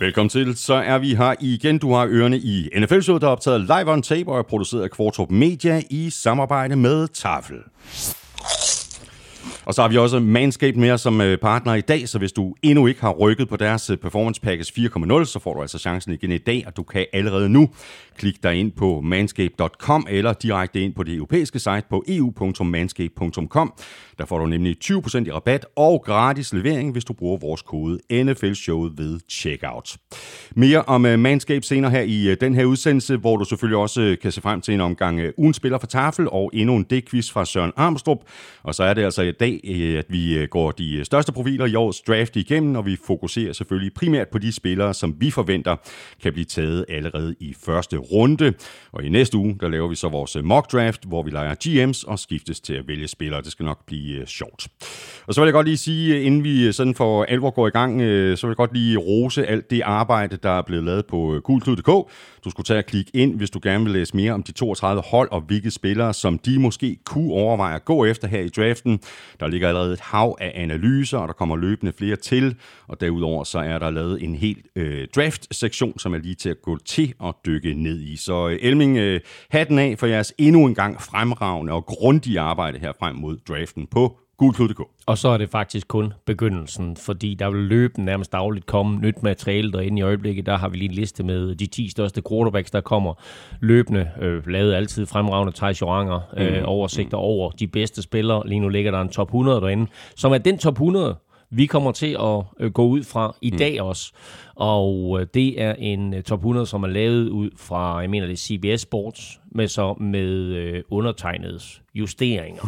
Velkommen til. Så er vi her igen. Du har ørerne i NFL-showet, der er optaget live on tape og er produceret af Kvartrup Media i samarbejde med Tafel. Og så har vi også Manscaped med som partner i dag, så hvis du endnu ikke har rykket på deres Performance Package 4.0, så får du altså chancen igen i dag, og du kan allerede nu klikke dig ind på manscaped.com eller direkte ind på det europæiske site på eu.manscaped.com. Der får du nemlig 20% i rabat og gratis levering, hvis du bruger vores kode NFL-showet ved checkout. Mere om Manscaped senere her i den her udsendelse, hvor du selvfølgelig også kan se frem til en omgang ugen spiller for Tafel og endnu en D-quiz fra Søren Armstrong. Og så er det altså i dag, at vi går de største profiler i årets draft igennem, og vi fokuserer selvfølgelig primært på de spillere, som vi forventer kan blive taget allerede i første runde. Og i næste uge, der laver vi så vores mock draft, hvor vi leger GM's og skiftes til at vælge spillere. Det skal nok blive sjovt. Og så vil jeg godt lige sige, inden vi sådan for alvor går i gang, så vil jeg godt lige rose alt det arbejde, der er blevet lavet på gulklud.dk. Du skulle tage og klikke ind, hvis du gerne vil læse mere om de 32 hold og hvilke spillere, som de måske kunne overveje at gå efter her i draften. Der ligger allerede et hav af analyser, og der kommer løbende flere til. Og derudover så er der lavet en hel draft-sektion, som er lige til at gå til og dykke ned i. Så Elming, hatten af for jeres endnu en gang fremragende og grundige arbejde her frem mod draften på gulklud.dk. Og så er det faktisk kun begyndelsen, fordi der vil løbende nærmest dagligt komme nyt materiale derinde i øjeblikket. Der har vi lige en liste med de 10 største quarterbacks, der kommer løbende. Lavet altid fremragende Thijs Joranger oversigter over de bedste spillere. Lige nu ligger der en top 100 derinde, som er den top 100, vi kommer til at gå ud fra i dag også. Og det er en top 100, som er lavet ud fra, jeg mener det er CBS Sports, med undertegnedes justeringer.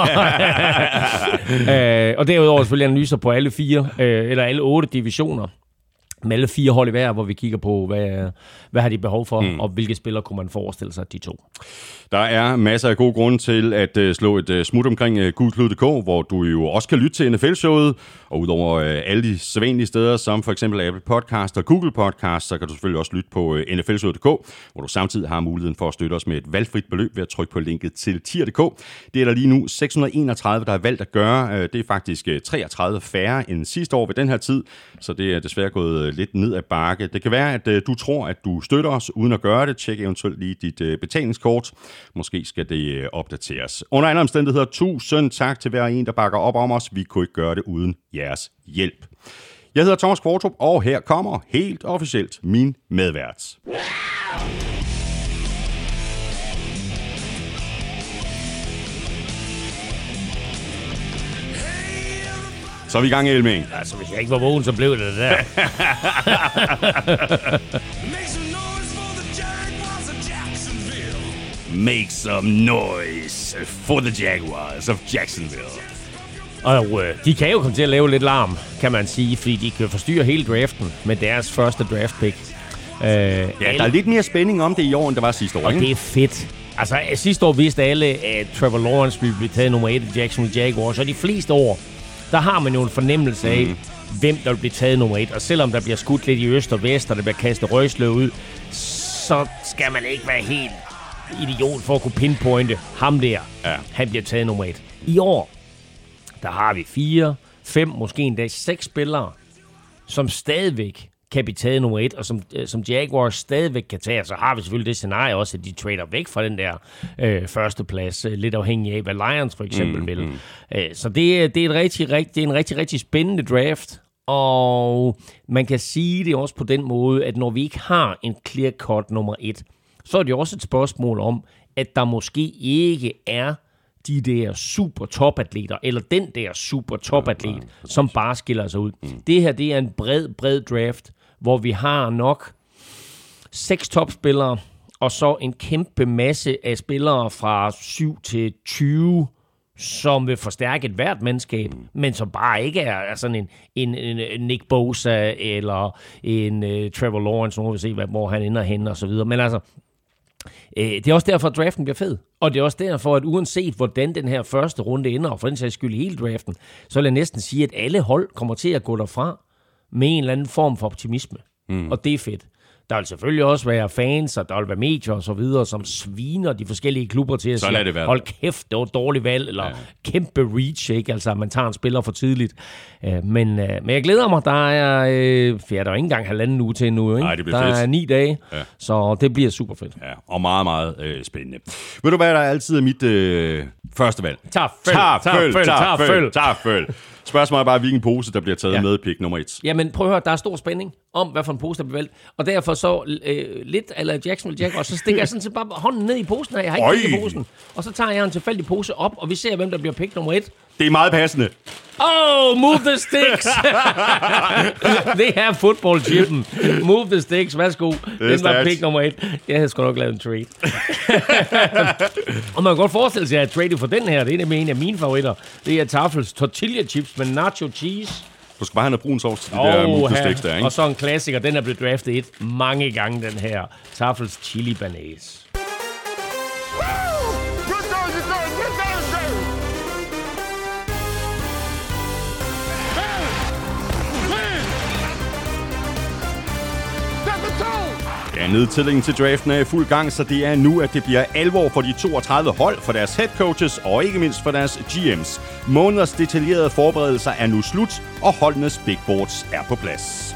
Og derudover selvfølgelig analyser på alle 8 divisioner. Med alle 4 hold i hver, hvor vi kigger på, hvad har de behov for, og hvilke spillere kunne man forestille sig, de to. Der er masser af gode grunde til at slå et smut omkring gulklud.dk, hvor du jo også kan lytte til NFL-showet, og udover alle de sædvanlige steder, som for eksempel Apple Podcast og Google Podcast, så kan du selvfølgelig også lytte på NFL-showet.dk, hvor du samtidig har muligheden for at støtte os med et valgfrit beløb ved at trykke på linket til tier.dk. Det er der lige nu 631, der er valgt at gøre. Det er faktisk 33 færre end sidste år ved den her tid, så det er desværre gået lidt ned ad bakke. Det kan være, at du tror, at du støtter os uden at gøre det. Tjek eventuelt lige dit betalingskort. Måske skal det opdateres. Under andre omstændigheder, 1000 tak til hver en, der bakker op om os. Vi kunne ikke gøre det uden jeres hjælp. Jeg hedder Thomas Kvartrup, og her kommer helt officielt min medvært. Så er vi i gang, Elming. Altså, hvis jeg ikke var vågen, så blev det der. Make some noise for the Jaguars of Jacksonville. Og de kan jo komme til at lave lidt larm, kan man sige, fordi de kan forstyrre hele draften med deres første draft pick. Der er lidt mere spænding om det i år, end der var sidste år, og ikke? det er fedt. Altså, sidste år vidste alle, at Trevor Lawrence ville blive taget nummer 1 i Jacksonville Jaguars, og de fleste år, der har man jo en fornemmelse af, hvem der vil blive taget nummer 1. Og selvom der bliver skudt lidt i øst og vest, og der bliver kastet røgsløv ud, så skal man ikke være helt idiot for at kunne pinpointe ham der. Ja. Han bliver taget nummer 1. I år, der har vi 4, 5, måske endda 6 spillere, som stadigvæk kan blive taget nummer 1, og som Jaguars stadigvæk kan tage. Så har vi selvfølgelig det scenarie også, at de trader væk fra den der første plads, lidt afhængig af, hvad Lions for eksempel vil. Så det er en rigtig spændende draft, og man kan sige det også på den måde, at når vi ikke har en clear-cut nummer 1, så er det også et spørgsmål om, at der måske ikke er de der super topatleter, eller den der super topatlet, som bare skiller sig ud. Det her, det er en bred draft, hvor vi har nok 6 topspillere, og så en kæmpe masse af spillere fra 7 til 20, som vil forstærke et hvert mandskab, men som bare ikke er sådan en Nick Bosa, eller en Trevor Lawrence, nu vil vi se, hvor han ender hen, og så videre. Men altså, det er også derfor, at draften bliver fed. Og det er også derfor, at uanset hvordan den her første runde ender, og for den sags skyld hele draften, så vil jeg næsten sige, at alle hold kommer til at gå derfra med en eller anden form for optimisme. Og det er fedt. Der vil selvfølgelig også være fans, og der vil være medier og så videre, som sviner de forskellige klubber til at sige, hold kæft, det var et dårligt valg, eller kæmpe reach, ikke? Altså, man tager en spiller for tidligt. Men jeg glæder mig. Der er der er ikke engang 1,5 uge til nu, ikke? Nej, det bliver der fedt. Er 9 dage, så det bliver super fedt. Ja, og meget, meget spændende. Ved du hvad, der er altid er mit første valg? Taffel. Spørgsmålet er bare, hvilken pose, der bliver taget med pick nummer 1. Jamen, prøv at høre, der er stor spænding om, hvad for en pose, der bliver valgt. Og derfor så lidt eller Jacksonville Jaguars, så stikker jeg sådan set bare hånden ned i posen her. Jeg har ikke kigget posen. Og så tager jeg en tilfældig pose op, og vi ser, hvem der bliver pick nummer 1. Det er meget passende. Move the sticks! Det er football-chippen. Move the sticks, værsgo. Den var pick nummer 1. Jeg havde sgu nok lavet en trade. Og man kan godt forestille sig, at trade for den her, det er nemlig en af mine favoritter. Det er Taffels tortilla chips med nacho cheese. Du skal bare have noget brun sovs til de der move the sticks der, ikke? Og så en klassiker, den er blevet draftet mange gange, den her. Taffels chili banase. Ja, nedtællingen til draften er i fuld gang, så det er nu, at det bliver alvor for de 32 hold, for deres head coaches og ikke mindst for deres GM's. Måneders detaljerede forberedelser er nu slut, og holdenes big boards er på plads.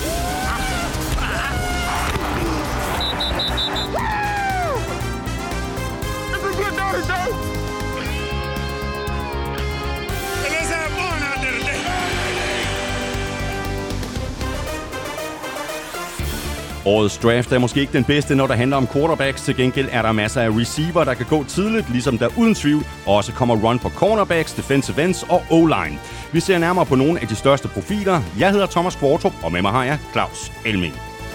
Årets draft er måske ikke den bedste, når der handler om quarterbacks. Til gengæld er der masser af receiver, der kan gå tidligt, ligesom der uden tvivl også kommer run på cornerbacks, defensive ends og O-line. Vi ser nærmere på nogle af de største profiler. Jeg hedder Thomas Kvartrup, og med mig har jeg Claus Elming.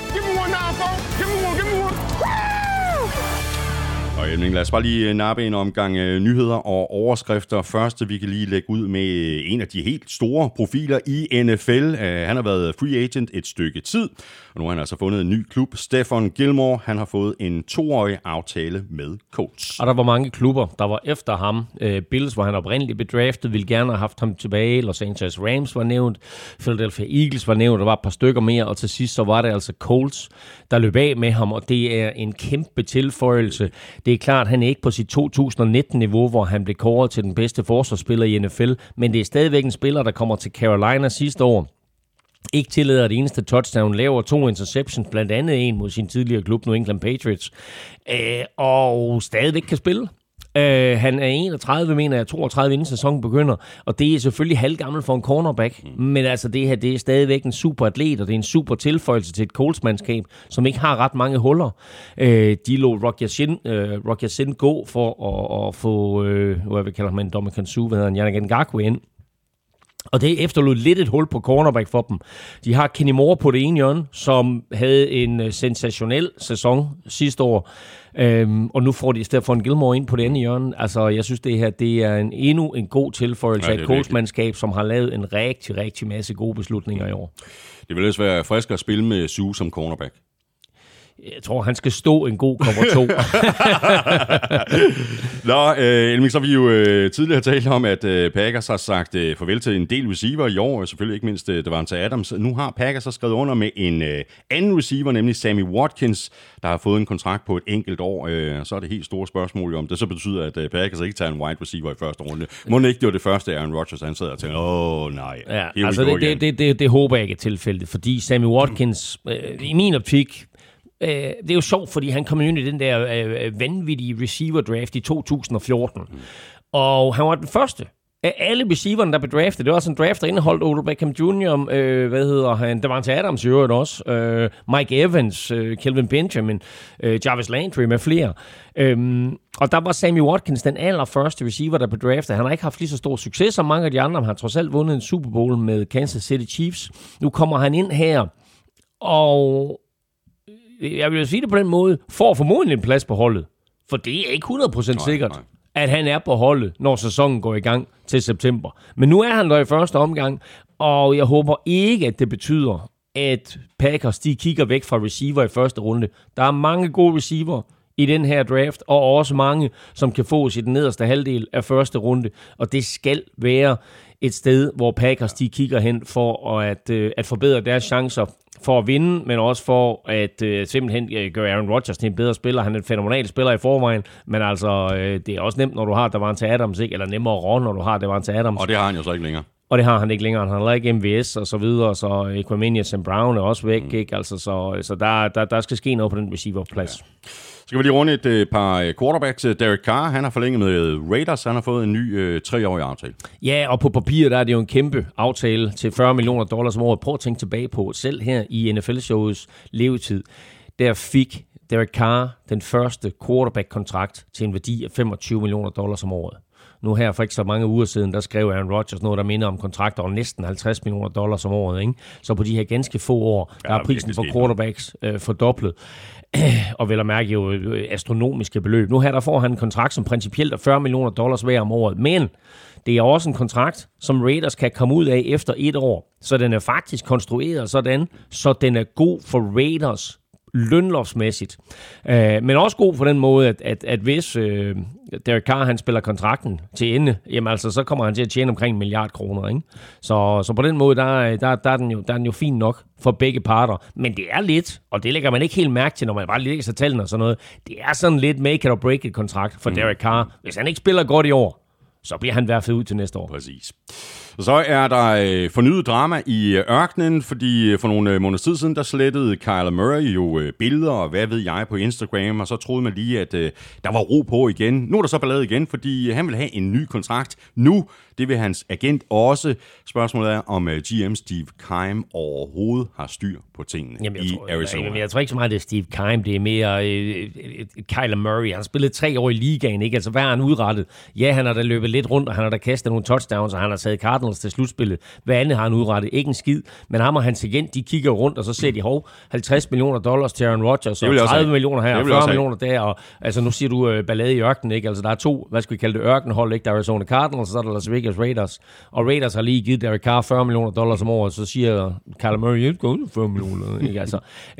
Og Elming, lad os bare lige nappe en omgang nyheder og overskrifter. Første, vi kan lige lægge ud med en af de helt store profiler i NFL. Han har været free agent et stykke tid, og nu har han altså fundet en ny klub. Stephon Gilmore, han har fået en 2-årig aftale med Colts. Og der var mange klubber, der var efter ham. Bills, hvor han oprindeligt blev draftet, ville gerne have haft ham tilbage. Los Angeles Rams var nævnt. Philadelphia Eagles var nævnt. Der var et par stykker mere, og til sidst så var det altså Colts, der løb af med ham, og det er en kæmpe tilføjelse. Det er klart, at han er ikke på sit 2019-niveau, hvor han blev kåret til den bedste forsvarsspiller i NFL, men det er stadigvæk en spiller, der kommer til Carolina sidste år. Ikke tillader det eneste touchdown, laver 2 interceptions, blandt andet en mod sin tidligere klub, New England Patriots, og stadigvæk kan spille. Han er 31, mener jeg, 32 inden sæsonen begynder, og det er selvfølgelig halvgammel for en cornerback, men altså det her, det er stadigvæk en super atlet, og det er en super tilføjelse til et Colts-mandskab, som ikke har ret mange huller. De lå Rock Ya-Sin gå for at få, hvad vi kalder ham, en Dominican Sue, hvad hedder han, Yannick Ngakoue ind. Og det efterlod lidt et hul på cornerback for dem. De har Kenny Moore på det ene hjørne, som havde en sensationel sæson sidste år. Og nu får de Stephon Gilmore ind på det andet hjørne. Altså, jeg synes, det her det er endnu en god tilføjelse af et Colts-mandskab, som har lavet en rigtig masse gode beslutninger i år. Det vil også være frisk at spille med Sue som cornerback. Jeg tror, han skal stå en god cover 2. Nå, Elming, så har vi jo tidligere talt om, at Packers har sagt farvel til en del receiver i år, og selvfølgelig ikke mindst Davante Adams. Nu har Packers så skrevet under med en anden receiver, nemlig Sammy Watkins, der har fået en kontrakt på et enkelt år. Så er det helt store spørgsmål om det så betyder, at Packers ikke tager en wide receiver i første runde. Må det ikke det var det første, Aaron Rodgers han sad og tænkte, nej. Ja, altså det håber jeg ikke er tilfældet, fordi Sammy Watkins, i min optik, det er jo sjovt, fordi han kom ind i den der vanvittige receiver-draft i 2014. Og han var den første af alle receiverne, der blev draftet. Det var også en draft, der indeholdt Odell Beckham Jr., Davante Adams i øvrigt også, Mike Evans, Kelvin Benjamin, Jarvis Landry med flere. Og der var Sammy Watkins den allerførste receiver, der blev draftet. Han har ikke haft lige så stor succes som mange af de andre. Han har trods alt vundet en Super Bowl med Kansas City Chiefs. Nu kommer han ind her, og jeg vil sige det på den måde, får formodentlig en plads på holdet. For det er ikke 100% sikkert, at han er på holdet, når sæsonen går i gang til september. Men nu er han der i første omgang, og jeg håber ikke, at det betyder, at Packers de kigger væk fra receiver i første runde. Der er mange gode receiver i den her draft, og også mange, som kan fås i den nederste halvdel af første runde. Og det skal være et sted, hvor Packers de kigger hen for at forbedre deres chancer for at vinde, men også for at simpelthen gøre Aaron Rodgers til en bedre spiller. Han er en fænomenal spiller i forvejen, men altså, det er også nemt, når du har Davante Adams, ikke? Eller nemmere når du har Davante Adams. Og det har han jo så ikke længere. Og det har han ikke længere. Han har ikke MVS og så videre, så Equanimeous St. Brown er også væk, ikke? Altså, så der skal ske noget på den receiverplads. Ja. Så skal vi lige runde et par quarterbacks. Derek Carr, han har forlænget med Raiders. Han har fået en ny 3-årig aftale. Ja, og på papir, der er det jo en kæmpe aftale til $40 million om året. Prøv at tænke tilbage på, selv her i NFL-showets levetid, der fik Derek Carr den første quarterback-kontrakt til en værdi af $25 million om året. Nu her for ikke så mange uger siden, der skrev Aaron Rodgers noget, der minder om kontrakter over næsten $50 million om året. Ikke? Så på de her ganske få år, der er prisen for quarterbacks fordoblet. Og vel at mærke jo astronomiske beløb. Nu her der får han en kontrakt, som principielt er $40 million værd om året. Men det er også en kontrakt, som Raiders kan komme ud af efter 1 år. Så den er faktisk konstrueret sådan, så den er god for Raiders lønlovsmæssigt. Men også god for den måde, at hvis Derek Carr han spiller kontrakten til ende, jamen altså, så kommer han til at tjene omkring $1 milliard, ikke? Så på den måde, der er den jo fin nok for begge parter. Men det er lidt, og det lægger man ikke helt mærke til, når man bare lægger sig tallene og sådan noget, det er sådan lidt make it or break it kontrakt for Derek Carr. Hvis han ikke spiller godt i år, så bliver han værfet ud til næste år. Præcis. Så er der fornyet drama i ørkenen, fordi for nogle måneder tid siden, der slettede Kyler Murray jo billeder, og hvad ved jeg, på Instagram, og så troede man lige, at der var ro på igen. Nu er der så ballade igen, fordi han vil have en ny kontrakt nu. Det vil hans agent også. Spørgsmålet er, om GM Steve Keim overhovedet har styr på tingene i Arizona. Jeg tror ikke så meget, det er Steve Keim. Det er mere Kyler Murray. Han har spillet 3 år i ligaen, ikke? Altså, hvad har han udrettet? Ja, han har da løbet lidt rundt, og han har da kastet nogle touchdowns, og han har taget Cardinals til slutspillet. Hvad andet har han udrettet? Ikke en skid. Men ham og hans agent, de kigger rundt, og så ser de, $50 million til Aaron Rodgers, og 30 millioner her, og 40 millioner der. Og, altså, nu siger du ballade i ørkenen, ikke? Altså, der er 2, hvad skal vi kalde det, ørkenhold, ikke? Der er Arizona Cardinals, og så er der Las Vegas Raiders. Og Raiders har lige givet Derek Carr $40 million om året, så siger Kyler Murray, $40 millioner, ikke? Altså,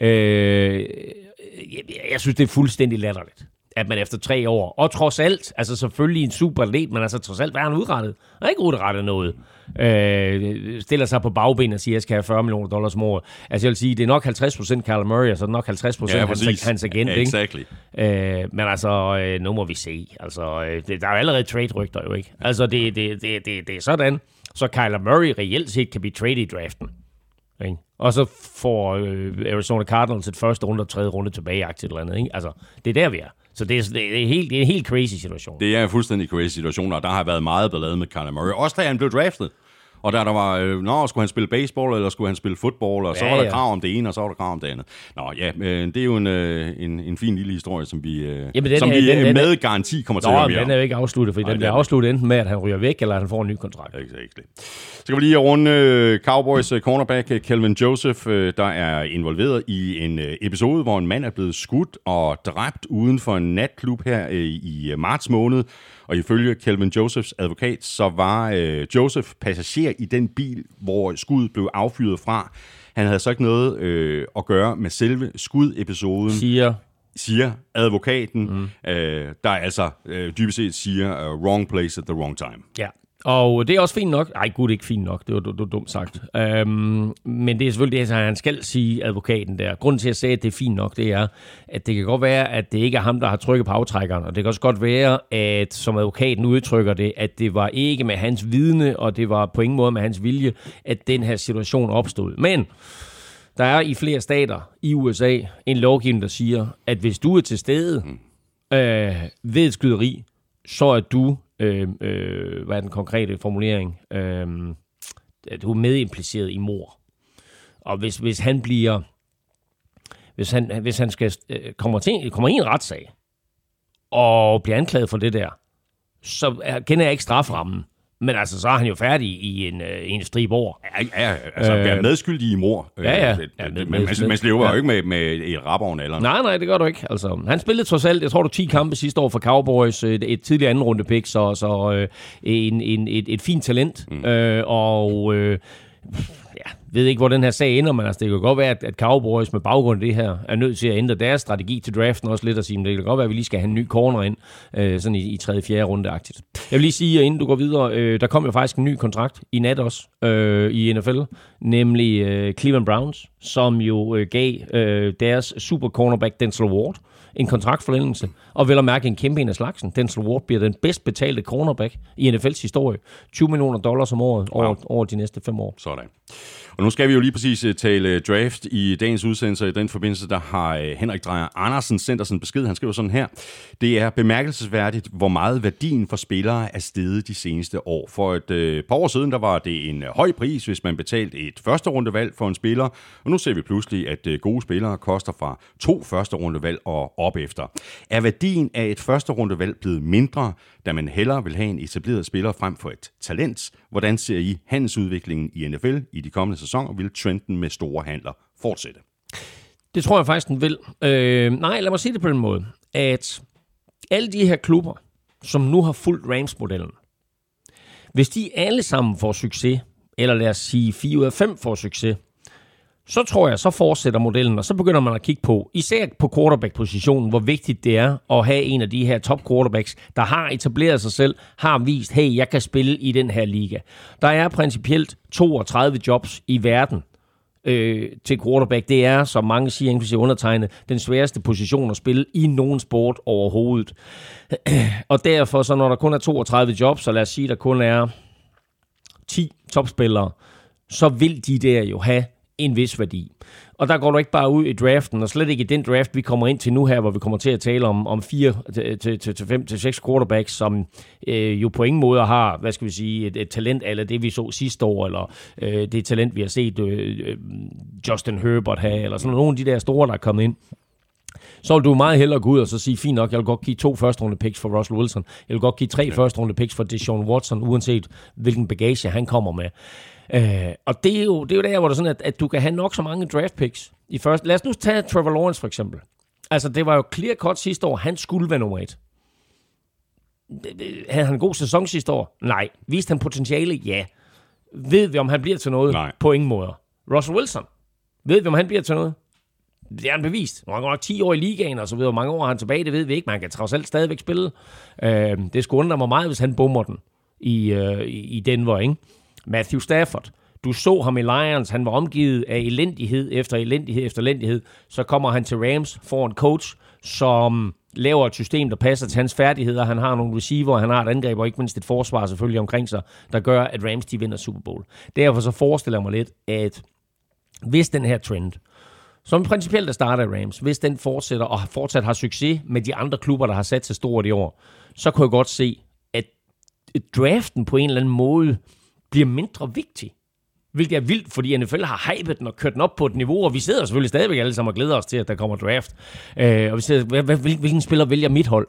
jeg synes, det er fuldstændig latterligt, at man efter 3 år, og trods alt, altså selvfølgelig en super atlet, men altså trods alt, hvad har han udrettet? Han har ikke udrettet noget. Stiller sig på bagben og siger, at jeg skal have $40 million om året. Altså jeg vil sige, det er nok 50% Kyler Murray, og så er det nok 50% hans agent. Ja, exactly. Men altså, nu må vi se. Altså, der er jo allerede trade-rygter jo, ikke? Altså det er sådan, så Kyler Murray reelt set kan blive traded i draften. Ikke? Og så får Arizona Cardinals et første runde og tredje runde tilbage til eller andet, ikke? Altså, det er der, vi er. Så det er en helt crazy situation. Det er en fuldstændig crazy situation, og der har været meget ballade med Kyler Murray. Også da han blev draftet. Og der var, skulle han spille baseball, eller skulle han spille fodbold, og så var der krav om det ene, og så var der krav om det andet. Det er jo en fin lille historie, som vi med garanti kommer til at høre mere om. Den er jo ikke afsluttet, fordi den bliver afsluttet enten med, at han ryger væk, eller at han får en ny kontrakt. Exactly. Så kan vi lige runde Cowboys cornerback Kelvin Joseph, der er involveret i en episode, hvor en mand er blevet skudt og dræbt uden for en natklub her i marts måned. Og ifølge Kelvin Josephs advokat, så var Joseph passager i den bil, hvor skuddet blev affyret fra. Han havde så ikke noget at gøre med selve skudepisoden. Siger advokaten, der altså dybest set siger wrong place at the wrong time. Ja. Og det er også fint nok. Nej, gud, det er ikke fint nok. Det var dumt sagt. Men det er selvfølgelig det, han skal sige, advokaten der. Grunden til, at jeg sagde, at det er fint nok, det er, at det kan godt være, at det ikke er ham, der har trykket på aftrækkeren. Og det kan også godt være, at som advokaten udtrykker det, at det var ikke med hans vidne, og det var på ingen måde med hans vilje, at den her situation opstod. Men der er i flere stater i USA en lovgivning, der siger, at hvis du er til stede ved et skyderi, så er du hvad er den konkrete formulering? Du er medimpliceret i mord. Og hvis han bliver, hvis han skal kommer i en retssag og bliver anklaget for det der, så kender jeg ikke straframmen. Men altså, så er han jo færdig i en strib år. Ja, altså være medskyldig i mord. Ja. Man lever jo ikke med et rapper'n eller noget. Nej, det gør du ikke. Altså, han spillede trods alt, jeg tror 10 kampe sidste år for Cowboys, et tidligere anden runde pick, så et fint talent. ved ikke, hvor den her sag ender, men altså, det kan godt være, at Cowboys med baggrund af det her er nødt til at ændre deres strategi til draften også lidt og sige, at det kan godt være, at vi lige skal have en ny corner ind, sådan i 3. og 4. runde-agtigt. Jeg vil lige sige, inden du går videre, der kom jo faktisk en ny kontrakt i nat også i NFL, nemlig Cleveland Browns, som jo gav deres super cornerback Denzel Ward en kontraktforlængelse, og vel at mærke en kæmpe en af slagsen. Denzel Ward bliver den bedst betalte cornerback i NFL's historie. $20 million om året over de næste 5 år. Sådan. Og nu skal vi jo lige præcis tale draft i dagens udsendelse. I den forbindelse, der har Henrik Dreyer Andersen sendt os en besked. Han skriver sådan her: det er bemærkelsesværdigt, hvor meget værdien for spillere er steget de seneste år. For et par år siden, der var det en høj pris, hvis man betalte et første rundevalg for en spiller. Og nu ser vi pludselig, at gode spillere koster fra 2 første rundevalg og op efter. Er værdien af et første rundevalg blevet mindre, da man hellere vil have en etableret spiller frem for et talent? Hvordan ser I handelsudviklingen i NFL i de kommende sæsoner? Vil trenden med store handler fortsætte? Det tror jeg faktisk, den vil. Nej, lad mig sige det på den måde, at alle de her klubber, som nu har fulgt Rams-modellen, hvis de alle sammen får succes, eller lad os sige 4 ud af 5 får succes, så tror jeg, så fortsætter modellen, og så begynder man at kigge på, især på quarterback-positionen, hvor vigtigt det er at have en af de her top quarterbacks, der har etableret sig selv, har vist, hey, jeg kan spille i den her liga. Der er principielt 32 jobs i verden til quarterback. Det er, som mange siger, inklusive undertegnet, den sværeste position at spille i nogen sport overhovedet. Og derfor, så når der kun er 32 jobs, så lad os sige, der kun er 10 topspillere, så vil de der jo have en vis værdi. Og der går du ikke bare ud i draften, og slet ikke i den draft, vi kommer ind til nu her, hvor vi kommer til at tale om 4 til 5 til 6 quarterbacks, som jo på ingen måde har, hvad skal vi sige, et talent, eller det vi så sidste år, eller det talent, vi har set Justin Herbert have, eller sådan nogle af de der store, der er kommet ind. Så vil du meget hellere gå ud og så sige, fint nok, jeg vil godt give 2 første runde picks for Russell Wilson. Jeg vil godt give 3 første runde picks for Deshaun Watson, uanset hvilken bagage han kommer med. Og det er jo der, hvor det er sådan, at du kan have nok så mange draft picks i første. Lad os nu tage Trevor Lawrence for eksempel. Altså, det var jo clear cut sidste år. Han skulle være nummer 1. Havde han en god sæson sidste år? Nej. Viste han potentiale? Ja. Ved vi, om han bliver til noget? Nej. På ingen måde. Russell Wilson? Ved vi, om han bliver til noget? Det er han bevist. Han har nok 10 år i ligaen, og så videre. Hvor mange år har han tilbage, det ved vi ikke. Man kan trods alt stadigvæk spille. Det skulle undre mig meget, hvis han bommer den i Denver, ikke? Matthew Stafford. Du så ham i Lions. Han var omgivet af elendighed efter elendighed efter elendighed. Så kommer han til Rams, får en coach, som laver et system, der passer til hans færdigheder. Han har nogle receiver, han har et angreb, og ikke mindst et forsvar selvfølgelig omkring sig, der gør, at Rams de vinder Super Bowl. Derfor så forestiller jeg mig lidt, at hvis den her trend, som principielt der starter i Rams, hvis den fortsætter og fortsat har succes med de andre klubber, der har sat sig stort i år, så kunne jeg godt se, at draften på en eller anden måde bliver mindre vigtig. Hvilket er vildt, fordi NFL har hypet den og kørt den op på et niveau, og vi sidder selvfølgelig stadigvæk alle sammen og glæder os til, at der kommer draft. Og vi sidder, hvilken spiller vælger mit hold?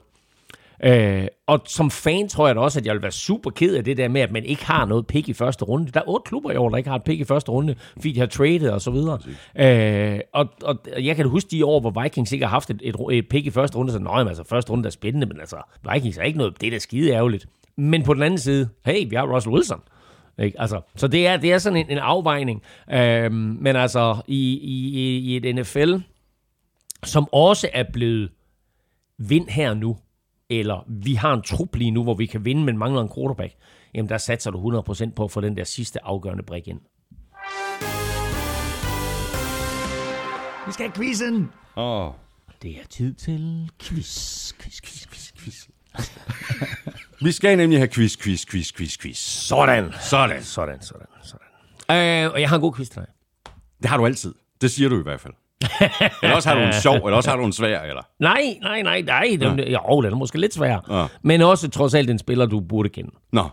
Og som fan tror jeg da også, at jeg vil være super ked af det der med, at man ikke har noget pick i første runde. Der er 8 klubber i år, der ikke har et pick i første runde, fordi de har traded og så videre. Og jeg kan huske de år, hvor Vikings ikke har haft et pick i første runde, så altså første runde er spændende, men altså Vikings er ikke noget, det er da skide ærgerligt. Men på den anden side, hey, vi har Russell Wilson. Ikke? Altså, så det er sådan en afvejning. Men altså, i et NFL, som også er blevet vind her nu, eller vi har en trup lige nu, hvor vi kan vinde, men mangler en quarterback, jamen der satser du 100% på at få den der sidste afgørende brik ind. Vi skal have quizzen! Det er tid til quiz. Vi skal nemlig have quiz. Sådan. Og jeg har en god quiz til dig. Det har du altid. Det siger du i hvert fald. Eller også har du en sjov, eller også har du en svær, eller? Nej. Jo, den er måske lidt svær. Men også trods alt en spiller, du burde kende. Nej.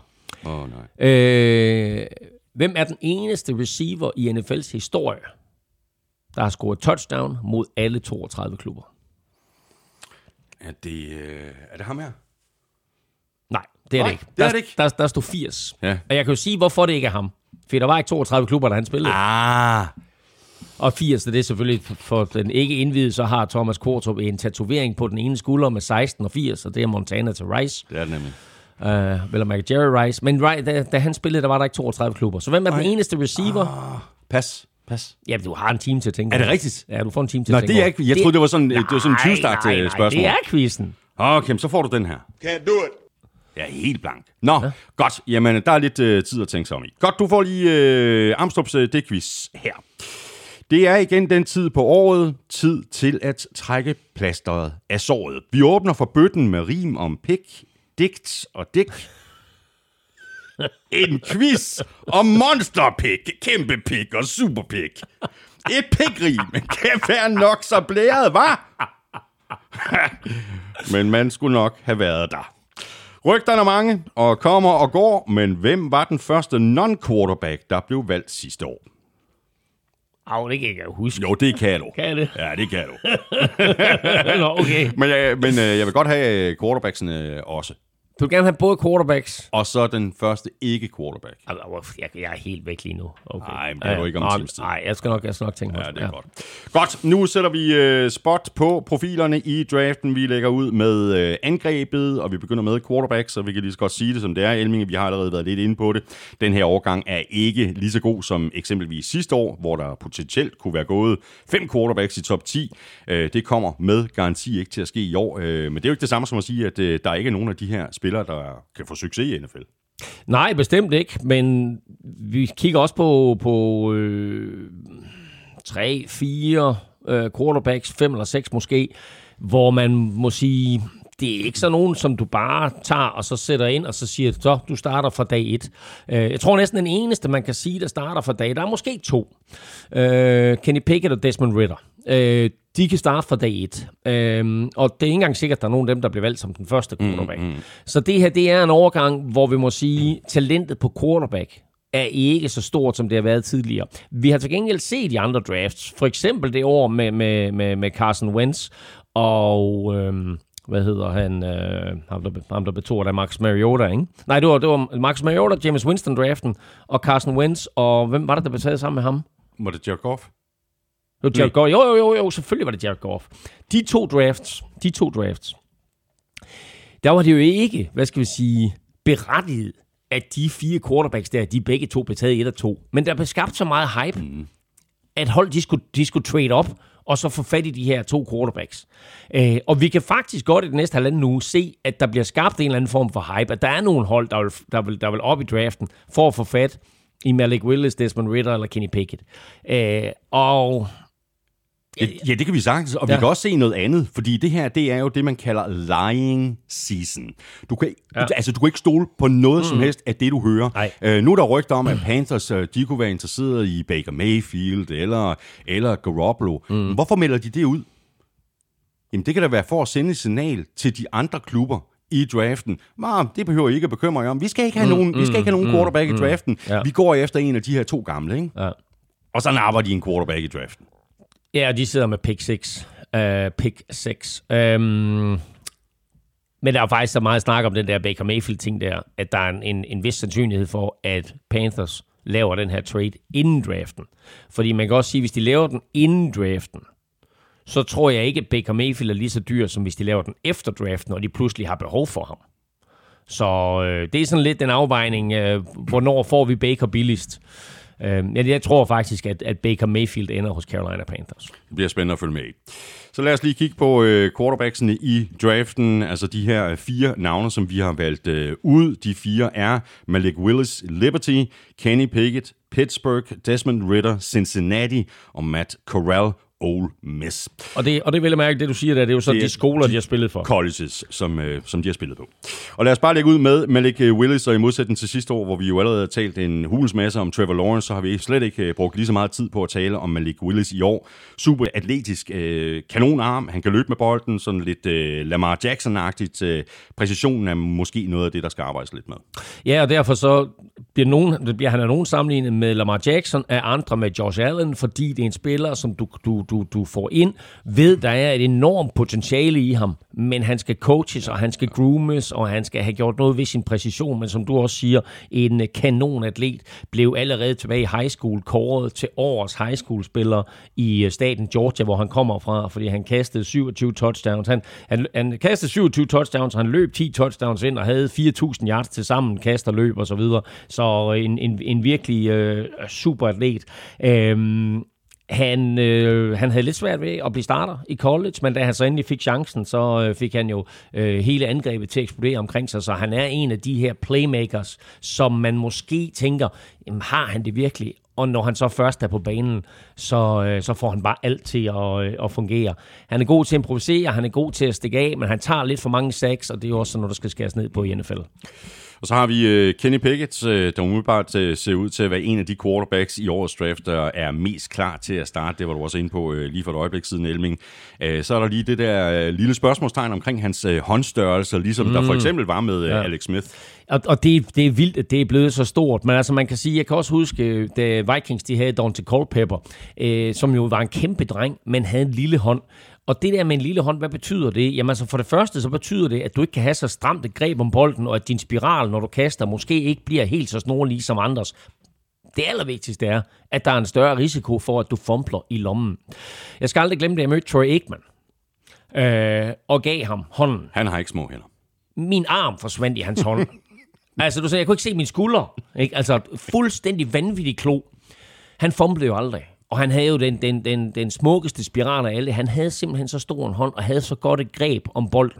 Hvem er den eneste receiver i NFL's historie, der har scoret touchdown mod alle 32 klubber? Er det ham her? Nej, det er det ikke. Det er det ikke. Der stod 80. Ja. Og jeg kan jo sige, hvorfor det ikke er ham. For der var ikke 32 klubber, der han spillede. Og 80, det er selvfølgelig for den ikke indvidede, så har Thomas Kortrup en tatovering på den ene skulder med 16 og 80, og det er Montana til Rice. Det er det nemlig. Vel at mærke Jerry Rice. Men da han spillede, der var der ikke 32 klubber. Så hvem er den eneste receiver? Pas. Ja, du har en time til at tænke. Er det rigtigt? Ja, du får en time til at tænke. Det er ikke. Jeg troede, det var sådan en 20-start-spørgsmål. Det er quizzen. Okay, så får du den her. Can't do it. Jeg er helt blank. Nå, godt. Jamen, der er lidt tid at tænke sig om i. Godt, du får lige Amstrup's det-quiz her. Det er igen den tid på året. Tid til at trække plasteret af såret. Vi åbner for bøtten med rim om pik, digt og dæk. En quiz om monsterpik, kæmpe pik og superpik. Et pikrim kan være nok så blæret, hva'? Men man skulle nok have været der. Rygterne er mange og kommer og går, men hvem var den første non-quarterback, der blev valgt sidste år? Det kan jeg huske. Jo, det kan du. Kan det? Ja, det kan du. Nå, okay. Men jeg vil godt have quarterbacksene også. Du vil gerne have både quarterbacks. Og så den første ikke-quarterback. Jeg er helt væk lige nu. Okay. Nej, men det er jo ikke om times tid. Nej, jeg skal nok tænke mig. Ja, det er godt. Godt, nu sætter vi spot på profilerne i draften. Vi lægger ud med angrebet, og vi begynder med quarterback, så vi kan lige så godt sige det, som det er. Elming, vi har allerede været lidt inde på det. Den her årgang er ikke lige så god som eksempelvis sidste år, hvor der potentielt kunne være gået 5 quarterbacks i top 10. Det kommer med garanti ikke til at ske i år. Men det er jo ikke det samme som at sige, at der ikke er nogen af de her spillere, der kan få succes i NFL. Nej, bestemt ikke, men vi kigger også på 3-4 quarterbacks, 5 eller 6 måske, hvor man må sige, det er ikke så nogen, som du bare tager og så sætter ind, og så siger, så du starter fra dag 1. Jeg tror næsten den eneste, man kan sige, der starter fra dag 1. Der er måske 2. Kenny Pickett og Desmond Ridder. De kan starte fra dag 1. Og det er ikke engang sikkert, at der er nogen af dem, der bliver valgt som den første quarterback. Så det her, det er en overgang, hvor vi må sige, talentet på quarterback er ikke så stort, som det har været tidligere. Vi har til gengæld set i andre drafts, for eksempel det år med Carson Wentz og... hvad hedder han? Ham der betog, der Marcus Mariota, ikke? Nej, det var Marcus Mariota, James Winston-draften, og Carson Wentz, og hvem var det, der blev taget sammen med ham? Var det Jared Goff? Jared Goff. Jo, selvfølgelig var det Jared Goff. De to drafts, der var det jo ikke, hvad skal vi sige, berettiget, at de 4 quarterbacks der, de begge to blev taget i 1 og 2. Men der blev skabt så meget hype, at hold, de skulle trade op, og så få fat i de her 2 quarterbacks. Og vi kan faktisk godt i den næste halvanden uge se, at der bliver skabt en eller anden form for hype, at der er nogle hold, der vil op i draften for at få fat i Malik Willis, Desmond Ridder eller Kenny Pickett. Og... Ja, det kan vi sagtens, og vi kan også se noget andet, fordi det her, det er jo det, man kalder lying season. Du kan ikke stole på noget som helst af det, du hører. Nu er der rygter om, at Panthers, de kunne være interesseret i Baker Mayfield eller Garoppolo. Hvorfor melder de det ud? Jamen, det kan da være for at sende et signal til de andre klubber i draften. Det behøver I ikke at bekymre jer om. Vi skal ikke have nogen quarterback i draften. Vi går efter en af de her 2 gamle, ikke? Ja. Og så napper de en quarterback i draften. Ja, og de sidder med pick 6. Men der er faktisk så meget snak om den der Baker Mayfield-ting der, at der er en vis sandsynlighed for, at Panthers laver den her trade inden draften. Fordi man kan også sige, at hvis de laver den inden draften, så tror jeg ikke, at Baker Mayfield er lige så dyr, som hvis de laver den efter draften, og de pludselig har behov for ham. Så det er sådan lidt en afvejning, hvornår får vi Baker billigst. Jeg tror faktisk, at Baker Mayfield ender hos Carolina Panthers. Det bliver spændende at følge med i. Så lad os lige kigge på quarterbacksene i draften. Altså de her 4 navne, som vi har valgt ud. De 4 er Malik Willis, Liberty, Kenny Pickett, Pittsburgh, Desmond Ridder, Cincinnati og Matt Corral, Ole Miss. Og det vil jeg mærke, det du siger der, det er jo så de skoler, de har spillet for. Colleges, som de har spillet på. Og lad os bare lægge ud med Malik Willis, og i modsætning til sidste år, hvor vi jo allerede har talt en hulens masse om Trevor Lawrence, så har vi slet ikke brugt lige så meget tid på at tale om Malik Willis i år. Super atletisk, kanonarm, han kan løbe med bolden, sådan lidt Lamar Jackson-agtigt. Præcisionen er måske noget af det, der skal arbejdes lidt med. Ja, og derfor så bliver han af nogen sammenlignet med Lamar Jackson, af andre med Josh Allen, fordi det er en spiller, som du får ind, ved, der er et enormt potentiale i ham, men han skal coaches, og han skal groomes, og han skal have gjort noget ved sin præcision, men som du også siger, en kanonatlet blev allerede tilbage i high school kåret til årets high school-spiller i staten Georgia, hvor han kommer fra, fordi han kastede 27 touchdowns. Han kastede 27 touchdowns, han løb 10 touchdowns ind og havde 4.000 yards til sammen, kast og løb og så videre. Så en virkelig super atlet. Han havde lidt svært ved at blive starter i college, men da han så endelig fik chancen, så fik han jo hele angrebet til at eksplodere omkring sig, så han er en af de her playmakers, som man måske tænker, jamen, har han det virkelig? Og når han så først er på banen, så får han bare alt til at fungere. Han er god til at improvisere, han er god til at stikke af, men han tager lidt for mange sacks, og det er jo også sådan, når der skal skæres ned på i NFL. Og så har vi Kenny Pickett, der umiddelbart ser ud til at være en af de quarterbacks i årets draft, der er mest klar til at starte. Det var du også inde på lige for et øjeblik siden, Elming. Så er der lige det der lille spørgsmålstegn omkring hans håndstørrelse, ligesom der for eksempel var med Alex Smith. Og det er vildt, at det er blevet så stort. Men altså man kan sige, jeg kan også huske, da Vikings de havde Dante Culpepper, som jo var en kæmpe dreng, men havde en lille hånd. Og det der med en lille hånd, hvad betyder det? Jamen altså for det første, så betyder det, at du ikke kan have så stramt et greb om bolden, og at din spiral, når du kaster, måske ikke bliver helt så snorlig som andres. Det allervigtigste er, at der er en større risiko for, at du fumbler i lommen. Jeg skal aldrig glemme det, jeg mødte Troy Aikman og gav ham hånden. Han har ikke små hænder. Min arm forsvandt i hans hånd. Altså du sagde, jeg kunne ikke se mine skuldre. Ikke? Altså fuldstændig vanvittig klo. Han fumblede jo aldrig. Og han havde jo den smukkeste spiral af alle. Han havde simpelthen så stor en hånd, og havde så godt et greb om bolden.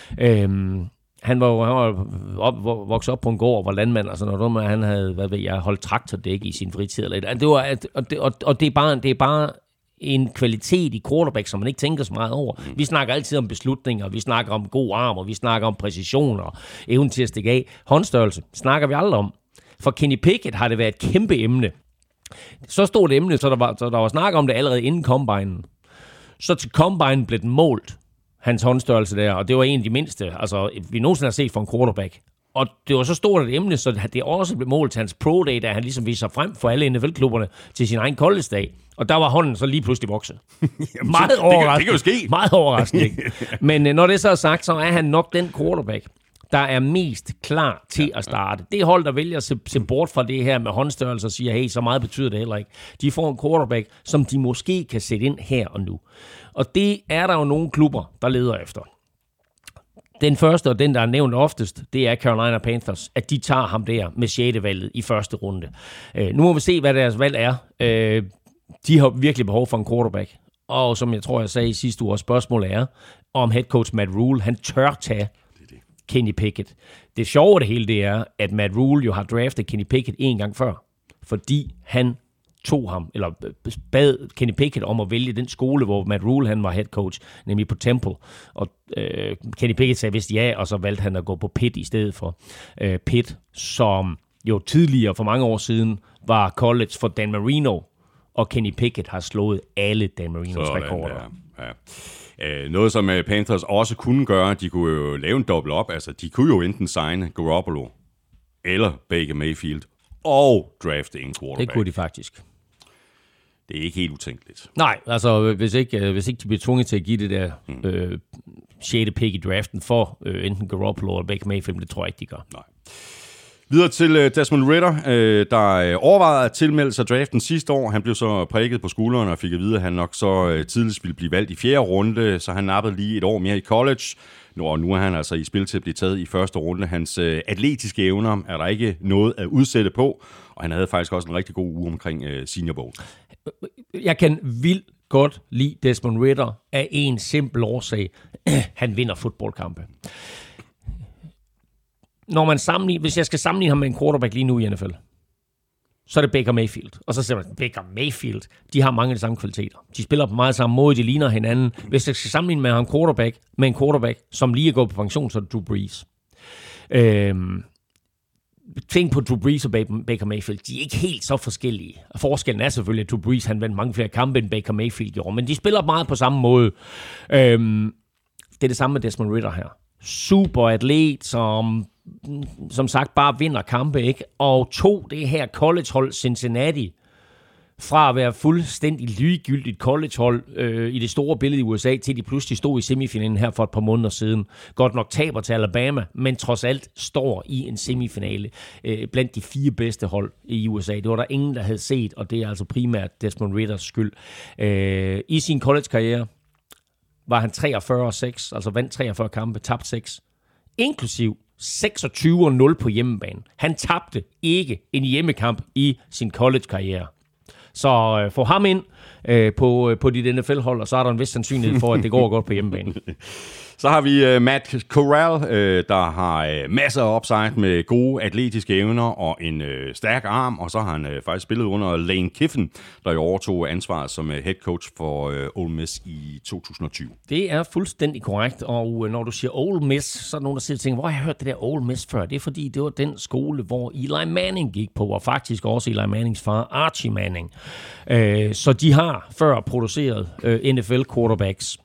Han var vokset op på en gård, hvor landmand, altså når han havde, holdt traktordæk i sin fritid. Og det er bare en kvalitet i quarterback, som man ikke tænker så meget over. Vi snakker altid om beslutninger, vi snakker om god arm, og vi snakker om præcision og evnen til at stikke af. Håndstørrelse snakker vi aldrig om. For Kenny Pickett har det været et kæmpe emne. Så stort emne, så der var snak om det allerede inden combinen. Så til combinen blev den målt, hans håndstørrelse der, og det var en af de mindste, altså vi nogensinde har set for en quarterback. Og det var så stort et emne, så det også blev målt til hans pro day, da han ligesom viste sig frem for alle NFL-klubberne til sin egen college-dag. Og der var hånden så lige pludselig vokset. Meget overraskende. Det kan jo ske. Meget overraskende, ikke? Men når det så er sagt, så er han nok den quarterback, der er mest klar til at starte. Det hold, der vælger at se bort fra det her med håndstørrelse og siger, hey, så meget betyder det heller ikke. De får en quarterback, som de måske kan sætte ind her og nu. Og det er der jo nogle klubber, der leder efter. Den første, og den, der er nævnt oftest, det er Carolina Panthers, at de tager ham der med 6. valget i første runde. Nu må vi se, hvad deres valg er. De har virkelig behov for en quarterback. Og som jeg tror, jeg sagde i sidste uge, spørgsmålet er, om head coach Matt Rhule, han tør tage Kenny Pickett. Det sjove af det hele, det er, at Matt Rhule jo har draftet Kenny Pickett en gang før, fordi han tog ham, eller bad Kenny Pickett om at vælge den skole, hvor Matt Rhule han var head coach, nemlig på Temple. Og Kenny Pickett sagde vist ja, og så valgte han at gå på Pitt i stedet for. Pitt, som jo tidligere for mange år siden var college for Dan Marino, og Kenny Pickett har slået alle Dan Marinos rekorder. Ja. Noget, som Panthers også kunne gøre, de kunne jo lave en double up. Altså, de kunne jo enten signe Garoppolo eller Baker Mayfield og drafte en quarterback. Det kunne de faktisk. Det er ikke helt utænkeligt. Nej, altså hvis ikke de bliver tvunget til at give det der 6. pick i draften for enten Garoppolo eller Baker Mayfield, det tror jeg ikke, de gør. Nej. Videre til Desmond Ridder, der overvejede at tilmelde sig draften sidste år. Han blev så prikket på skulderen og fik at vide, at han nok så tidligst ville blive valgt i 4. runde, så han nappede lige et år mere i college. Nu er han altså i spil til at blive taget i første runde. Hans atletiske evner er der ikke noget at udsætte på, og han havde faktisk også en rigtig god uge omkring Senior Bowl. Jeg kan vildt godt lide Desmond Ridder af en simpel årsag. Han vinder fodboldkampe. Hvis jeg skal sammenligne ham med en quarterback lige nu i NFL, så er det Baker Mayfield. Og så siger man, Baker Mayfield, de har mange af de samme kvaliteter. De spiller på meget samme måde, de ligner hinanden. Hvis jeg skal sammenligne med en quarterback, som lige er gået på pension, så er det Drew Brees. Tænk på Drew Brees og Baker Mayfield. De er ikke helt så forskellige. Forskellen er selvfølgelig, at Drew Brees han vandt mange flere kampe, end Baker Mayfield gjorde. Men de spiller meget på samme måde. Det er det samme med Desmond Ridder her. Super atlet, som sagt bare vinder kampe, ikke? Og det her collegehold Cincinnati, fra at være fuldstændig ligegyldigt collegehold i det store billede i USA, til de pludselig stod i semifinalen her for et par måneder siden. Godt nok taber til Alabama, men trods alt står i en semifinale blandt de 4 bedste hold i USA. Det var der ingen, der havde set, og det er altså primært Desmond Ritters skyld. I sin college-karriere var han 43-6, altså vandt 43 kampe, tabt 6, inklusiv 26-0 på hjemmebane. Han tabte ikke en hjemmekamp i sin college-karriere. Så få ham ind på dit NFL-hold, og så er der en vis sandsynlighed for, at det går godt på hjemmebane. Så har vi Matt Corral, der har masser af upside med gode atletiske evner og en stærk arm, og så har han faktisk spillet under Lane Kiffin, der jo overtog ansvaret som head coach for Ole Miss i 2020. Det er fuldstændig korrekt, og når du siger Ole Miss, så er der nogen, der siger, hvor har jeg hørt det der Ole Miss før? Det er fordi, det var den skole, hvor Eli Manning gik på, og faktisk også Eli Mannings far, Archie Manning. Så de har før produceret NFL-quarterbacks.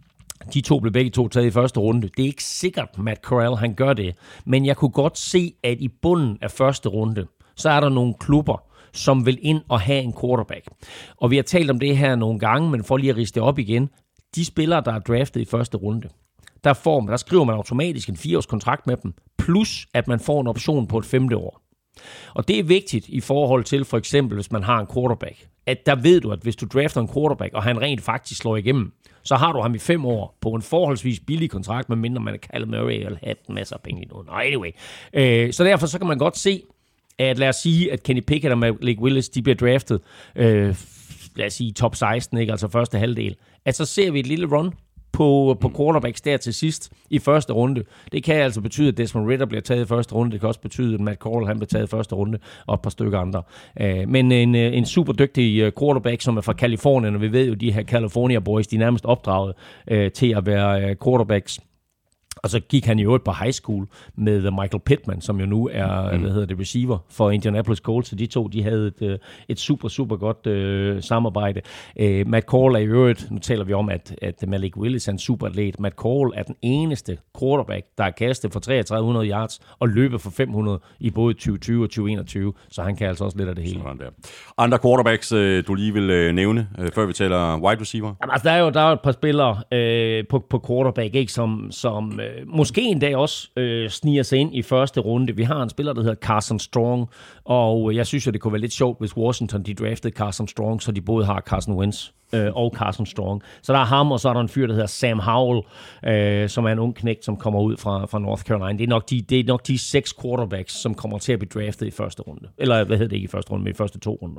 De to blev begge to taget i første runde. Det er ikke sikkert, Matt Corral han gør det, men jeg kunne godt se, at i bunden af første runde, så er der nogle klubber, som vil ind og have en quarterback. Og vi har talt om det her nogle gange, men for lige at riste det op igen, de spillere, der er draftet i første runde, der skriver man automatisk en 4-års kontrakt med dem, plus at man får en option på et 5. år. Og det er vigtigt i forhold til, for eksempel, hvis man har en quarterback, at der ved du, at hvis du drafter en quarterback, og han rent faktisk slår igennem, så har du ham i 5 år på en forholdsvis billig kontrakt, medmindre man er Kyler Murray eller have en masse penge i noget. Anyway. Så derfor så kan man godt se, at lad os sige, at Kenny Pickett og Malik Willis, de bliver draftet, lad os sige top 16, ikke? Altså første halvdel. At så ser vi et lille run på quarterbacks der til sidst i første runde. Det kan altså betyde, at Desmond Ritter bliver taget i første runde. Det kan også betyde, at Matt Corral han bliver taget i første runde, og et par stykker andre. Men en super dygtig quarterback, som er fra Kalifornien, og vi ved jo, de her California boys, de er nærmest opdraget til at være quarterbacks. Og så gik han jo øvrigt på high school med Michael Pittman, som jo nu er receiver for Indianapolis Colts. Så de to, de havde et super, super godt samarbejde. Matt Corral er i øvrigt, nu taler vi om, at Malik Willis er en superatlet. Matt Corral er den eneste quarterback, der er kastet for 3300 yards og løbet for 500 i både 2020 og 2021. Så han kan altså også lidt af det hele. Andre quarterbacks, du lige vil nævne, før vi taler wide receiver? Jamen, altså, der er jo et par spillere på quarterback, ikke, som måske en dag også sniger sig ind i første runde. Vi har en spiller, der hedder Carson Strong, og jeg synes jo, det kunne være lidt sjovt, hvis Washington de draftede Carson Strong, så de både har Carson Wentz og Carson Strong. Så der er ham, og så er der en fyr, der hedder Sam Howell, som er en ung knægt, som kommer ud fra North Carolina. Det er nok de 6 quarterbacks, som kommer til at blive draftet i første runde. Eller hvad hedder det ikke i første runde, men i første 2 runder.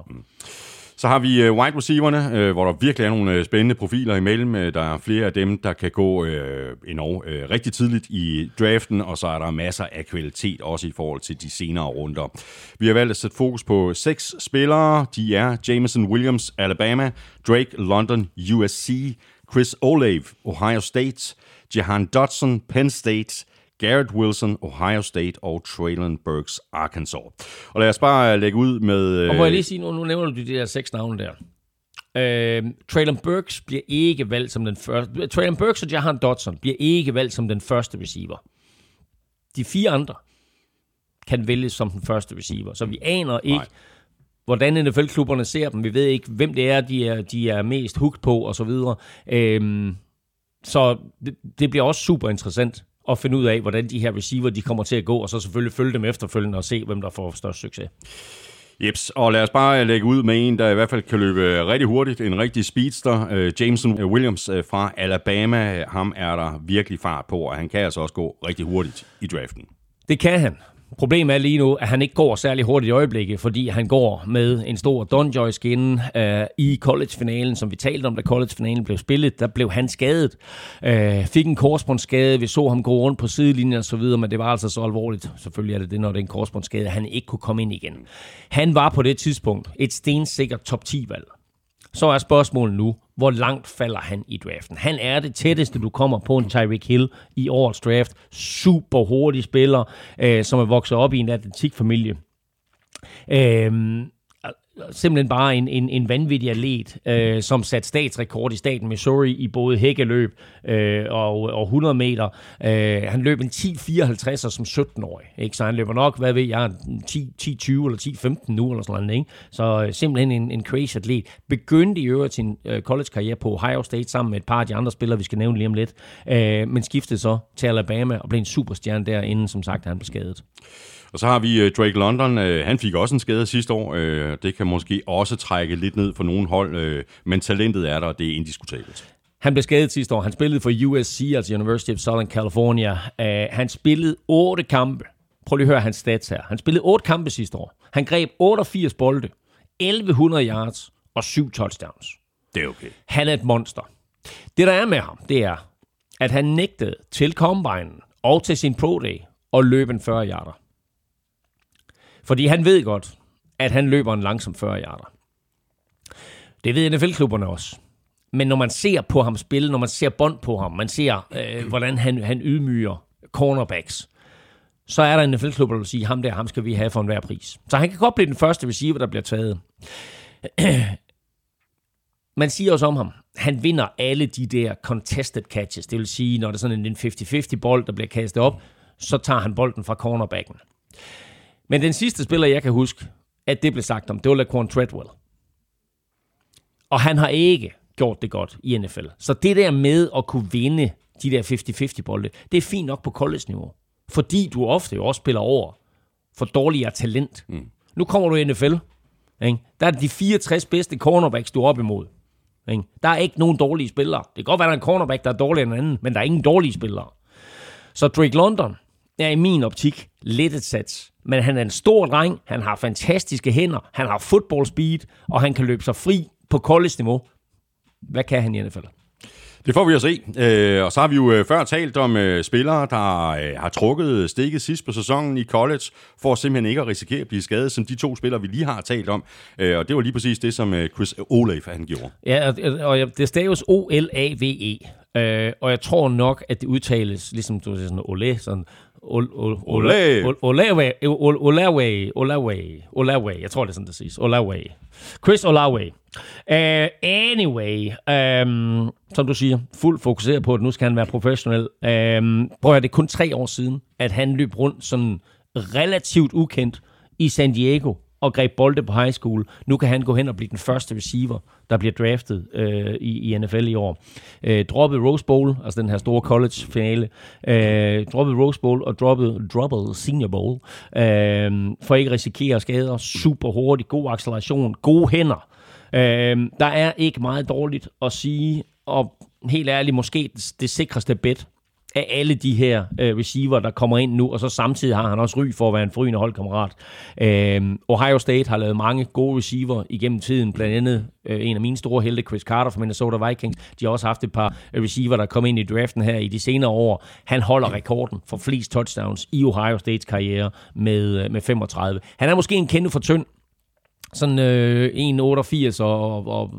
Så har vi wide receiverne, hvor der virkelig er nogle spændende profiler imellem. Der er flere af dem, der kan gå endnu rigtig tidligt i draften, og så er der masser af kvalitet også i forhold til de senere runder. Vi har valgt at sætte fokus på 6 spillere. De er Jameson Williams, Alabama, Drake London, USC, Chris Olave, Ohio State, Jahan Dotson, Penn State, Garrett Wilson, Ohio State og Traylon Burks, Arkansas. Og lad os bare lægge ud med... Og må jeg lige sige, nu nævner du de der 6 navne der. Traylon Burks bliver ikke valgt som den første. Traylon Burks og Jahan Dotson bliver ikke valgt som den første receiver. De 4 andre kan vælges som den første receiver. Så vi aner ikke, hvordan NFL-klubberne ser dem. Vi ved ikke, hvem det er, de er mest hooked på, og så videre. Så det bliver også super interessant at finde ud af, hvordan de her receiver de kommer til at gå, og så selvfølgelig følge dem efterfølgende og se, hvem der får størst succes. Jeps, og lad os bare lægge ud med en, der i hvert fald kan løbe rigtig hurtigt. En rigtig speedster, Jameson Williams fra Alabama. Ham er der virkelig fart på, og han kan altså også gå rigtig hurtigt i draften. Det kan han. Problemet er lige nu, at han ikke går særlig hurtigt i øjeblikket, fordi han går med en stor Dunjoy-skin i college-finalen, som vi talte om, da college-finalen blev spillet. Der blev han skadet. Fik en korsbåndsskade. Vi så ham gå rundt på sidelinjen og så videre, men det var altså så alvorligt. Selvfølgelig er det, når det er en korsbåndsskade, han ikke kunne komme ind igen. Han var på det tidspunkt et stensikkert top 10-valg. Så er spørgsmålet nu, hvor langt falder han i draften? Han er det tætteste, du kommer på en Tyreek Hill i årets draft. Super hurtig spiller, som er vokset op i en atletikfamilie. simpelthen bare en vanvittig atlet, som satte statsrekord i staten Missouri i både hækkeløb og 100 meter. Han løb en 10.54 som 17-årig, ikke? Så han løber nok, hvad ved jeg, 10.20 eller 10.15 nu, eller sådan noget, ikke? Så simpelthen en crazy atlet. Begyndte i øvrigt sin college-karriere på Ohio State sammen med et par af de andre spillere, vi skal nævne lige om lidt, men skiftede så til Alabama og blev en superstjerne der, inden som sagt han blev skadet. Og så har vi Drake London. Han fik også en skade sidste år. Det kan måske også trække lidt ned for nogle hold, men talentet er der, og det er indiskutabelt. Han blev skadet sidste år. Han spillede for USC, altså University of Southern California. Han spillede 8 kampe. Prøv lige at høre hans stats her. Han spillede 8 kampe sidste år. Han greb 88 bolde, 1100 yards og 7 touchdowns. Det er okay. Han er et monster. Det, der er med ham, det er, at han nægtede til combinen og til sin pro day at løbe en 40 yarder. Fordi han ved godt, at han løber en langsom 40 yarder. Det ved NFL-klubberne også. Men når man ser på ham spille, når man ser bånd på ham, man ser, hvordan han ydmyger cornerbacks, så er der en NFL-klub, der vil sige, ham skal vi have for enhver pris. Så han kan godt blive den første receiver, der bliver taget. Man siger også om ham, han vinder alle de der contested catches. Det vil sige, når det er sådan en 50-50 bold, der bliver kastet op, så tager han bolden fra cornerbacken. Men den sidste spiller, jeg kan huske, at det blev sagt om, det var Laquan Treadwell. Og han har ikke gjort det godt i NFL. Så det der med at kunne vinde de der 50-50 bolde, det er fint nok på college-niveau. Fordi du ofte jo også spiller over for dårligere talent. Nu kommer du i NFL. Ikke? Der er de 64 bedste cornerbacks, du er op imod. Ikke? Der er ikke nogen dårlige spillere. Det kan godt være, der er en cornerback, der er dårligere end anden, men der er ingen dårlige spillere. Så Drake London er i min optik lidt et sats. Men han er en stor dreng, han har fantastiske hænder, han har football speed, og han kan løbe sig fri på college-niveau. Hvad kan han i NFL? Det får vi at se. Og så har vi jo før talt om spillere, der har trukket stikket sidst på sæsonen i college, for simpelthen ikke at risikere at blive skadet, som de 2 spillere, vi lige har talt om. Og det var lige præcis det, som Chris Olave han gjorde. Ja, og det staves O-L-A-V-E. Og jeg tror nok, at det udtales, ligesom du siger sådan Ole, sådan Olave. Jeg tror, det er sådan, det siges. Olave. Chris Olave. Anyway, som du siger, fuldt fokuseret på, at nu skal han være professionel. Prøv at det er kun 3 år siden, at han løb rundt sådan relativt ukendt i San Diego og greb bolde på high school. Nu kan han gå hen og blive den første receiver, der bliver draftet i NFL i år. Droppede Rose Bowl, altså den her store college-finale. Droppede Rose Bowl og droppede Senior Bowl. For ikke at risikere skader. Super hurtigt, god acceleration, gode hænder. Der er ikke meget dårligt at sige, og helt ærligt, måske det sikreste bet af alle de her receiver, der kommer ind nu, og så samtidig har han også ry for at være en forrygende holdkammerat. Ohio State har lavet mange gode receiver igennem tiden, blandt andet en af mine store helte, Chris Carter fra Minnesota Vikings. De har også haft et par receiver, der kom ind i draften her i de senere år. Han holder rekorden for flest touchdowns i Ohio States karriere med 35. Han er måske en kende for tynd, sådan 1,88 og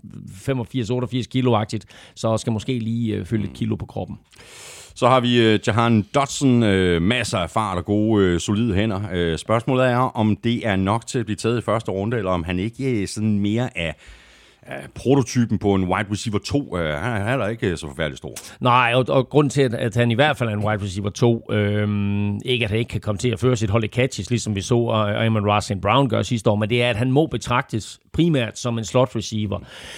85-88 kilo-agtigt, så skal måske lige fylde et kilo på kroppen. Så har vi Jahan Dotson, masser af fart og gode, solide hænder. Spørgsmålet er, om det er nok til at blive taget i første runde, eller om han ikke sådan mere er prototypen på en wide receiver 2. Han er heller ikke så forfærdelig stor. Nej, og grunden til, at han i hvert fald er en wide receiver 2, ikke at han ikke kan komme til at føre sit hold i catches, ligesom vi så Amon-Ra St. Brown gør sidste år, men det er, at han må betragtes primært som en slot receiver.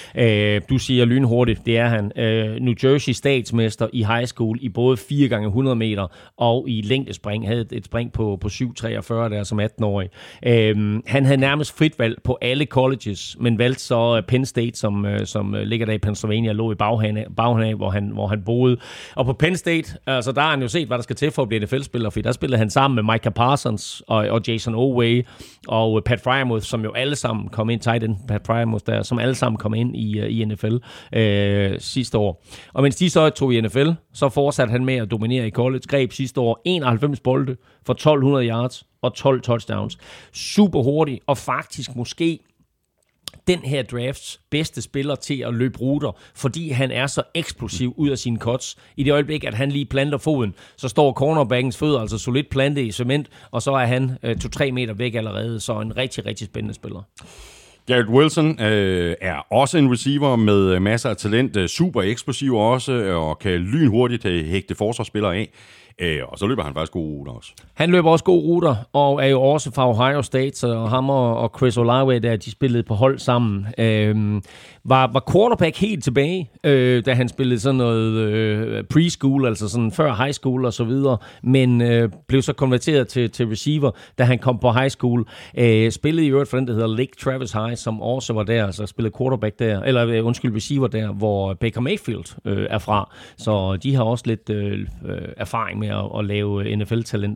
Du siger lynhurtigt, det er han. New Jersey statsmester i high school i både 4x100 meter og i længdespring. Havde et spring på 7,43 der som 18-årig. Han havde nærmest frit valg på alle colleges, men valgte så Penn State, som ligger der i Pennsylvania, lå i baghaven af, hvor han boede. Og på Penn State, altså der har han jo set, hvad der skal til for at blive NFL-spiller, for der spillede han sammen med Micah Parsons og Jason Oweh og Pat Freiermuth, som jo alle sammen kom ind, Pat Freiermuth der, som alle sammen kom ind i NFL sidste år. Og mens de så tog i NFL, så fortsatte han med at dominere i college, greb sidste år 91 bolde for 1200 yards og 12 touchdowns. Super hurtig, og faktisk måske den her drafts bedste spiller til at løbe ruter, fordi han er så eksplosiv ud af sine cuts. I det øjeblik, at han lige planter foden, så står cornerbackens fødder altså solidt plantet i cement, og så er han 2-3 meter væk allerede, så en rigtig, rigtig spændende spiller. Garrett Wilson er også en receiver med masser af talent, super eksplosiv også, og kan lynhurtigt hægte forsvarsspillere af. Og så løber han faktisk gode ruter også. Han løber også gode ruter, og er jo også fra Ohio State, så ham og Chris Olave, der de spillede på hold sammen, var quarterback helt tilbage, da han spillede sådan noget preschool, altså sådan før high school og så videre, men blev så konverteret til receiver, da han kom på high school. Spillede i øvrigt for den, der hedder Lake Travis High, som også var der, så spillede quarterback der, eller receiver der, hvor Baker Mayfield er fra. Så de har også lidt erfaring med at lave NFL-talent.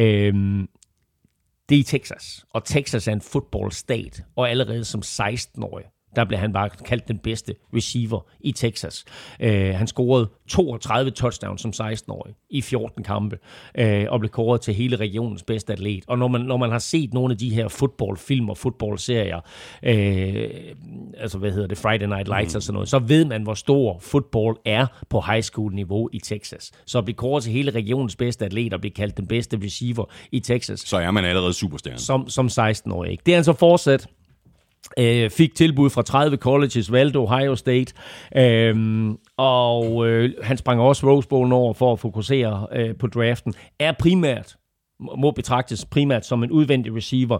Det er i Texas, og Texas er en football state, og allerede som 16-årig, der blev han bare kaldt den bedste receiver i Texas. Han scorede 32 touchdowns som 16-årig i 14 kampe, og blev kåret til hele regionens bedste atlet. Og når man har set nogle af de her footballfilm og footballserier, altså Friday Night Lights og sådan noget, så ved man, hvor stor football er på high school-niveau i Texas. Så at blive kåret til hele regionens bedste atlet og blive kaldt den bedste receiver i Texas, så er man allerede superstjerne. Som 16-årig. Det er han så fortsat. Fik tilbud fra 30 colleges, valgte Ohio State, og han sprang også Rose Bowlen over for at fokusere på draften. Må betragtes primært som en udvendig receiver.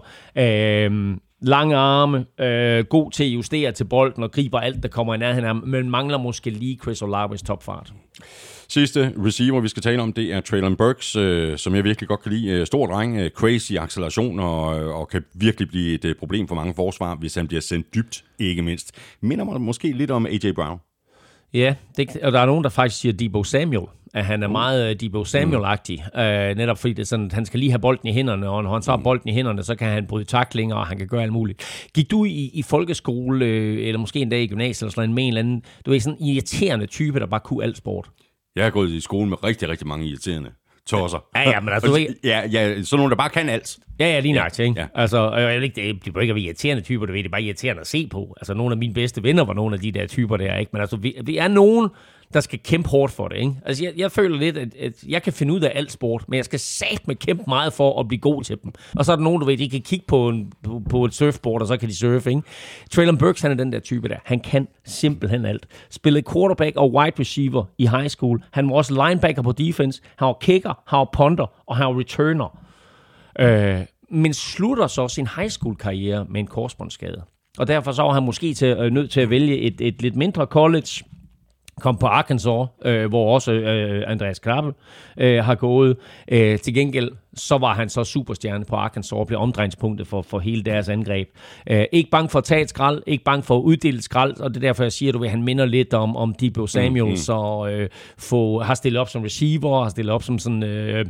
Lange arme, god til at justere til bolden og griber alt, der kommer i nærheden af ham, men mangler måske lige Chris Olaves topfart. Sidste receiver, vi skal tale om, det er Treylon Burks, som jeg virkelig godt kan lide. Stor dreng, crazy acceleration og kan virkelig blive et problem for mange forsvar, hvis han bliver sendt dybt, ikke mindst. Minder mig måske lidt om A.J. Brown. Ja, og der er nogen, der faktisk siger Deebo Samuel, at han er meget Deebo Samuel-agtig, netop fordi det er sådan, at han skal lige have bolden i hænderne, og når han så har bolden i hænderne, så kan han bryde tacklinger, og han kan gøre alt muligt. Gik du i folkeskole, eller måske en dag i gymnasiet, eller sådan en eller anden, du er sådan en irriterende type, der bare kunne alt sport? Jeg har gået i skole med rigtig, rigtig mange irriterende tosser. Ja, men altså, ja, sådan nogle, der bare kan alt. Ja, lige nøjagtigt, ikke? Ja. Altså, det bliver ikke irriterende typer, du ved, det er bare irriterende at se på. Altså, nogle af mine bedste venner var nogle af de der typer der, ikke? Men altså, vi er nogen, der skal kæmpe hårdt for det, ikke? Altså, jeg føler lidt, at jeg kan finde ud af alt sport, men jeg skal satme kæmpe meget for at blive god til dem. Og så er der nogen, du ved, de kan kigge på et surfboard, og så kan de surfe, ikke? Treylon Burks, han er den der type der. Han kan simpelthen alt. Spillede quarterback og wide receiver i high school. Han var også linebacker på defense. Han var kicker, han var punter, og han var returner. Men slutter så sin high school karriere med en korsbåndsskade. Og derfor så var han måske nødt til at vælge et lidt mindre college. Kom på Arkansas, hvor også Andreas Knappe har gået. Til gengæld så var han så superstjerne på Arkansas og blev omdrejningspunktet for hele deres angreb. Ikke bange for at tage et skrald, ikke bange for at uddele et skrald, og det er derfor, jeg siger, at han minder lidt om Deebo Samuel, så har stillet op som receiver, har stillet op som sådan...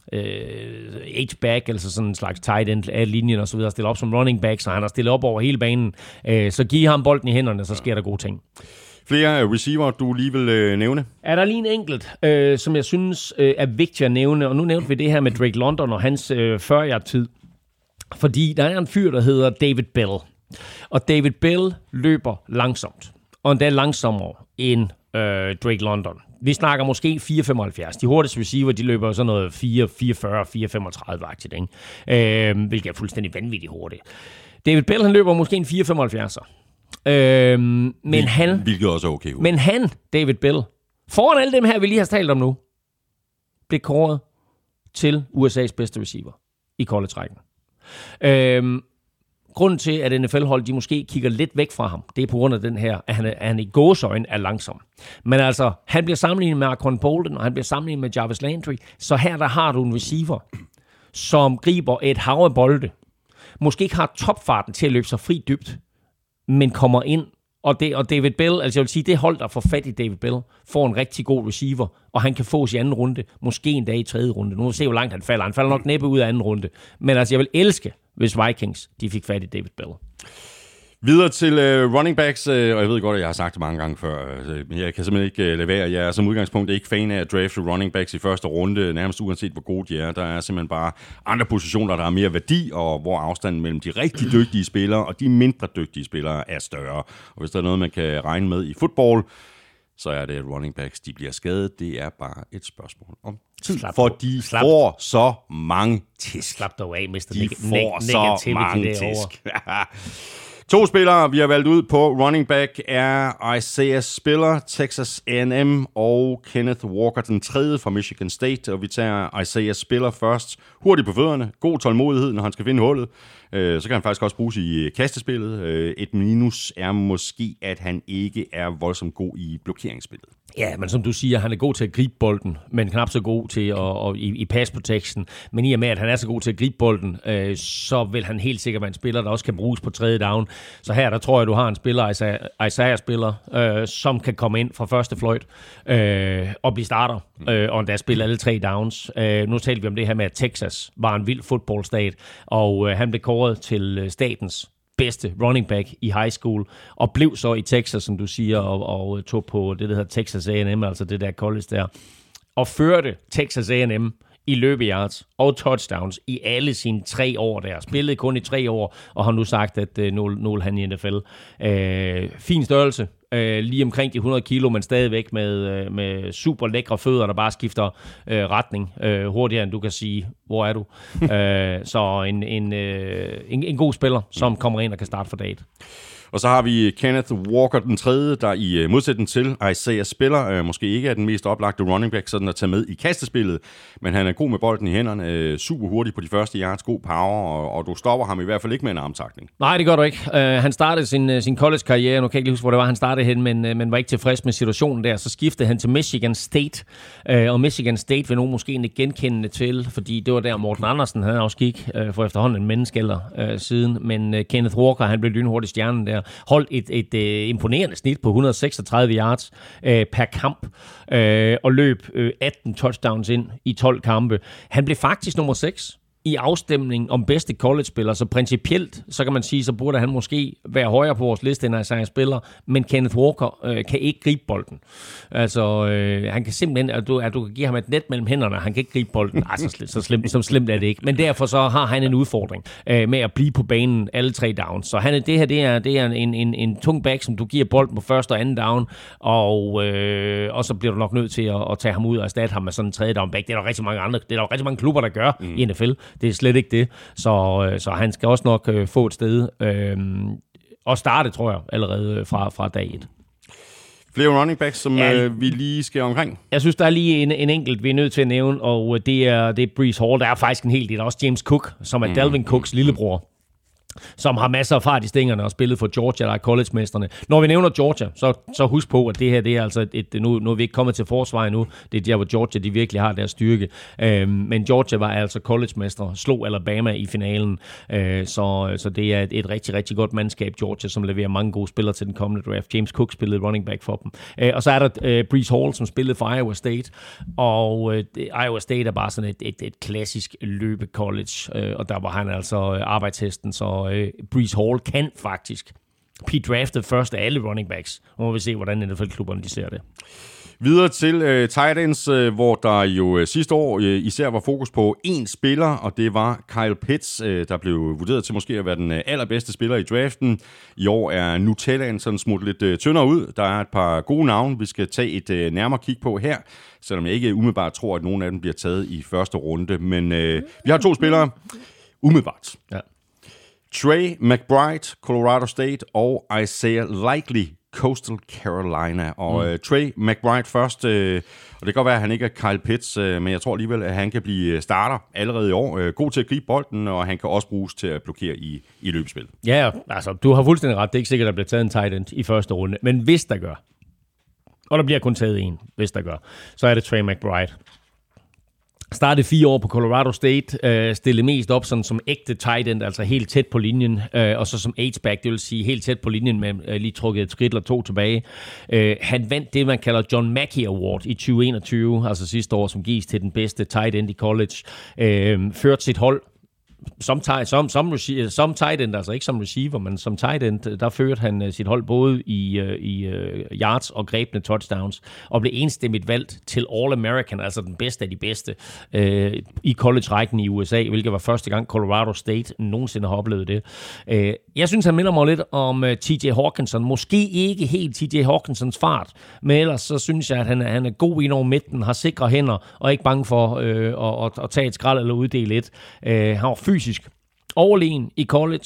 H-back, altså sådan en slags tight end af linjen og så videre, stille op som running back, så han har stillet op over hele banen. Så giv ham bolden i hænderne, så sker der gode ting. Flere receiver, du lige vil nævne? Er der lige en enkelt, som jeg synes er vigtigt at nævne, og nu nævnte vi det her med Drake London og hans 40-yard-tid. Fordi der er en fyr, der hedder David Bell. Og David Bell løber langsomt, og endda langsommere end Drake London. Vi snakker måske 4,75. De hurtigste receiver, de løber sådan noget 4,40, 4,35-agtigt, ikke? Hvilket er fuldstændig vanvittigt hurtigt. David Bell, han løber måske en 4,75'er. Hvilket også er okay. Men han, David Bell, foran alle dem her, vi lige har talt om nu, blev kåret til USA's bedste receiver i college-rækken. Grunden til, at NFL-hold de måske kigger lidt væk fra ham, det er på grund af den her, at han i gåseøjne er langsom. Men altså, han bliver sammenlignet med Arquan Bolden, og han bliver sammenlignet med Jarvis Landry. Så her der har du en receiver, som griber et hav af bolde. Måske ikke har topfarten til at løbe sig fri dybt, men kommer ind. Og David Bell, altså jeg vil sige, det hold, der får fat i David Bell, får en rigtig god receiver, og han kan fås i anden runde, måske en dag i tredje runde. Nu må vi se, hvor langt han falder. Han falder nok næppe ud af anden runde. Men altså, jeg vil elske, hvis Vikings de fik fat i David Bell. Videre til running backs, og jeg ved godt, at jeg har sagt det mange gange før, men jeg kan simpelthen ikke lade være. Jeg er som udgangspunkt ikke fan af at drafte running backs i første runde, nærmest uanset hvor gode de er. Der er simpelthen bare andre positioner, der har mere værdi, og hvor afstanden mellem de rigtig dygtige spillere og de mindre dygtige spillere er større. Og hvis der er noget, man kan regne med i fodbold, så er det, at running backs de bliver skadet. Det er bare et spørgsmål om tid, for de får så mange tisk. Slap dig af, Mr. De får så mange tisk. 2 spillere, vi har valgt ud på running back, er Isaiah Spiller, Texas A&M, og Kenneth Walker, den tredje fra Michigan State. Og vi tager Isaiah Spiller først. Hurtigt på fødderne, god tålmodighed, når han skal finde hullet. Så kan han faktisk også bruges i kastespillet. Et minus er måske, at han ikke er voldsomt god i blokeringsspillet. Ja, men som du siger, han er god til at gribe bolden, men knap så god til i pass protection. Men i og med, at han er så god til at gribe bolden, så vil han helt sikkert være en spiller, der også kan bruges på tredje down. Så her, der tror jeg, du har en spiller, Isaiah-spiller, som kan komme ind fra første fløjt og blive starter, og endda spille alle 3 downs. Nu talte vi om det her med, at Texas var en vild fodboldstat, og han blev kåret til statens bedste running back i high school, og blev så i Texas, som du siger, og tog på det, der hedder Texas A&M, altså det der college der, og førte Texas A&M i løbeyards og touchdowns i alle sine 3 år der. Spillede kun i 3 år, og har nu sagt, at nu vil han i NFL. Fin størrelse. Lige omkring de 100 kilo, men stadigvæk med super lækre fødder, der bare skifter retning hurtigere, end du kan sige, hvor er du. Så en god spiller, som kommer ind og kan starte for dag 1. Og så har vi Kenneth Walker, den tredje, der i modsætning til Isaiah Spiller, måske ikke er den mest oplagte running back, sådan at tage med i kastespillet, men han er god med bolden i hænderne, super hurtig på de første yards, god power, og du stopper ham i hvert fald ikke med en armtakning. Nej, det gør du ikke. Han startede sin college-karriere, nu kan jeg ikke huske, hvor det var, han startede hen, men var ikke tilfreds med situationen der, så skiftede han til Michigan State, og Michigan State vil nogen måske ikke genkendende til, fordi det var der Morten Andersen, han også gik for efterhånden en menneskealder siden, men Kenneth Walker, han blev lynhurtig stjernen der, holdt et imponerende snit på 136 yards per kamp, og løb 18 touchdowns ind i 12 kampe. Han blev faktisk nummer 6 i afstemningen om bedste college-spiller, så principielt, så kan man sige, så burde han måske være højere på vores liste, end Isaiah Spiller, men Kenneth Walker kan ikke gribe bolden. Altså, han kan simpelthen, at du kan give ham et net mellem hænderne, han kan ikke gribe bolden. Så slemt er det ikke. Men derfor så har han en udfordring med at blive på banen alle 3 downs. Så det er en tung back, som du giver bolden på første og anden down, og så bliver du nok nødt til at tage ham ud og erstatte ham med sådan en tredje down back. Det er der rigtig mange klubber, der gør i NFL. Det er slet ikke det. Så han skal også nok få et sted og starte, tror jeg, allerede fra dag 1. Flere running backs, som vi lige skal omkring. Jeg synes, der er lige en enkelt, vi er nødt til at nævne, og det er Breece Hall. Der er faktisk en hel del. Der er også James Cook, som er Dalvin Cooks lillebror, som har masser af fart i stængerne og spillet for Georgia, der er college-mesterne. Når vi nævner Georgia, så husk på, at det her, det er altså nu er vi ikke kommet til forsvar endnu. Det er der, hvor Georgia, de virkelig har deres styrke. Men Georgia var altså college-mestre, slog Alabama i finalen. Så det er et rigtig, rigtig godt mandskab, Georgia, som leverer mange gode spillere til den kommende draft. James Cook spillede running back for dem. Og så er der Breece Hall, som spillede for Iowa State. Og Iowa State er bare sådan et klassisk løbe-college. Og der var han altså arbejdshesten, så Breece Hall kan faktisk blive draftet først af alle running backs. Nu må vi se, hvordan NFL-klubberne de ser det. Videre til tight ends, hvor der jo sidste år især var fokus på én spiller, og det var Kyle Pitts, der blev vurderet til måske at være den allerbedste spiller i draften. I år er Nutellaen sådan smuttet lidt tyndere ud. Der er et par gode navne, vi skal tage et nærmere kig på her, selvom jeg ikke umiddelbart tror, at nogen af dem bliver taget i første runde. Men vi har 2 spillere umiddelbart. Ja. Trey McBride, Colorado State, og Isaiah Likely, Coastal Carolina. Og Trey McBride først, og det kan godt være, at han ikke er Kyle Pitts, men jeg tror alligevel, at han kan blive starter allerede i år. God til at gribe bolden, og han kan også bruges til at blokere i løbespil. Ja, altså du har fuldstændig ret. Det er ikke sikkert, at der bliver taget en tight end i første runde, men hvis der gør, og der bliver kun taget en, hvis der gør, så er det Trey McBride. Startede 4 år på Colorado State, stillede mest op sådan, som ægte tight end, altså helt tæt på linjen, og så som H-back, det vil sige helt tæt på linjen med lige trukket et skridt eller 2 tilbage. Han vandt det, man kalder John Mackey Award i 2021, altså sidste år, som gives til den bedste tight end i college. Førte sit hold som tight end, altså ikke som receiver, men som tight end, der førte han sit hold både i yards og grebne touchdowns, og blev enstemmigt valgt til All-American, altså den bedste af de bedste i college-rækken i USA, hvilket var første gang Colorado State nogensinde har oplevet det. Jeg synes, han minder mig lidt om TJ Hawkinson. Måske ikke helt TJ Hawkinsons fart, men ellers så synes jeg, at han er god ind over midten, har sikre hænder, og ikke bange for at tage et skrald eller uddele et. Han var fysisk overlegen i college,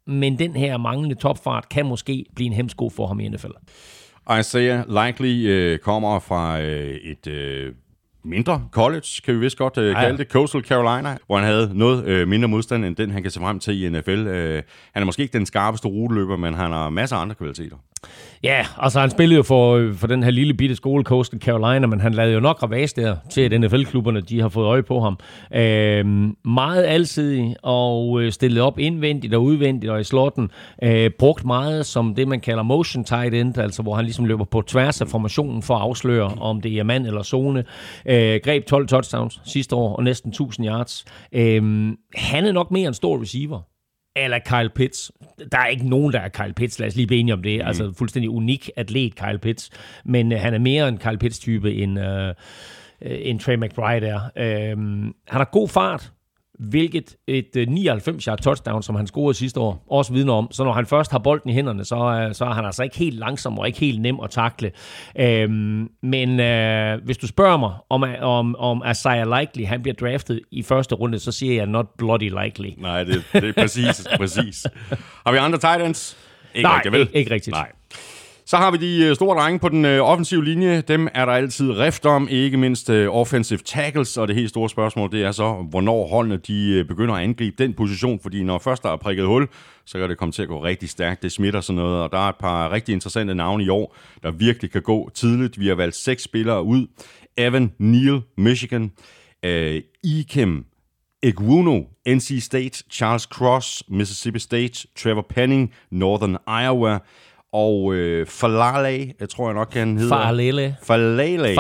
men den her manglende topfart kan måske blive en hemsko for ham i NFL. Isaiah Likely kommer fra et mindre college, kan vi vist godt kalde det, Coastal Carolina, hvor han havde noget mindre modstand end den, han kan se frem til i NFL. Han er måske ikke den skarpeste ruteløber, men han har masser af andre kvaliteter. Ja, altså han spillede jo for den her lille bitte skole, Coastal Carolina, men han lavede jo nok ravage der til, at NFL-klubberne de har fået øje på ham. Meget alsidig og stillet op indvendigt og udvendigt og i slotten. Brugt meget som det, man kalder motion tight end, altså hvor han ligesom løber på tværs af formationen for at afsløre, om det er mand eller zone. Greb 12 touchdowns sidste år og næsten 1000 yards. Han er nok mere en stor receiver. Eller Kyle Pitts. Der er ikke nogen, der er Kyle Pitts. Lad os lige blive enige om det. Altså fuldstændig unik atlet, Kyle Pitts. Men han er mere en Kyle Pitts-type, end Trey McBride er. Han har god fart, hvilket et 99-yard touchdown, som han scorede sidste år, også vidner om. Så når han først har bolden i hænderne, så er han altså ikke helt langsom og ikke helt nem at takle. Men hvis du spørger mig, om Isaiah Likely, han bliver draftet i første runde, så siger jeg not bloody likely. Nej, det er præcis. Har vi andre tight ends? Ikke rigtigt. Nej. Så har vi de store drenge på den offensive linje. Dem er der altid rift om, ikke mindst offensive tackles. Og det helt store spørgsmål, det er så, hvornår holdene de begynder at angribe den position. Fordi når først der er prikket hul, så kan det komme til at gå rigtig stærkt. Det smitter sådan noget. Og der er et par rigtig interessante navne i år, der virkelig kan gå tidligt. Vi har valgt 6 spillere ud. Evan Neal, Michigan. Ikem Ekwonu, NC State. Charles Cross, Mississippi State. Trevor Penning, Northern Iowa. Og Falale, jeg tror jeg nok, han hedder. Falale.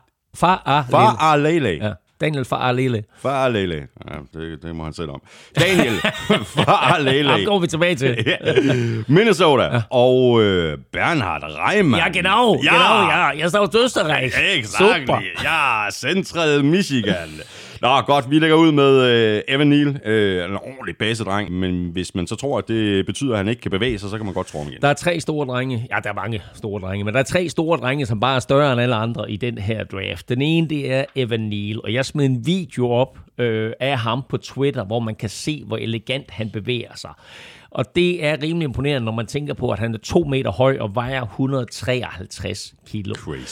Ja, Daniel Falale. Falale. Ja, det må han selv om. Daniel Falale. Ham går vi tilbage til. Minnesota. Ja. Og Bernhard Reimann. Ja, genau. Ja. Jeg står til Østerreich. Exakt. Ja, Central Michigan. Nå, godt, vi lægger ud med Evan Neal, en ordentlig basedreng, men hvis man så tror, at det betyder, at han ikke kan bevæge sig, så kan man godt tro ham igen. Der er 3 store drenge, ja, der er mange store drenge, men der er 3 store drenge, som bare er større end alle andre i den her draft. Den ene, det er Evan Neal, og jeg smed en video op af ham på Twitter, hvor man kan se, hvor elegant han bevæger sig. Og det er rimelig imponerende, når man tænker på, at han er 2 meter høj og vejer 153 kilo. Crazy.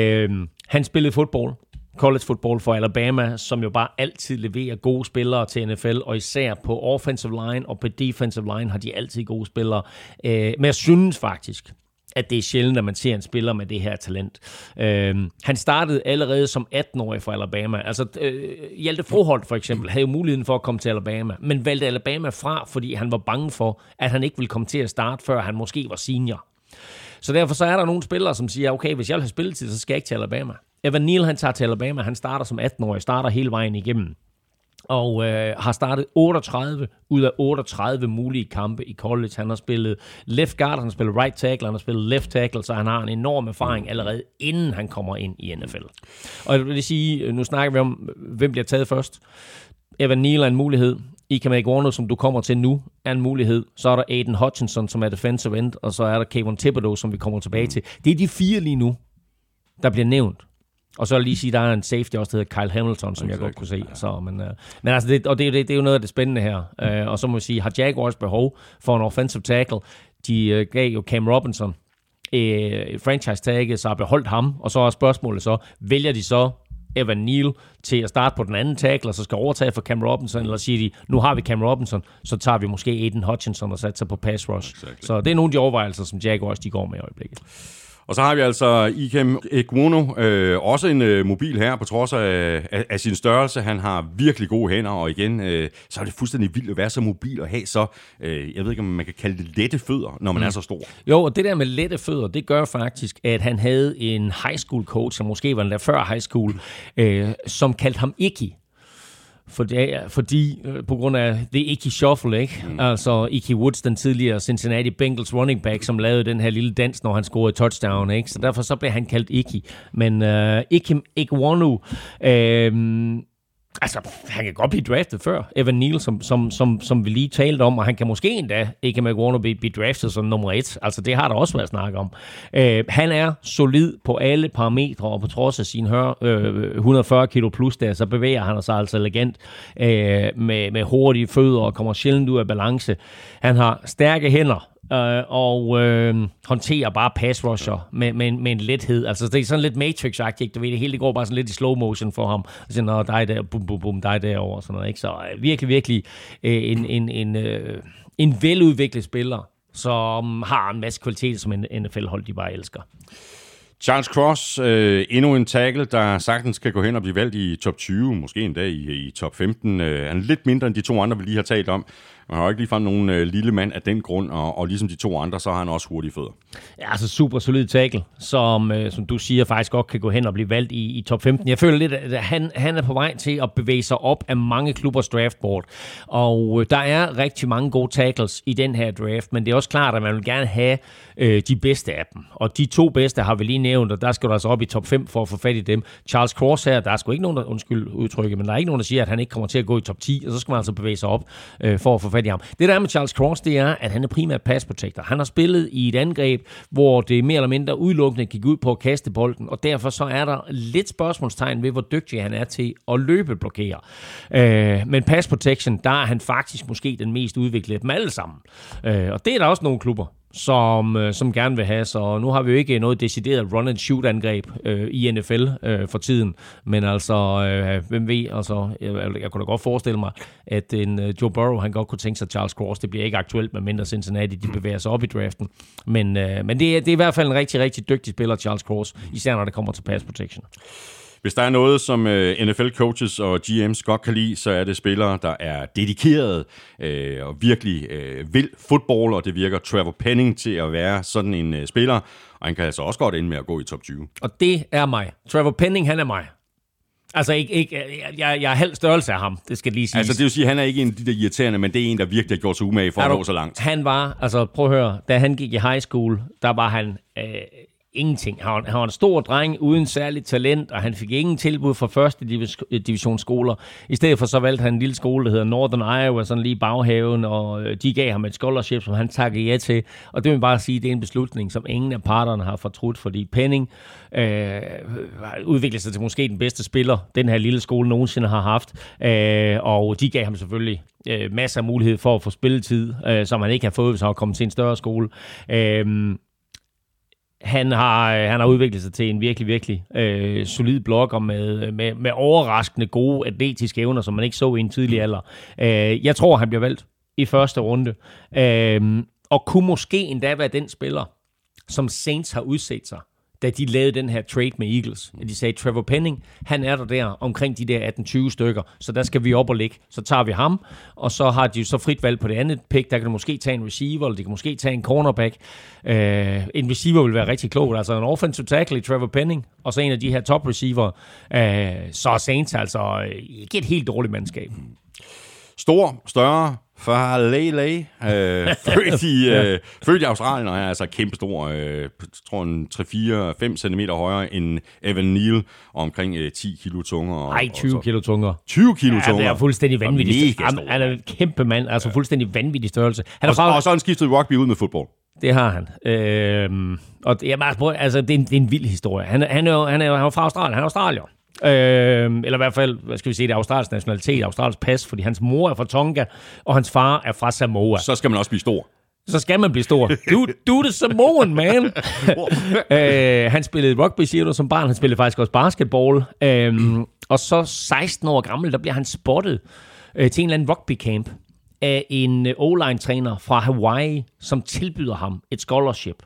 Han spillede fodbold. College football for Alabama, som jo bare altid leverer gode spillere til NFL, og især på offensive line og på defensive line har de altid gode spillere. Men jeg synes faktisk, at det er sjældent, at man ser en spiller med det her talent. Han startede allerede som 18-årig for Alabama. Altså, Hjalte Froholt for eksempel havde jo muligheden for at komme til Alabama, men valgte Alabama fra, fordi han var bange for, at han ikke ville komme til at starte, før han måske var senior. Så derfor så er der nogle spillere, som siger, okay, hvis jeg vil have spilletid, så skal jeg ikke til Alabama. Evan Neal, han tager til Alabama, han starter som 18-årig, starter hele vejen igennem. Og har startet 38 ud af 38 mulige kampe i college. Han har spillet left guard, han har spillet right tackle, han har spillet left tackle, så han har en enorm erfaring allerede inden han kommer ind i NFL. Og jeg vil sige, nu snakker vi om, hvem bliver taget først. Evan Neal er en mulighed. Ikem Ekwonu, som du kommer til nu, er en mulighed. Så er der Aiden Hutchinson, som er defensive end, og så er der Kayvon Thibodeau, som vi kommer tilbage til. Det er de 4 lige nu, der bliver nævnt. Og så lige sige, der er en safety også, der hedder Kyle Hamilton, som jeg godt kunne se. Så, men altså, det er jo noget af det spændende her. Og så må vi sige, har Jaguars behov for en offensive tackle? De gav jo Cam Robinson franchise-tagget, så har beholdt ham. Og så er spørgsmålet så, vælger de så Evan Neal til at starte på den anden tackle, og så skal overtage for Cam Robinson, eller siger de, nu har vi Cam Robinson, så tager vi måske Aiden Hutchinson og satser på pass rush. Exactly. Så det er nogle af de overvejelser, som Jaguars de går med i øjeblikket. Og så har vi altså Ikem Ekwonu, også en mobil her, på trods af sin størrelse. Han har virkelig gode hænder, og igen, så er det fuldstændig vildt at være så mobil og have så, jeg ved ikke, om man kan kalde det lette fødder, når man er så stor. Jo, og det der med lette fødder, det gør faktisk, at han havde en high school coach, som måske var den der før high school, som kaldte ham Icky. Fordi på grund af det Icky Shuffle, ikke? Altså Icky Woods, den tidligere Cincinnati Bengals running back, som lavede den her lille dans, når han scorede touchdown, ikke? Så derfor så blev han kaldt Icky. Men Ikem Ekwonu, Altså, han kan godt blive draftet før Evan Neal, som vi lige talte om, og han kan måske endda, ikke med Warner, blive draftet som nummer 1. Altså, det har der også været snak om. Han er solid på alle parametre, og på trods af sine 140 kilo plus der, så bevæger han sig altså elegant med hurtige fødder og kommer sjældent ud af balance. Han har stærke hænder, og håndterer bare pass rusher med en lethed. Altså, det er sådan lidt Matrix-agtigt, du ved, det hele det går bare sådan lidt i slow motion for ham. Så når dig der, bum, bum, bum, dig derovre, sådan noget, ikke? Så virkelig en veludviklet spiller, som har en masse kvalitet, som en NFL-hold, de bare elsker. Charles Cross, endnu en tackle, der sagtens kan gå hen og blive valgt i top 20, måske endda i top 15. Han er lidt mindre end de to andre, vi lige har talt om. Man har jo ikke ligefrem nogen lille mand af den grund, og ligesom de to andre, så har han også hurtige fødder. Ja, altså super solid tackle, som du siger, faktisk godt kan gå hen og blive valgt i top 15. Jeg føler lidt, at han er på vej til at bevæge sig op af mange klubbers draftboard. Og der er rigtig mange gode tackles i den her draft, men det er også klart, at man vil gerne have de bedste af dem. Og de to bedste har vi lige nævnt, og der skal du altså op i top 5 for at få fat i dem. Charles Cross her, der er sgu ikke nogen, undskyld udtrykket, men der er ikke nogen, der siger, at han ikke kommer til at gå i top 10, og så skal man altså bevæge sig op for at få fat i ham. Det der er med Charles Cross, det er, at han er primært pass protector. Han har spillet i et angreb, hvor det mere eller mindre udelukkende gik ud på at kaste bolden, og derfor så er der lidt spørgsmålstegn ved, hvor dygtig han er til at løbeblokere. Men pass protection, der er han faktisk måske den mest udviklede af dem alle sammen. Og det er der også nogle klubber, som gerne vil have. Så nu har vi jo ikke noget decideret run-and-shoot-angreb i NFL for tiden. Men altså, hvem ved, altså, jeg kunne da godt forestille mig, at en Joe Burrow, han godt kunne tænke sig Charles Cross. Det bliver ikke aktuelt, med mindre Cincinnati, de bevæger sig op i draften. Men det er i hvert fald en rigtig, rigtig dygtig spiller, Charles Cross, især når det kommer til pass protection. Hvis der er noget, som NFL-coaches og GM's godt kan lide, så er det spillere, der er dedikerede og virkelig vil fodbold, og det virker Trevor Penning til at være sådan en spiller, og han kan altså også godt ende med at gå i top 20. Og det er mig. Trevor Penning, han er mig. Altså, jeg er halv størrelse af ham, det skal lige siges. Altså, det vil sige, at han er ikke en af de der irriterende, men det er en, der virkelig har gjort sig umage for at nå så langt. Han var, altså prøv at høre, da han gik i high school, der var han ingenting. Han var en stor dreng uden særligt talent, og han fik ingen tilbud fra første divisionsskoler. I stedet for så valgte han en lille skole, der hedder Northern Iowa, sådan lige i baghaven, og de gav ham et scholarship, som han takkede ja til. Og det vil bare sige, at det er en beslutning, som ingen af parterne har fortrudt, fordi Penning udviklede sig til måske den bedste spiller, den her lille skole nogensinde har haft. Og de gav ham selvfølgelig masser af mulighed for at få spilletid, som han ikke har fået, hvis han var kommet til en større skole. Han har udviklet sig til en virkelig, virkelig solid blokker med overraskende gode atletiske evner, som man ikke så i en tidlig alder. Jeg tror, han bliver valgt i første runde, og kunne måske endda være den spiller, som Saints har udset sig, da de lavede den her trade med Eagles. De sagde, Trevor Penning, han er der omkring de der 18-20 stykker, så der skal vi op og ligge. Så tager vi ham, og så har de jo så frit valg på det andet pick. Der kan du måske tage en receiver, eller de kan måske tage en cornerback. En receiver vil være rigtig klogt. Altså en offensive tackle i Trevor Penning, og så en af de her top receiver. Så er Saints altså ikke et helt dårligt mandskab. Større Faalele, født i Australien, og er altså kæmpestor. Jeg tror en 3-4-5 cm højere end Evan Neal, og omkring 10 kilo tungere. Nej, 20 kilo tungere. 20 kilo tungere? Ja, det er fuldstændig vanvittigt. Han er en kæmpe mand, altså fuldstændig vanvittig størrelse. Og så har han skiftet rugby ud med fodbold. Det har han. Og altså, det er en vild historie. Han er fra Australien. Han er australier. Eller i hvert fald, hvad skal vi sige, det er australsk nationalitet, australsk pas, fordi hans mor er fra Tonga, og hans far er fra Samoa. Så skal man også blive stor. Så skal man blive stor. Du er the Samoan, man. Han spillede rugby, siger du, som barn. Han spillede faktisk også basketball. Og så 16 år gammel, der bliver han spottet til en eller anden rugby camp af en O-line-træner fra Hawaii, som tilbyder ham et scholarship.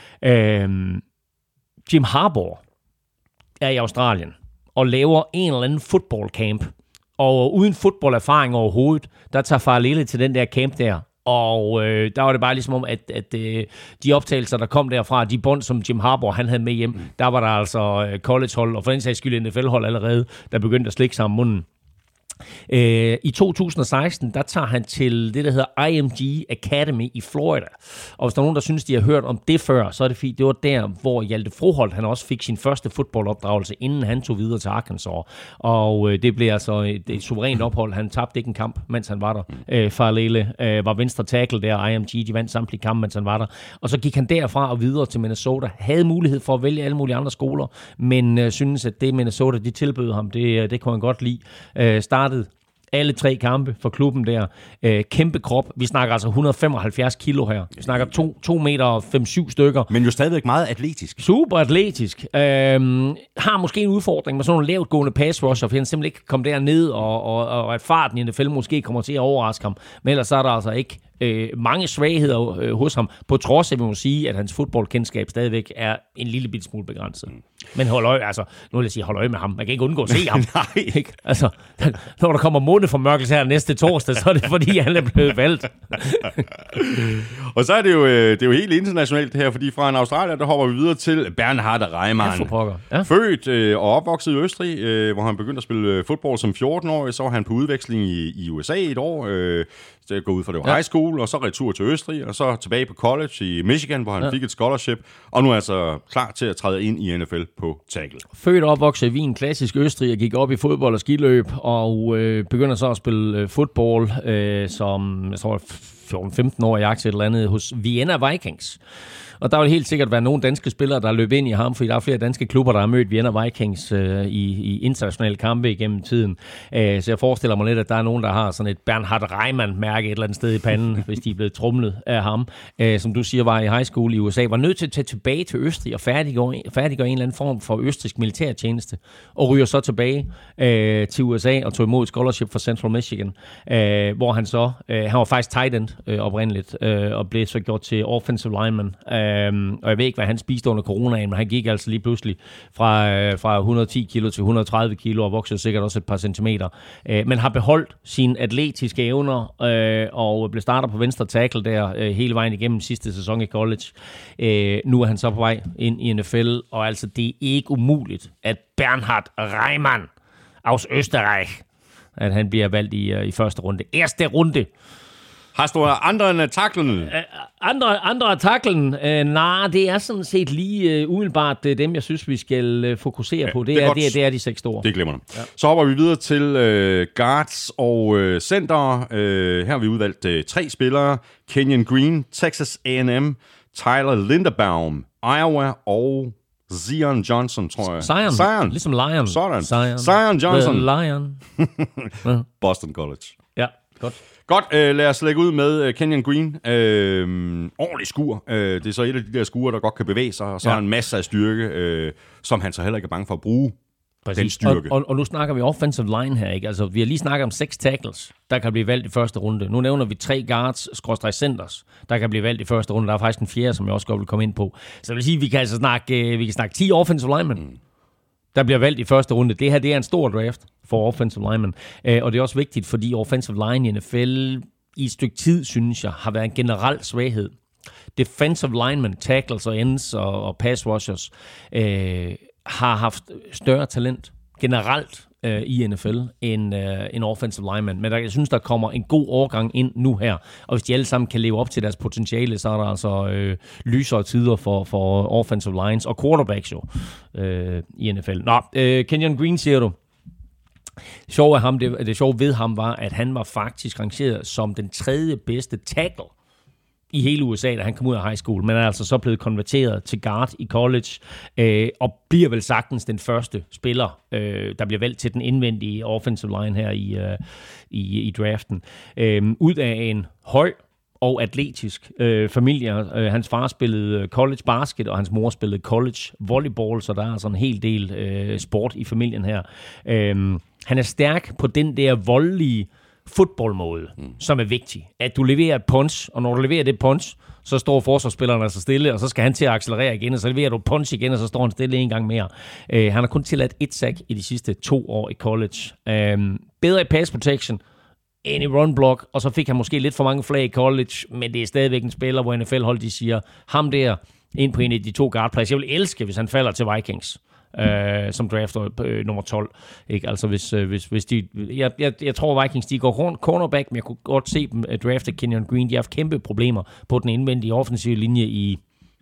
Jim Harbaugh er i Australien og laver en eller anden football camp. Og uden fodbolderfaring overhovedet, der tager Faalele til den der camp der. Og der var det bare ligesom om, at de optagelser, der kom derfra, de bånd, som Jim Harbaugh han havde med hjem, der var der altså collegehold, og for den sags skyld NFL-hold allerede, der begyndte at slikke sig om munden. I 2016, der tager han til det, der hedder IMG Academy i Florida. Og hvis der er nogen, der synes, de har hørt om det før, så er det fordi, det var der, hvor Hjalte Froholt, han også fik sin første fodboldopdragelse, inden han tog videre til Arkansas. Og det blev altså et suverænt ophold. Han tabte ikke en kamp, mens han var der. Farlele var venstre tackle der, IMG, de vandt samtlige kampe, mens han var der. Og så gik han derfra og videre til Minnesota. Havde mulighed for at vælge alle mulige andre skoler, men synes, at det Minnesota, de tilbød ham, det kunne han godt lide. Startede alle 3 kampe for klubben der. Kæmpe krop. Vi snakker altså 175 kilo her. Vi snakker 2 meter 5-7 stykker. Men jo stadigvæk meget atletisk. Super atletisk. Har måske en udfordring med sådan nogle lavtgående pass rusher, for han simpelthen ikke kan komme derned, og at farten i NFL måske kommer til at overraske ham. Men ellers så er der altså ikke mange svagheder hos ham, på trods af, vi må sige, at hans fodboldkendskab stadigvæk er en lille bit smule begrænset. Men hold øje med ham. Man kan ikke undgå at se ham. Nej. Ikke? Altså, når der kommer måneformørkelse her næste torsdag, så er det fordi, han er blevet valgt. Og så er det jo helt internationalt det her, fordi fra en Australier, der hopper vi videre til Bernhard Reimann. Ja. Født og opvokset i Østrig, hvor han begyndte at spille fodbold som 14-årig. Så var han på udveksling i USA et år. Så går ud fra det var high school, og så retur til Østrig, og så tilbage på college i Michigan, hvor han fik et scholarship, og nu er altså klar til at træde ind i NFL på tackle. Født og opvokset i Wien, klassisk Østrig, og gik op i fodbold og skiløb, og begynder så at spille fodbold som, jeg tror, 14-15 år i aktie eller andet hos Vienna Vikings. Og der vil helt sikkert være nogle danske spillere, der løb ind i ham, fordi der er flere danske klubber, der har mødt Vienna Vikings i internationale kampe igennem tiden. Så jeg forestiller mig lidt, at der er nogen, der har sådan et Bernhard Reimann-mærke et eller andet sted i panden, hvis de er blevet tromlet af ham. Som du siger, var i high school i USA, var nødt til at tage tilbage til Østrig og færdiggøre en eller anden form for østrigsk militærtjeneste, og ryger så tilbage til USA og tog imod et scholarship fra Central Michigan, hvor han så, han var faktisk tight end oprindeligt, og blev så gjort til offensive lineman. Og jeg ved ikke, hvad han spiste under coronaen, men han gik altså lige pludselig fra 110 kilo til 130 kilo og voksede sikkert også et par centimeter. Men har beholdt sine atletiske evner og blev starter på venstre tackle der hele vejen igennem sidste sæson i college. Nu er han så på vej ind i NFL, og altså det er ikke umuligt, at Bernhard Reimann aus Österreich, at han bliver valgt i første runde. Erste runde. Har du andre end tacklen? Andre af tacklen? Nej, det er sådan set lige umiddelbart dem, jeg synes, vi skal fokusere på. Det er de 6 store. Det glemmer du. Ja. Så hopper vi videre til guards og center. Her har vi udvalgt 3 spillere. Kenyon Green, Texas A&M, Tyler Linderbaum, Iowa og Zion Johnson, tror jeg. Zion. Ligesom Lion. Sådan. Zion Johnson. Lion. Boston College. Ja, godt. Godt, lad os lægge ud med Kenyon Green. Ordentlig skur. Det er så et af de der skuer, der godt kan bevæge sig, og så har han masser af styrke, som han så heller ikke er bange for at bruge. Præcis. Den styrke. Og nu snakker vi offensive line her, ikke? Altså, vi har lige snakket om 6 tackles, der kan blive valgt i første runde. Nu nævner vi 3 guards/centers, der kan blive valgt i første runde. Der er faktisk en 4., som jeg også godt vil komme ind på. Så det vil sige, at vi kan altså snakke 10 offensive linemen, der bliver valgt i første runde. Det her, det er en stor draft for offensive linemen. Og det er også vigtigt, fordi offensive line i NFL i et stykke tid, synes jeg, har været en generel svaghed. Defensive linemen, tackles og ends og pass rushers har haft større talent generelt i NFL end offensive lineman. Men jeg synes, der kommer en god overgang ind nu her. Og hvis de alle sammen kan leve op til deres potentiale, så er der altså lysere tider for offensive lines og quarterbacks jo i NFL. Kenyon Green, siger du. Det sjove ved ham var, at han var faktisk rangeret som den 3. bedste tackle i hele USA, da han kom ud af high school, men er altså så blevet konverteret til guard i college, og bliver vel sagtens den første spiller, der bliver valgt til den indvendige offensive line her i draften. Ud af en høj og atletisk familie. Hans far spillede college basket, og hans mor spillede college volleyball, så der er altså en hel del sport i familien her. Han er stærk på den der voldelige fodboldmåde, som er vigtig. At du leverer et punch, og når du leverer det punch, så står forsvarsspilleren altså stille, og så skal han til at accelerere igen, og så leverer du punch igen, og så står han stille en gang mere. Han har kun tilladt 1 sack i de sidste 2 år i college. Bedre i pass protection end i run block, og så fik han måske lidt for mange flag i college, men det er stadigvæk en spiller, hvor NFL-hold de siger, ham der ind på en af de 2 guardplads. Jeg vil elske, hvis han falder til Vikings. som drafter nummer 12. Ikke? Altså hvis de... Jeg tror Vikings, de går cornerback, men jeg kunne godt se dem drafte Kenyon Green. De har haft kæmpe problemer på den indvendige offensive linje i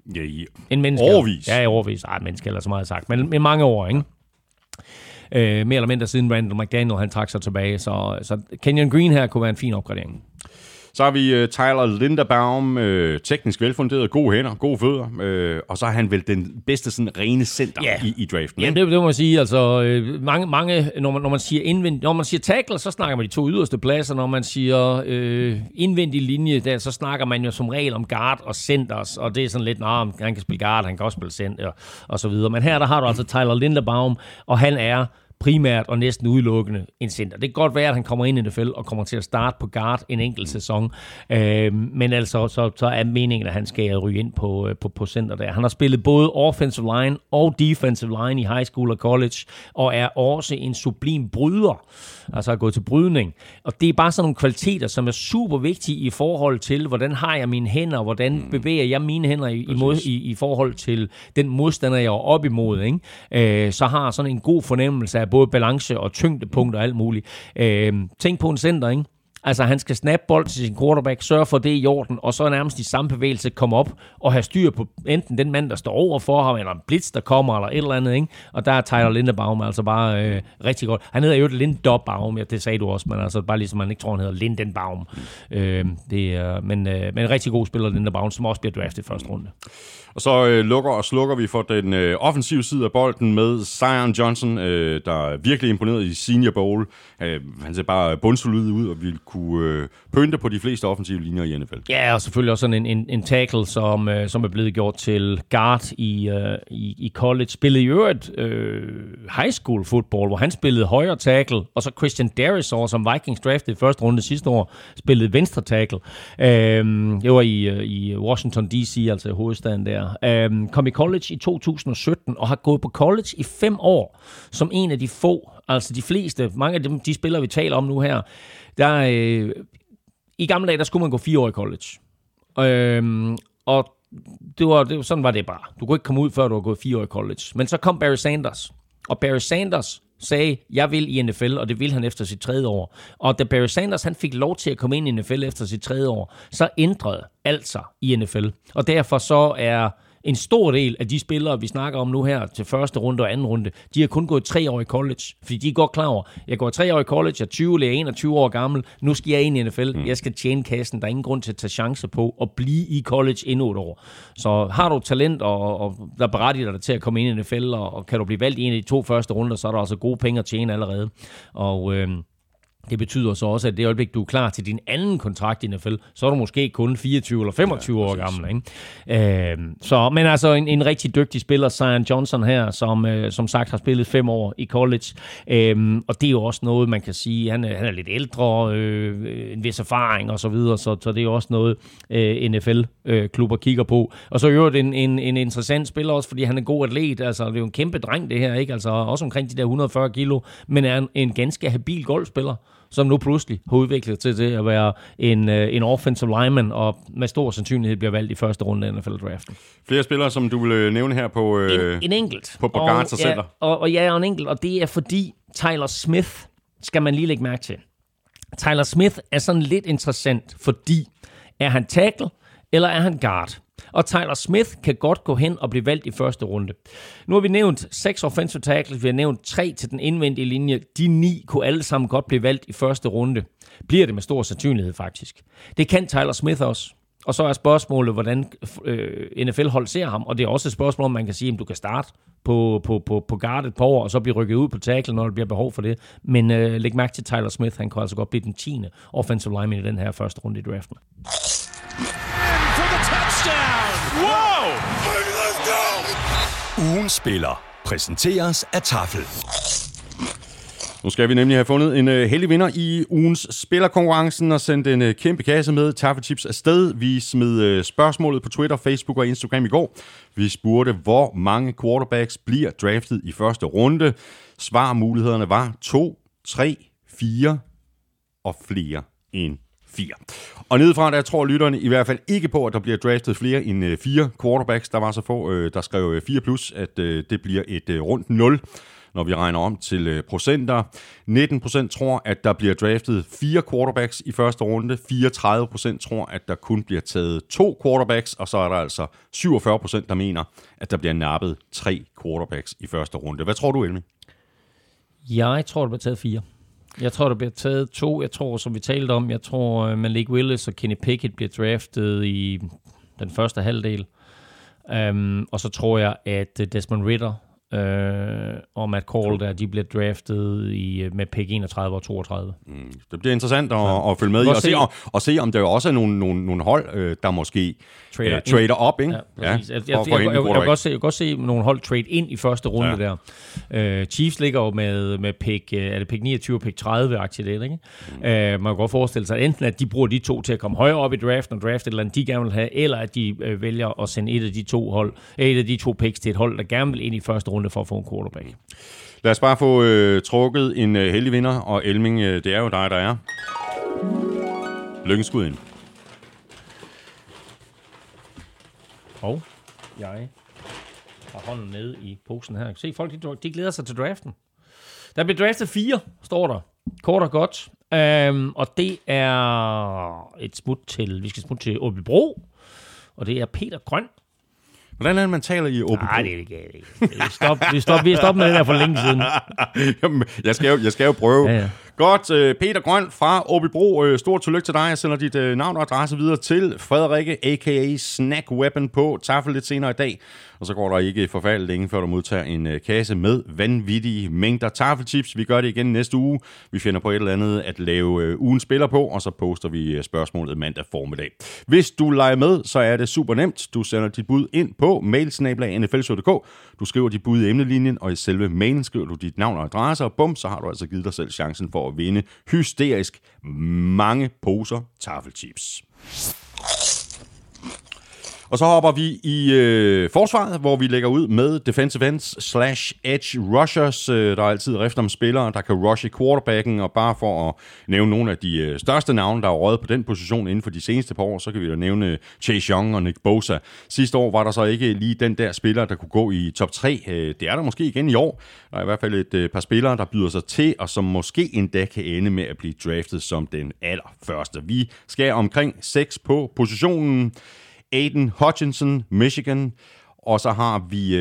årvis. Ja, i årvis. Ej, menneske eller så meget sagt, men med mange år, ikke? Mere eller mindre siden Randall McDaniel, han trak sig tilbage, så Kenyon Green her kunne være en fin opgradering. Så har vi Tyler Linderbaum, teknisk velfunderet, gode hænder, gode fødder, og så er han vel den bedste sådan rene center i draften. Ja, det må man sige. Altså, mange når man siger indvendig, når man siger tackle, så snakker man de to yderste pladser. Når man siger indvendig linje, der, så snakker man jo som regel om guard og centers, og det er sådan lidt, han kan spille guard, han kan også spille center, og så videre. Men her der har du altså Tyler Linderbaum, og han er primært og næsten udelukkende en center. Det kan godt være, at han kommer ind i NFL og kommer til at starte på guard en enkelt sæson, men altså så er meningen, at han skal ryge ind på center der. Han har spillet både offensive line og defensive line i high school og college, og er også en sublim bryder, altså har gået til brydning. Og det er bare sådan nogle kvaliteter, som er super vigtige i forhold til, hvordan har jeg mine hænder, hvordan bevæger jeg mine hænder i forhold til den modstander, jeg er op imod. Ikke? Så har sådan en god fornemmelse af både balance og tyngdepunkt og alt muligt. Tænk på en center, ikke? Altså, han skal snappe bold til sin quarterback, sørge for det i orden, og så nærmest i samme bevægelse komme op og have styr på enten den mand, der står over for ham, eller en blitz, der kommer, eller et eller andet, ikke? Og der er Tyler Linderbaum altså bare rigtig godt. Han hedder jo Linderbaum, ja, det sagde du også, men altså bare ligesom man ikke tror, han hedder Lindenbaum. Men en rigtig god spiller, Linderbaum, som også bliver draftet i første runde. Og så lukker og slukker vi for den offensive side af bolden med Zion Johnson, der er virkelig imponeret i Senior Bowl. Han ser bare bundsolid ud og vil kunne pynte på de fleste offensive linjer i NFL. Ja, og selvfølgelig også sådan en tackle, som er blevet gjort til guard i college. Spillede i øvrigt high school football, hvor han spillede højre tackle, og så Christian Darrisaw, som Vikings draftede i første runde sidste år, spillede venstre tackle. Det var i Washington D.C., altså hovedstaden der. Kom i college i 2017 og har gået på college i 5 år som en af de få, altså de fleste, mange af de spillere, vi taler om nu her, der i gamle dage, der skulle man gå 4 år i college. Og sådan var det bare. Du kunne ikke komme ud, før du var gået 4 år i college. Men så kom Barry Sanders, og Barry Sanders sagde, jeg vil i NFL, og det vil han efter sit 3. år. Og da Barry Sanders han fik lov til at komme ind i NFL efter sit 3. år, så ændrede alt sig i NFL. Og derfor så er en stor del af de spillere, vi snakker om nu her til første runde og anden runde, de har kun gået 3 år i college, fordi de er godt klar over, jeg går 3 år i college, jeg er 20 eller 21 år gammel, nu skal jeg ind i NFL, jeg skal tjene kassen, der er ingen grund til at tage chance på at blive i college endnu et år. Så har du talent, og der berettiger dig til at komme ind i NFL, og kan du blive valgt i en af de 2 første runder, så er der altså gode penge at tjene allerede. Og det betyder så også, at det øjeblik, du er klar til din anden kontrakt i NFL, så er du måske kun 24 eller 25 år gammel. Ikke? Men altså en rigtig dygtig spiller, Zion Johnson her, som sagt har spillet 5 år i college. Og det er jo også noget, man kan sige, han er lidt ældre, en vis erfaring og så videre, så det er jo også noget, NFL-klubber kigger på. Og så er jo en interessant spiller også, fordi han er en god atlet. Altså, det er jo en kæmpe dreng, det her, ikke? Altså også omkring de der 140 kilo, men er en ganske habil golfspiller, som nu pludselig har udviklet til at være en offensive lineman, og med stor sandsynlighed bliver valgt i første runde af NFL-draften. Flere spillere, som du vil nævne her på en enkelt. På guards og center. Og en enkelt, og det er fordi Tyler Smith skal man lige lægge mærke til. Tyler Smith er sådan lidt interessant, fordi er han tackle, eller er han guard? Og Tyler Smith kan godt gå hen og blive valgt i første runde. Nu har vi nævnt 6 offensive tackles, vi har nævnt 3 til den indvendige linje. De 9 kunne alle sammen godt blive valgt i første runde. Bliver det med stor sandsynlighed faktisk. Det kan Tyler Smith også. Og så er spørgsmålet, hvordan NFL-hold ser ham. Og det er også et spørgsmål, om man kan sige, at du kan starte på guard et par år, og så blive rykket ud på tackle, når der bliver behov for det. Men læg mærke til Tyler Smith. Han kan altså godt blive den 10. offensive lineman i den her første runde i draften. Wow! Ugens spiller præsenteres af Tafel. Nu skal vi nemlig have fundet en heldig vinder i ugens spillerkonkurrencen og sendt en kæmpe kasse med Taffelchips afsted. Vi smed spørgsmålet på Twitter, Facebook og Instagram i går. Vi spurgte, hvor mange quarterbacks bliver draftet i første runde. Svarmulighederne var 2, 3, 4 og flere end 4. Og nedefra, der tror lytterne i hvert fald ikke på, at der bliver draftet flere end 4 quarterbacks. Der var så få, der skrev 4+, at det bliver et rundt 0, når vi regner om til procenter. 19% tror, at der bliver draftet 4 quarterbacks i første runde. 34% tror, at der kun bliver taget 2 quarterbacks. Og så er der altså 47%, der mener, at der bliver nappet 3 quarterbacks i første runde. Hvad tror du, Elming? Jeg tror, der bliver taget 4. Jeg tror, der bliver taget 2. Jeg tror, som vi talte om, Malik Willis og Kenny Pickett bliver draftet i den første halvdel. Og så tror jeg, at Desmond Ridder og Matt Corral, de bliver draftet med pick 31 og 32. Det bliver interessant at følge med i og se, om der jo også er nogle hold, der måske trader op, ikke? Ja, jeg kan godt se nogle hold trade ind i første runde der. Chiefs ligger jo med pick, er det pick 29 og pick 30 aktiet, ikke? Man kan godt forestille sig, enten at de bruger de to til at komme højere op i draften og drafte et eller andet, de gerne vil have, eller at de vælger at sende et af de to picks til et hold, der gerne vil ind i første runde for at få en quarterback. Lad os bare få trukket en heldig vinder, og Elming, det er jo dig, der er. Lykkenskud ind. Og jeg har hånden nede i posen her. Se, folk de glæder sig til draften. Der bliver draftet 4, står der. Kort og godt. Og det er et vi skal smutte til Aabybro. Og det er Peter Grøn. Hvordan er det, man taler i Aabybro? Nej, det er ikke. Vi er stoppet med det der for længe siden. Jamen, jeg skal jo prøve. Ja. Godt, Peter Grøn fra Aabybro. Stort tillykke til dig. Jeg sender dit navn og adresse videre til Frederikke, a.k.a. Snack Weapon, på Tafel lidt senere i dag. Og så går der ikke forfærdeligt længe, før du modtager en kasse med vanvittige mængder tafelchips. Vi gør det igen næste uge. Vi finder på et eller andet at lave ugen spiller på, og så poster vi spørgsmålet mandag formiddag. Hvis du leger med, så er det super nemt. Du sender dit bud ind på mail@nflshow.dk. Du skriver dit bud i emnelinjen, og i selve mailen skriver du dit navn og adresse, og bum, så har du altså givet dig selv chancen for at vinde hysterisk mange poser tafelchips. Og så hopper vi i forsvaret, hvor vi lægger ud med defensive ends / edge rushers. Der er altid rift om spillere, der kan rushe quarterbacken, og bare for at nævne nogle af de største navne, der er røget på den position inden for de seneste par år, så kan vi jo nævne Chase Young og Nick Bosa. Sidste år var der så ikke lige den der spiller, der kunne gå i top 3. Det er der måske igen i år. Der er i hvert fald et par spillere, der byder sig til, og som måske endda kan ende med at blive draftet som den allerførste. Vi skal omkring 6 på positionen. Aiden Hutchinson, Michigan, og så har vi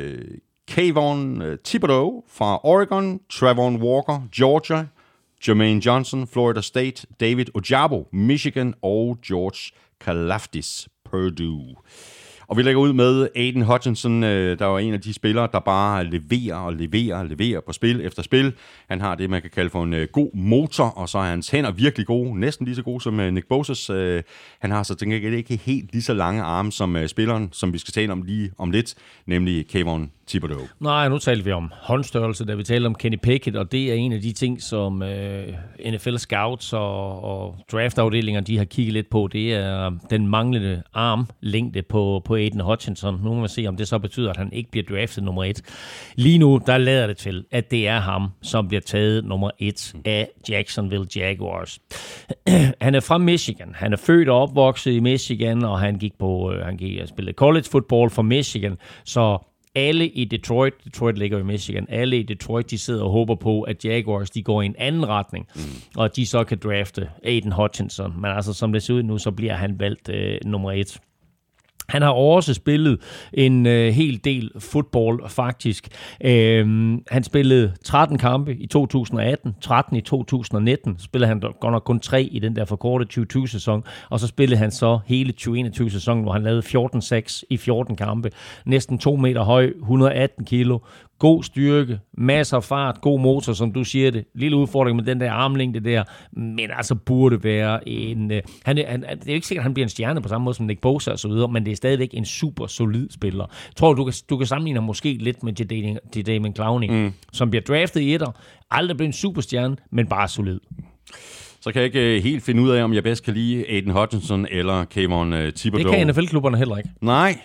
Kayvon Thibodeau fra Oregon, Travon Walker, Georgia, Jermaine Johnson, Florida State, David Ojabo, Michigan og George Kalafdis, Purdue. Og vi lægger ud med Aiden Hutchinson, der var en af de spillere, der bare leverer på spil efter spil. Han har det, man kan kalde for en god motor, og så er hans hænder virkelig gode, næsten lige så gode som Nick Bosa's. Han har så tænker jeg ikke helt lige så lange arme som spilleren, som vi skal tale om lige om lidt, nemlig Kayvon Thibodeau. Nej, nu taler vi om håndstørrelse, da vi taler om Kenny Pickett, og det er en af de ting, som NFL Scouts og draftafdelinger, de har kigget lidt på. Det er den manglende armlængde på Aiden Hutchinson. Nu må man se, om det så betyder, at han ikke bliver draftet nummer 1. Lige nu, der lader det til, at det er ham, som bliver taget nummer 1 af Jacksonville Jaguars. Han er fra Michigan. Han er født og opvokset i Michigan, og han spillede college football for Michigan, så alle i Detroit ligger i Michigan, alle i Detroit, de sidder og håber på, at Jaguars, de går i en anden retning, og at de så kan drafte Aiden Hutchinson. Men altså, som det ser ud nu, så bliver han valgt nummer 1. Han har også spillet en hel del fodbold, faktisk. Han spillede 13 kampe i 2018, 13 i 2019. Spillede han godt nok kun 3 i den der forkortede 2020-sæson. Og så spillede han så hele 2021-sæsonen, hvor han lavede 14-6 i 14 kampe. Næsten 2 meter høj, 118 kilo. God styrke, masser af fart, god motor, som du siger det. Lille udfordring med den der armlængde der, men altså burde være en... det er jo ikke sikkert, at han bliver en stjerne på samme måde som Nick Bosa og så videre, men det er stadigvæk en super solid spiller. Jeg tror, du kan sammenligne ham måske lidt med Jadeveon Clowney, som bliver draftet i etter, aldrig blev en superstjerne, men bare solid. Så kan jeg ikke helt finde ud af, om jeg bedst kan lide Aiden Hutchinson eller Kayvon Thibodeau. Det kan NFL-klubberne heller ikke. Nej,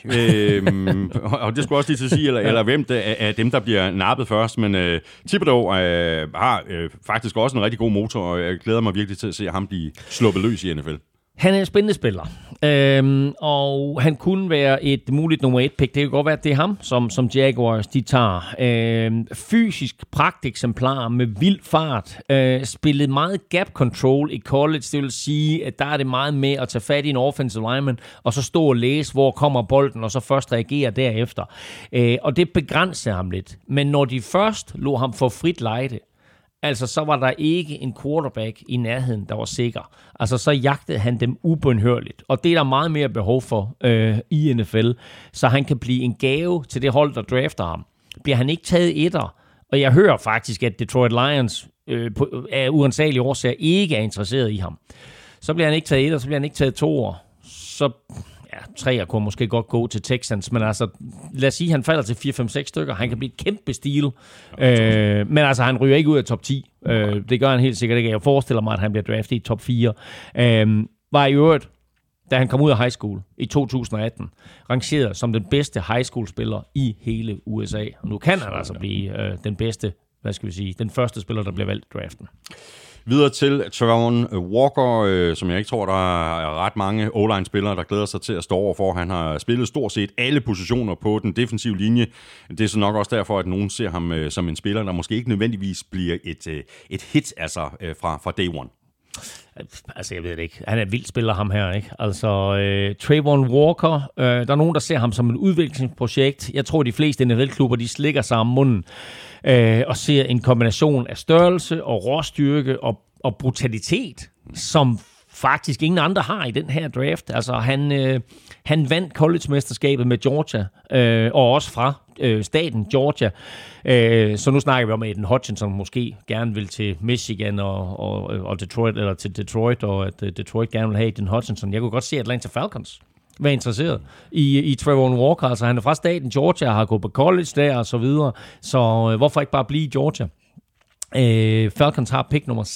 og det skulle også lige til at sige, eller hvem af dem, der bliver nappet først. Men Thibodeau har faktisk også en rigtig god motor, og jeg glæder mig virkelig til at se ham blive sluppet løs i NFL. Han er en spændende spiller, og han kunne være et muligt nummer 1 pick. Det kan godt være, at det er ham, som Jaguars de tager. Fysisk pragteksemplar med vild fart. Spillet meget gap control i college. Det vil sige, at der er det meget med at tage fat i en offensive lineman, og så stå og læse, hvor kommer bolden, og så først reagere derefter. Og det begrænser ham lidt. Men når de først lå ham for frit lejde, altså, så var der ikke en quarterback i nærheden, der var sikker. Altså, så jagtede han dem ubønhørligt. Og det er der meget mere behov for i NFL. Så han kan blive en gave til det hold, der drafter ham. Bliver han ikke taget etter, og jeg hører faktisk, at Detroit Lions af uansagelige årsager ikke er interesseret i ham. Så bliver han ikke taget etter, så bliver han ikke taget 2 år. Så... Ja, 3'er kunne måske godt gå til Texans, men altså, lad os sige, at han falder til 4-5-6 stykker. Han kan blive et kæmpe stil, men altså, han ryger ikke ud af top 10. Det gør han helt sikkert ikke. Jeg forestiller mig, at han bliver draftet i top 4. Var i øvrigt, da han kom ud af high school i 2018, rangeret som den bedste high school-spiller i hele USA. Og nu kan han altså blive den bedste, den første spiller, der bliver valgt i draften. Videre til Travon Walker, som jeg ikke tror, der er ret mange O-line-spillere, der glæder sig til at stå overfor. Han har spillet stort set alle positioner på den defensive linje. Det er så nok også derfor, at nogen ser ham som en spiller, der måske ikke nødvendigvis bliver et hit altså, fra day one. Altså, jeg ved det ikke. Han er en vild spiller, ham her, ikke? Altså, Travon Walker, der er nogen, der ser ham som et udviklingsprojekt. Jeg tror, de fleste NFL-klubber, de slikker sig om munden og ser en kombination af størrelse og råstyrke og brutalitet, som faktisk ingen andre har i den her draft. Altså, han vandt college-mesterskabet med Georgia, og også fra staten Georgia. Så nu snakker vi om, at Aiden Hutchinson måske gerne vil til Michigan og Detroit, eller til Detroit, og at Detroit gerne vil have Aiden Hutchinson. Jeg kunne godt se Atlanta Falcons være interesseret i Travon Walker. Altså, han er fra staten Georgia, har gået på college der og så videre. Så hvorfor ikke bare blive i Georgia? Falcons har pick nummer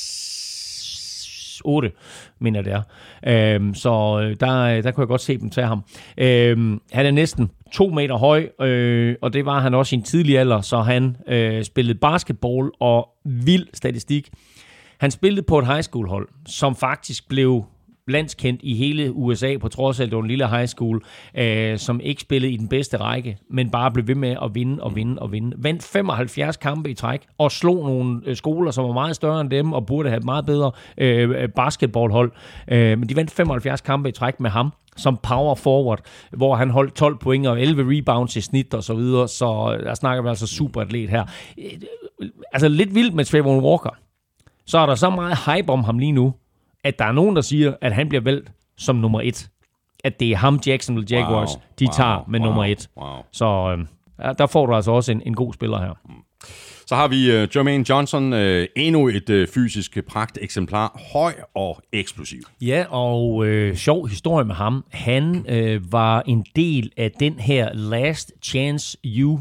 8, mener det er. Så der kunne jeg godt se dem tage ham. Han er næsten 2 meter høj, og det var han også i en tidlig alder, så han spillede basketball og vild statistik. Han spillede på et high school hold, som faktisk blev landskendt i hele USA, på trods af, at det var en lille high school, som ikke spillede i den bedste række, men bare blev ved med at vinde. Vandt 75 kampe i træk, og slog nogle skoler, som var meget større end dem, og burde have et meget bedre basketballhold. Men de vandt 75 kampe i træk med ham, som power forward, hvor han holdt 12 point og 11 rebounds i snit og så videre, så der snakker vi altså superatlet her. Altså lidt vildt med Travon Walker. Så er der så meget hype om ham lige nu, at der er nogen, der siger, at han bliver valgt som nummer 1. At det er ham, Jacksonville Jaguars, de tager med nummer 1. Så der får du altså også en god spiller her. Så har vi Jermaine Johnson, endnu et fysisk pragteksemplar, høj og eksplosiv. Ja, og sjov historie med ham. Han var en del af den her Last Chance U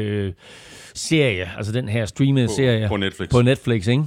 serie, altså den her streamede serie på Netflix, ikke?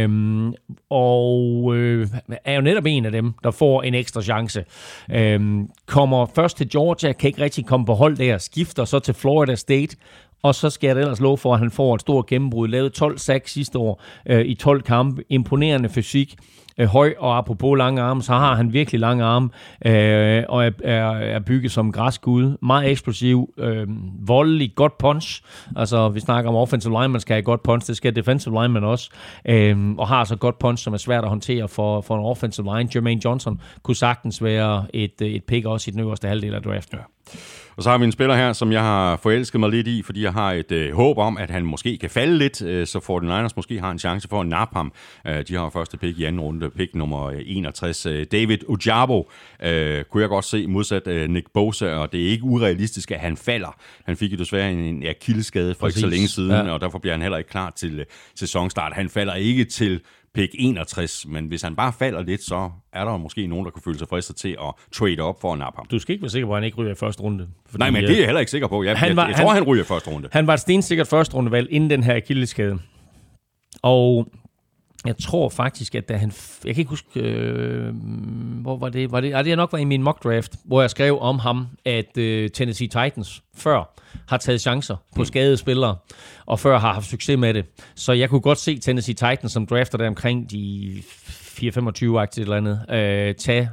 Og er jo netop en af dem, der får en ekstra chance. Kommer først til Georgia, kan ikke rigtig komme på hold der, skifter så til Florida State, og så skal jeg ellers love for, at han får et stort gennembrud. Lavede 12 sacks sidste år i 12 kampe. Imponerende fysik. Høj, og apropos lange arme, så har han virkelig lange arme, og er bygget som græsgud. Meget eksplosiv, voldelig, godt punch. Altså, vi snakker om offensive lineman skal have godt punch, det skal defensive lineman også. Og har så godt punch, som er svært at håndtere for en offensive line. Jermaine Johnson kunne sagtens være et pick også i den øverste halvdel af draften. Ja. Og så har vi en spiller her, som jeg har forelsket mig lidt i, fordi jeg har et håb om, at han måske kan falde lidt, så 49ers måske har en chance for at nappe ham. De har første pick i anden runde, pick nummer 61. David Ojabo kunne jeg godt se modsat Nick Bosa, og det er ikke urealistisk, at han falder. Han fik jo desværre en akillesskade for ikke så længe siden, og derfor bliver han heller ikke klar til sæsonstart. Han falder ikke til pick 61, men hvis han bare falder lidt, så er der måske nogen, der kan føle sig fristet til at trade op for at nappe ham. Du skal ikke være sikker på, at han ikke ryger i første runde. Fordi, nej, men det er jeg heller ikke sikker på. Jeg tror, han ryger i første runde. Han var et stensikkert første rundevalg inden den her akilleskade. Og Jeg tror faktisk, at da han... Jeg kan ikke huske, hvor var det? Det nok var i min mock draft, hvor jeg skrev om ham, at Tennessee Titans før har taget chancer på skadede spillere, og før har haft succes med det. Så jeg kunne godt se Tennessee Titans, som drafter der omkring de 4-25-agtigt eller andet, tage...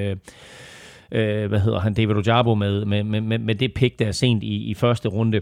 David Ojabo med det pick, der er sent i første runde.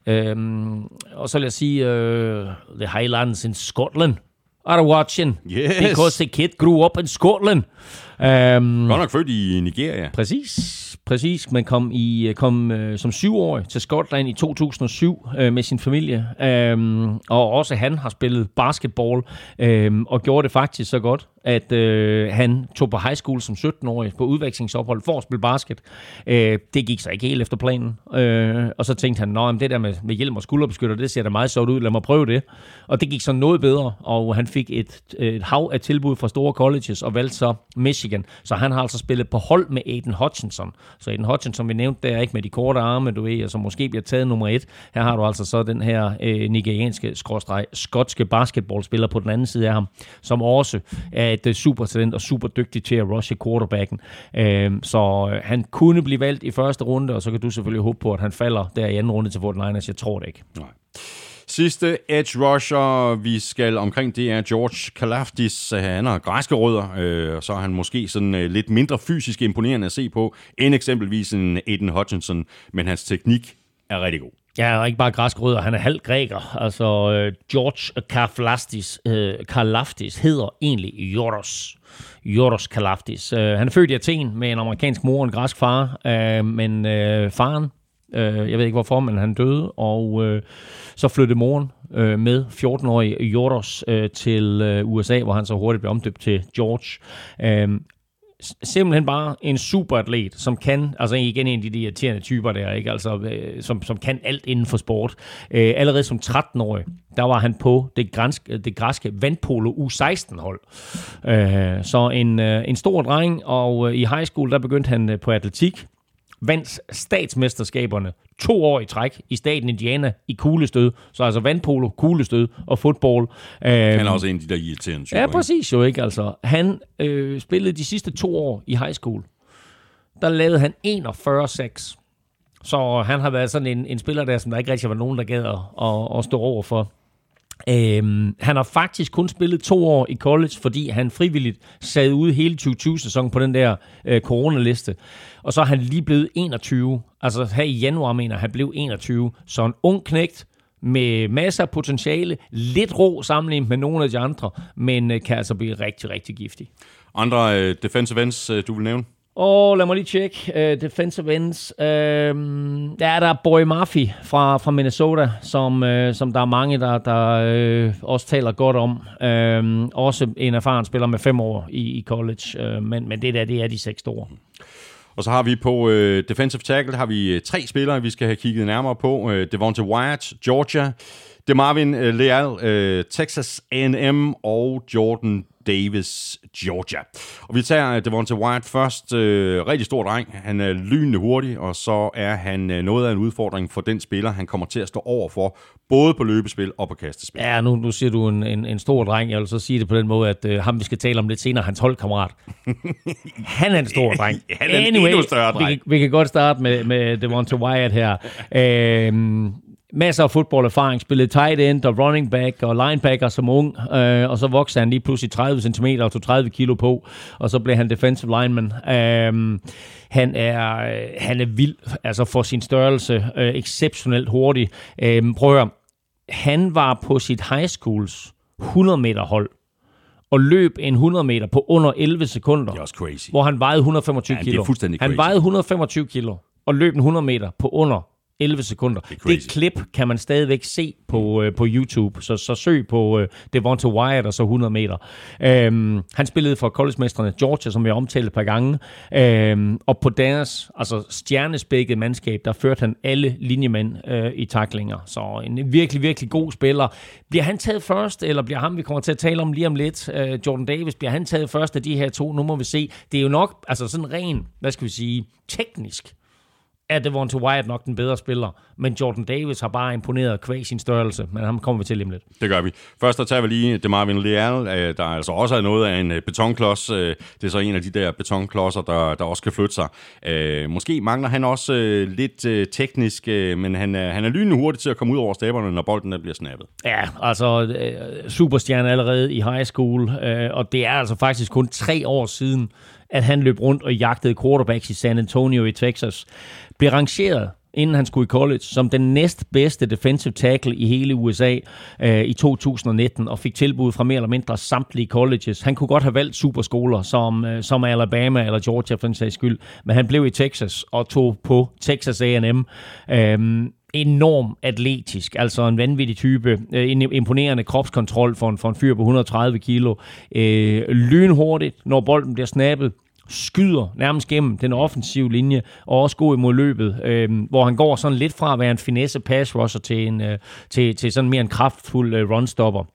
Og så vil jeg sige, the Highlands in Scotland are watching, because the kid grew up in Scotland. Godt nok født i Nigeria. Præcis, men kom som 7-årig til Skotland i 2007 med sin familie. Og også han har spillet basketball og gjorde det faktisk så godt, at han tog på high school som 17-årig på udvekslingsophold for at spille basket. Det gik så ikke helt efter planen. Og så tænkte han, det der med hjelm og skulderbeskytter, det ser da meget sjovt ud, lad mig prøve det. Og det gik så noget bedre, og han fik et hav af tilbud fra store colleges og valgte så Michigan. Så han har altså spillet på hold med Aiden Hutchinson. Så Aiden Hutchinson, vi nævnte der, ikke med de korte arme, du ved, og som måske bliver taget nummer 1. Her har du altså så den her nigerianske skotske basketballspiller på den anden side af ham, som også er et supertalent og super dygtig til at rushe quarterbacken. Så han kunne blive valgt i første runde, og så kan du selvfølgelig håbe på, at han falder der i anden runde til 49ers. Jeg tror det ikke. Nej. Sidste edge rusher, vi skal omkring, det er George Karlaftis. Han har græske rødder, så er han måske sådan lidt mindre fysisk imponerende at se på, end eksempelvis en Aiden Hutchinson, men hans teknik er rigtig god. Ja, og ikke bare græske rødder, han er halv græker. Altså, George Karlaftis hedder egentlig Joros Karlaftis. Han er født i Athen med en amerikansk mor og en græsk far, men faren, jeg ved ikke hvorfor, men han døde, og så flyttede moren med 14-årige Joros til USA, hvor han så hurtigt blev omdøbt til George. Simpelthen bare en superatlet, som kan, altså igen en af de irriterende typer der, ikke? Altså, som kan alt inden for sport. Allerede som 13-årig, der var han på det græske vandpolo U16-hold. Så en stor dreng, og i high school, der begyndte han på atletik, vandt statsmesterskaberne 2 år i træk i staten Indiana i kuglestød. Så altså vandpolo, kuglestød og fodbold. Han er også en af de der irriterende typer. Ja, præcis jo ikke. Altså, han spillede de sidste 2 år i high school. Der lavede han 41-6. Så han har været sådan en spiller der, som der ikke rigtig var nogen, der gad at stå over for. Han har faktisk kun spillet 2 år i college, fordi han frivilligt sad ude hele 2020-sæsonen på den der coronaliste. Og så er han lige blevet 21. Altså her i januar, mener han blev 21. Så en ung knægt med masser af potentiale. Lidt rå sammenlignet med nogle af de andre, men kan altså blive rigtig, rigtig giftig. Andre defensive ends, du vil nævne? Lad mig lige tjekke. Defensive ends. Der er Boy Murphy fra Minnesota, som der er mange, der også taler godt om. Også en erfaren spiller med 5 år i college. Men det er de 6 store. Og så har vi på defensive tackle, har vi 3 spillere, vi skal have kigget nærmere på. Devonta Wyatt, Georgia. DeMarvin Leal, Texas A&M og Jordan Davis, Georgia. Og vi tager Devonta Wyatt først. Rigtig stor dreng. Han er lynende hurtig, og så er han noget af en udfordring for den spiller, han kommer til at stå over for, både på løbespil og på kastespil. Ja, nu siger du en stor dreng. Jeg vil så sige det på den måde, at ham vi skal tale om lidt senere, hans holdkammerat. Han er en stor dreng. Han er en endnu større dreng. Vi kan godt starte med Devonta Wyatt her. Masser af fodbolderfaring, spillede tight end og running back og linebacker som ung, og så voksede han lige pludselig 30 cm og tog 30 kilo på, og så blev han defensive lineman. Han er vild, altså for sin størrelse, exceptionelt hurtig. Prøv at høre, han var på sit high schools 100 meter hold, og løb en 100 meter på under 11 sekunder. Det er også crazy. Hvor han vejede 125 kilo. Det er fuldstændig crazy. Han vejede 125 kilo og løb en 100 meter på under 11 sekunder. Det klip kan man stadigvæk se på YouTube, så søg på Devonta Wyatt og så 100 meter. Han spillede for college-mestrene Georgia, som jeg omtalte et par gange, og på deres stjernespækket mandskab, der førte han alle linjemænd i tacklinger. Så en virkelig, virkelig god spiller. Bliver han taget først, eller bliver ham, vi kommer til at tale om lige om lidt, Jordan Davis, bliver han taget først af de her 2? Nu må vi se. Det er jo nok sådan ren, hvad skal vi sige, teknisk er Devonte Wyatt nok den bedre spiller, men Jordan Davis har bare imponeret kvæg sin størrelse, men ham kommer vi til lige lidt. Det gør vi. Først så tager vi lige DeMarvin Leal, der altså også er noget af en betonklods. Det er så en af de der betonklodser, der også kan flytte sig. Måske mangler han også lidt teknisk, men han er lynende hurtig til at komme ud over staberne, når bolden bliver snappet. Ja, altså superstjerne allerede i high school, og det er altså faktisk kun 3 år siden, at han løb rundt og jagtede quarterbacks i San Antonio i Texas. Blev rangeret, inden han skulle i college, som den næstbedste defensive tackle i hele USA i 2019, og fik tilbud fra mere eller mindre samtlige colleges. Han kunne godt have valgt superskoler som Alabama eller Georgia for den sags skyld, men han blev i Texas og tog på Texas A&M. Enorm atletisk, altså en vanvittig type, en imponerende kropskontrol for en fyr på 130 kilo, lynhurtigt, når bolden bliver snappet, skyder nærmest gennem den offensive linje, og også god imod løbet, hvor han går sådan lidt fra at være en finesse pass rusher til sådan mere en kraftfuld runstopper.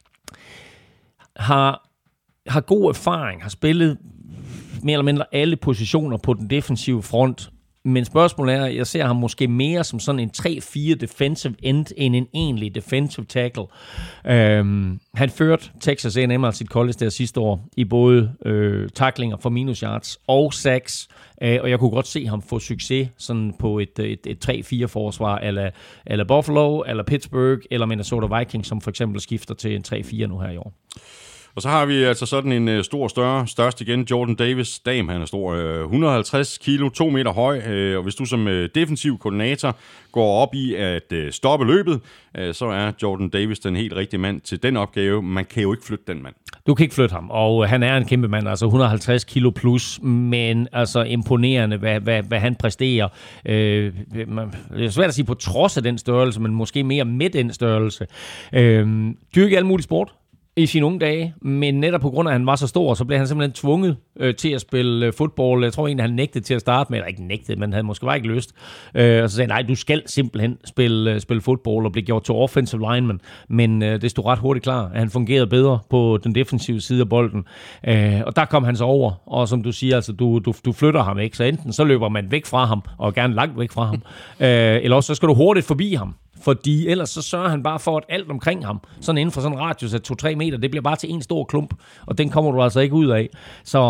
Har god erfaring, har spillet mere eller mindre alle positioner på den defensive front. Men spørgsmålet er, jeg ser ham måske mere som sådan en 3-4 defensive end end en egentlig defensive tackle. Han førte Texas A&M altså sit college der sidste år i både tacklinger for minus yards og sacks, og jeg kunne godt se ham få succes sådan på et 3-4 forsvar eller Buffalo, eller Pittsburgh, eller Minnesota Vikings, som for eksempel skifter til en 3-4 nu her i år. Og så har vi altså sådan en størst igen, Jordan Davis. Han er stor, 150 kilo, 2 meter høj, og hvis du som defensiv koordinator går op i at stoppe løbet, så er Jordan Davis den helt rigtige mand til den opgave. Man kan jo ikke flytte den mand. Du kan ikke flytte ham, og han er en kæmpe mand, altså 150 kilo plus, men altså imponerende, hvad han præsterer. Det er svært at sige på trods af den størrelse, men måske mere med den størrelse. Dyrke alle mulige sport i sine unge dage, men netop på grund af, at han var så stor, så blev han simpelthen tvunget til at spille fodbold. Jeg tror egentlig, han nægtede til at starte med, eller ikke nægtede, men havde måske bare ikke lyst. Og så sagde nej, du skal simpelthen spille fodbold, og blive gjort til offensive lineman. Men det stod ret hurtigt klar, at han fungerede bedre på den defensive side af bolden. Og der kom han så over, og som du siger, altså, du flytter ham ikke, så enten så løber man væk fra ham, og gerne langt væk fra ham, eller også så skal du hurtigt forbi ham. Fordi ellers så sørger han bare for, at alt omkring ham, sådan inden for sådan en radius af 2-3 meter, det bliver bare til en stor klump, og den kommer du altså ikke ud af. Så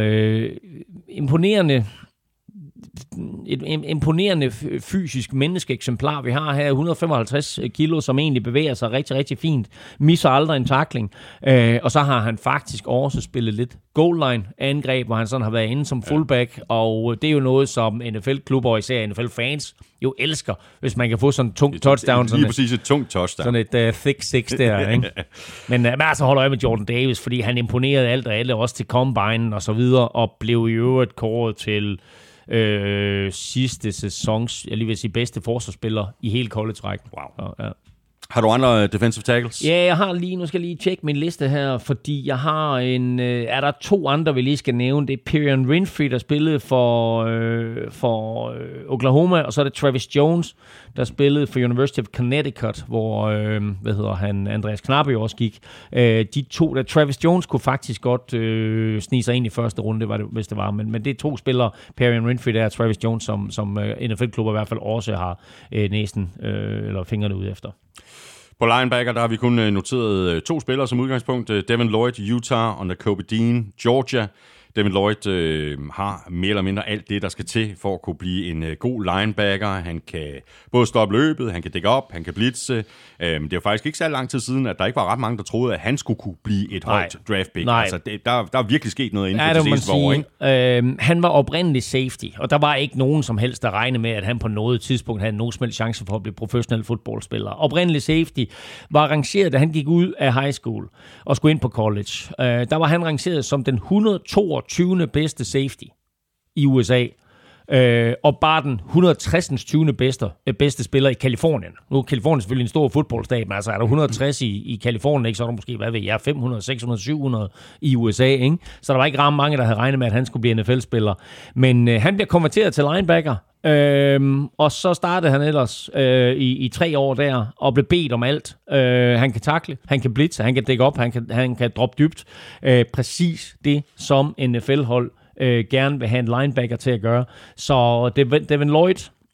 imponerende fysisk menneskeeksemplar, vi har her, 155 kilo, som egentlig bevæger sig rigtig, rigtig fint, misser aldrig en tackling, og så har han faktisk også spillet lidt goal line angreb, hvor han sådan har været inde som fullback, og det er jo noget, som NFL-klubber og især NFL-fans jo elsker, hvis man kan få sådan en tung touchdown. Lige præcis et tungt touchdown. Sådan et thick six der, ikke? Men altså holder øje med Jordan Davis, fordi han imponerede alt og alle, også til combine og så videre, og blev i øvrigt kåret til sidste sæsons, jeg lige vil sige, bedste forsvarsspiller i hele college-rækken. Wow. Ja. Har du andre defensive tackles? Ja, jeg har nu skal jeg lige tjekke min liste her, fordi jeg har er der 2 andre, vi lige skal nævne. Det er Perion Winfrey, der spillede for Oklahoma, og så er det Travis Jones, der spillede for University of Connecticut, hvor, Andreas Knappe jo også gik. De 2, der Travis Jones kunne faktisk godt snige sig ind i første runde, hvis det var, men det er 2 spillere, Perion Winfrey der og Travis Jones, som NFL-klubber i hvert fald også har næsen eller fingrene ude efter. På linebacker, der har vi kun noteret 2 spillere som udgangspunkt. Devin Lloyd, Utah, og Nakobe Dean, Georgia. Devin Lloyd har mere eller mindre alt det, der skal til for at kunne blive en god linebacker. Han kan både stoppe løbet, han kan dække op, han kan blitze. Det er jo faktisk ikke så lang tid siden, at der ikke var ret mange, der troede, at han skulle kunne blive et højt draft pick. Altså, der er virkelig sket noget inden for det seneste år, ikke? Han var oprindelig safety, og der var ikke nogen som helst, der regnede med, at han på noget tidspunkt havde nogen som helst chance for at blive professionel fodboldspiller. Oprindelig safety var rangeret, da han gik ud af high school og skulle ind på college. Der var han rangeret som den 122. bedste safety i USA, og bare den 160. 20. bedste spiller i Kalifornien. Nu er Kalifornien selvfølgelig en stor fodboldstat, men altså er der 160 i Kalifornien, ikke, så er der måske, 500, 600, 700 i USA, ikke? Så der var ikke ret mange, der havde regnet med, at han skulle blive NFL-spiller. Men han bliver konverteret til linebacker, og så startede han ellers i 3 år der, og blev bedt om alt. Han kan tackle, han kan blitze, han kan dække op, han kan droppe dybt. Præcis det, som NFL-hold gerne vil have en linebacker til at gøre. Så Devin Lloyd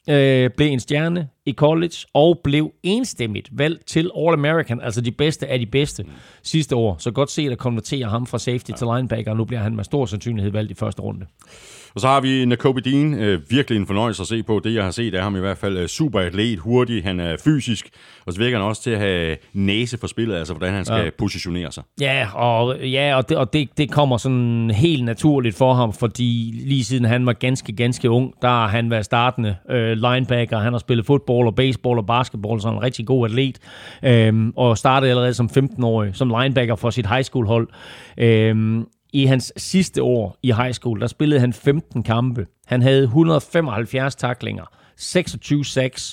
blev en stjerne i college og blev enstemmigt valgt til All-American, altså de bedste af de bedste sidste år. Så godt set at konvertere ham fra safety til linebacker, og nu bliver han med stor sandsynlighed valgt i første runde. Og så har vi Nakobe Dean, virkelig en fornøjelse at se på. Det, jeg har set af ham i hvert fald, super atlet, hurtig, han er fysisk, og så virker han også til at have næse for spillet, altså hvordan han skal positionere sig. Og det kommer sådan helt naturligt for ham, fordi lige siden han var ganske ung, der har han været startende linebacker. Han har spillet fodbold og baseball og basketball, så han er en rigtig god atlet, og startede allerede som 15-årig som linebacker for sit high school hold. I hans sidste år i high school, der spillede han 15 kampe. Han havde 175 tacklinger, 26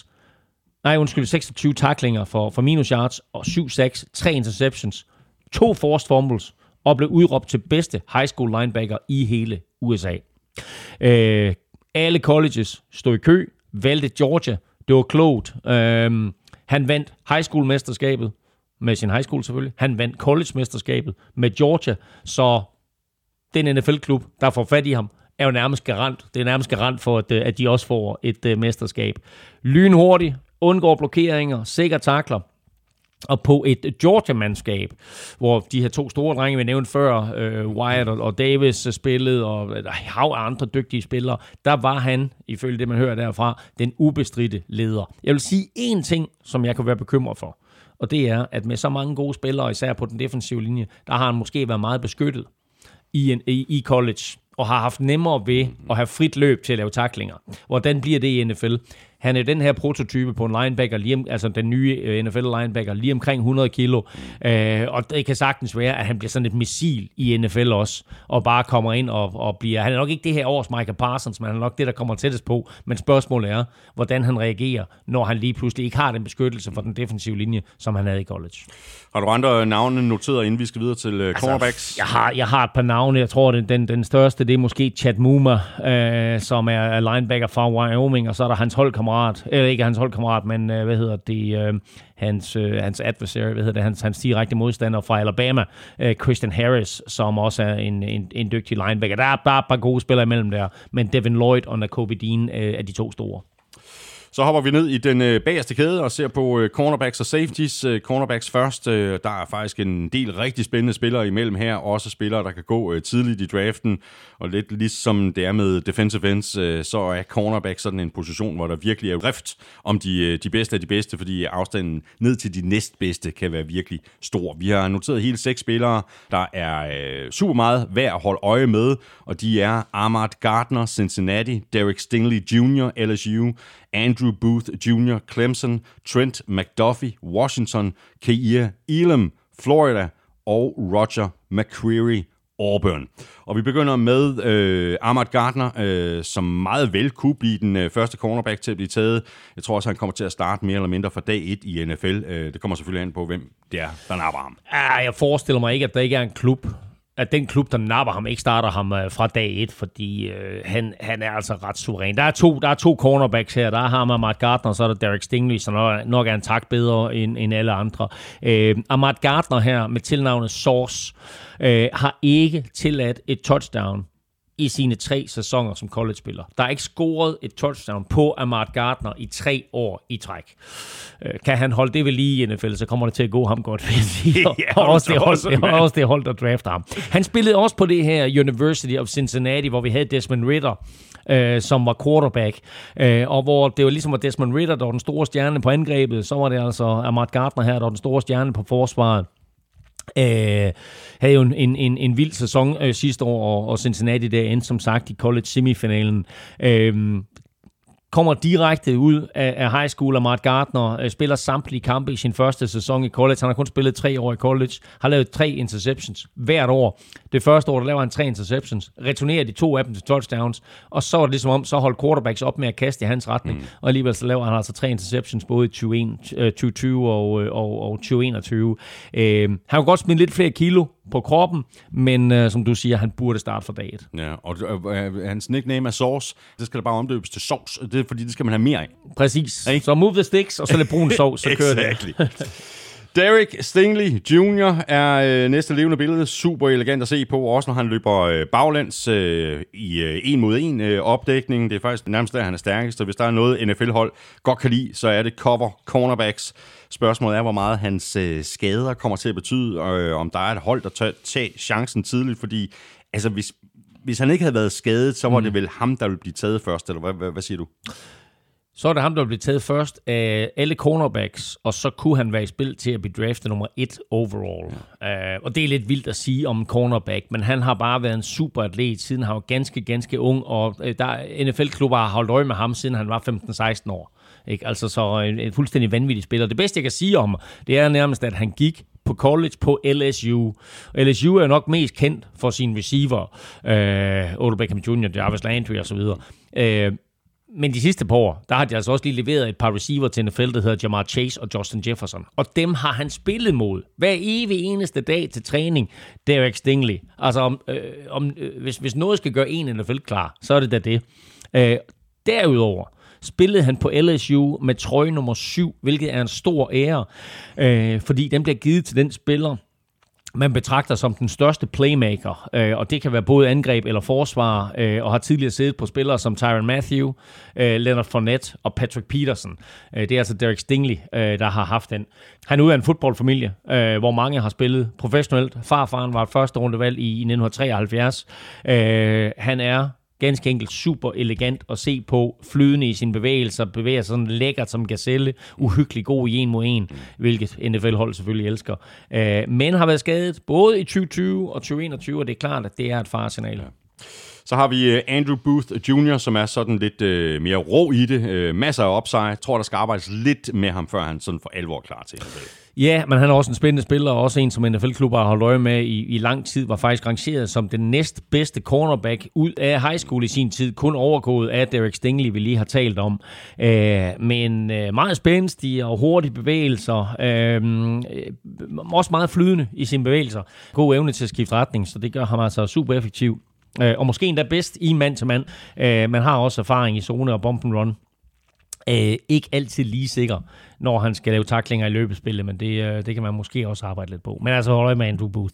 tacklinger for minus yards og 7 sacks, 3 interceptions, 2 forced fumbles og blev udråbt til bedste high school linebacker i hele USA. Alle colleges stod i kø, valgte Georgia. Det var klogt. Han vandt high school mesterskabet med sin high school selvfølgelig. Han vandt college-mesterskabet med Georgia, så den NFL-klub, der får fat i ham, er jo nærmest garant. Det er nærmest garant for, at de også får et mesterskab. Lynhurtigt, undgår blokeringer, sikker takler. Og på et Georgia-mandskab, hvor de her 2 store drenge, vi nævnte før, Wyatt og Davis spillede, og hav af andre dygtige spillere, der var han, ifølge det man hører derfra, den ubestridte leder. Jeg vil sige én ting, som jeg kan være bekymret for, og det er, at med så mange gode spillere, især på den defensive linje, der har han måske været meget beskyttet i college, og har haft nemmere ved at have frit løb til at lave tacklinger. Hvordan bliver det i NFL? Han er den her prototype på en linebacker, altså den nye NFL-linebacker, lige omkring 100 kilo. Og det kan sagtens være, at han bliver sådan et missil i NFL også, og bare kommer ind og bliver... Han er nok ikke det her års Micah Parsons, men han er nok det, der kommer tættest på. Men spørgsmålet er, hvordan han reagerer, når han lige pludselig ikke har den beskyttelse for den defensive linje, som han havde i college. Har du andre navne noteret, inden vi skal videre til cornerbacks? Jeg har et par navne. Jeg tror, den største, det er måske Chad Muma, som er linebacker fra Wyoming, og så er der hans holdkammerat, ikke hans holdkammerat, men hans adversary, hans direkte modstander fra Alabama, Christian Harris, som også er en dygtig linebacker. Der er bare et par gode spillere imellem der, men Devin Lloyd og Nakobe Dean er de 2 store. Så hopper vi ned i den bagerste kæde og ser på cornerbacks og safeties. Cornerbacks først. Der er faktisk en del rigtig spændende spillere imellem her. Også spillere, der kan gå tidligt i draften. Og lidt ligesom det er med defensive ends, så er cornerback sådan en position, hvor der virkelig er drift om de bedste af de bedste, fordi afstanden ned til de næstbedste kan være virkelig stor. Vi har noteret hele 6 spillere, der er super meget værd at holde øje med, og de er Ahmad Gardner, Cincinnati, Derek Stingley Jr., LSU, Andrew Booth Jr., Clemson, Trent McDuffie, Washington, Kair Elam, Florida og Roger McCreary, Auburn. Og vi begynder med Ahmad Gardner, som meget vel kunne blive den første cornerback til at blive taget. Jeg tror også, han kommer til at starte mere eller mindre fra dag 1 i NFL. Det kommer selvfølgelig an på, hvem det er, der napper ham. Jeg forestiller mig ikke, at der ikke er en klub, at den klub, der napper ham, ikke starter ham fra dag 1, fordi han er altså ret suveræn. Der er to cornerbacks her. Der er ham Ahmad Gardner, og så er der Derek Stingley, som nok er en tak bedre end alle andre. Ahmad Gardner her, med tilnavnet Sauce, har ikke tilladt et touchdown i sine 3 sæsoner som college-spiller. Der er ikke scoret et touchdown på Ahmad Gardner i 3 år i træk. Kan han holde det ved lige i NFL, så kommer det til at gå ham godt. Og også det hold, der drafter ham. Han spillede også på det her University of Cincinnati, hvor vi havde Desmond Ridder, som var quarterback, og hvor det var ligesom, at Desmond Ridder, der var den store stjerne på angrebet, så var det altså Ahmad Gardner her, der var den store stjerne på forsvaret. Havde jo en vild sæson sidste år, og Cincinnati der endte som sagt i college semifinalen. Kommer direkte ud af high school. Ahmad Gardner spiller samtlige kampe i sin første sæson i college. Han har kun spillet 3 år i college. Har lavet 3 interceptions hvert år. Det første år, der laver han 3 interceptions. Returnerer de 2 af dem til touchdowns. Og så er det ligesom om, så holdt quarterbacks op med at kaste i hans retning. Og alligevel så laver han altså 3 interceptions, både i 2020 og 2021. Han har godt smidt lidt flere kilo på kroppen, men som du siger, han burde starte fra dag 1. Ja, og hans nickname er Sauce. Det skal da bare omdøbes til sovs. Det er fordi, det skal man have mere af. Præcis. Hey. Så move the sticks, og så lidt brun sovs, så kører det. Derek Stingley Jr. er næste levende billede. Super elegant at se på, også når han løber baglæns i 1-mod-1 opdækningen. Det er faktisk nærmest der, han er stærkest. Så hvis der er noget NFL-hold godt kan lide, så er det cover cornerbacks. Spørgsmålet er, hvor meget hans skader kommer til at betyde, om der er et hold, der tør tage chancen tidligt, fordi altså, hvis han ikke havde været skadet, så var det vel ham, der ville blive taget først, eller hvad siger du? Så er det ham, der blev taget først af alle cornerbacks, og så kunne han være i spil til at blive draftet nummer 1 overall. Ja. Og det er lidt vildt at sige om en cornerback, men han har bare været en super atlet, siden han var ganske ung, og der NFL-klubber har holdt øje med ham, siden han var 15-16 år. Ikke? Altså så en fuldstændig vanvittig spiller. Det bedste, jeg kan sige om, det er nærmest, at han gik på college på LSU. LSU er nok mest kendt for sine receiver, Odell Beckham Jr., Jarvis Landry og så videre. Men de sidste par år, der har de altså også lige leveret et par receiver til NFL, der hedder Jamar Chase og Justin Jefferson. Og dem har han spillet mod hver evig eneste dag til træning, Derek Stingley. Altså, hvis noget skal gøre en NFL klar, så er det da det. Derudover spillede han på LSU med trøje nummer 7, hvilket er en stor ære, fordi den bliver givet til den spiller, man betragter som den største playmaker, og det kan være både angreb eller forsvar, og har tidligere siddet på spillere som Tyrann Mathieu, Leonard Fournette og Patrick Peterson. Det er altså Derek Stingley, der har haft den. Han er ud af en fodboldfamilie, hvor mange har spillet professionelt. Farfaren var et første rundevalg i 1973. Han er ganske enkelt super elegant at se på, flydende i sine bevægelser, bevæger sig sådan lækkert som gazelle, uhyggelig god i 1-mod-1, hvilket NFL-hold selvfølgelig elsker. Men har været skadet både i 2020 og 2021, og det er klart, at det er et faresignal. Ja. Så har vi Andrew Booth Jr., som er sådan lidt mere rå i det. Masser af upside. Jeg tror, der skal arbejdes lidt med ham, før han sådan for alvor er klar til NFL. Ja, men han er også en spændende spiller, og også en, som NFL-klubber har holdt øje med i lang tid, var faktisk rangeret som den næstbedste cornerback ud af high school i sin tid, kun overgået af Derek Stingley, vi lige har talt om. Men meget spændstig og hurtige bevægelser, også meget flydende i sine bevægelser. God evne til at skifte retning, så det gør ham altså super effektiv. Og måske endda bedst i mand til mand. Man har også erfaring i zone og bump and run. Ikke altid lige sikker, når han skal lave tacklinger i løbespillet, men det kan man måske også arbejde lidt på. Men altså hold øje med Andrew Booth.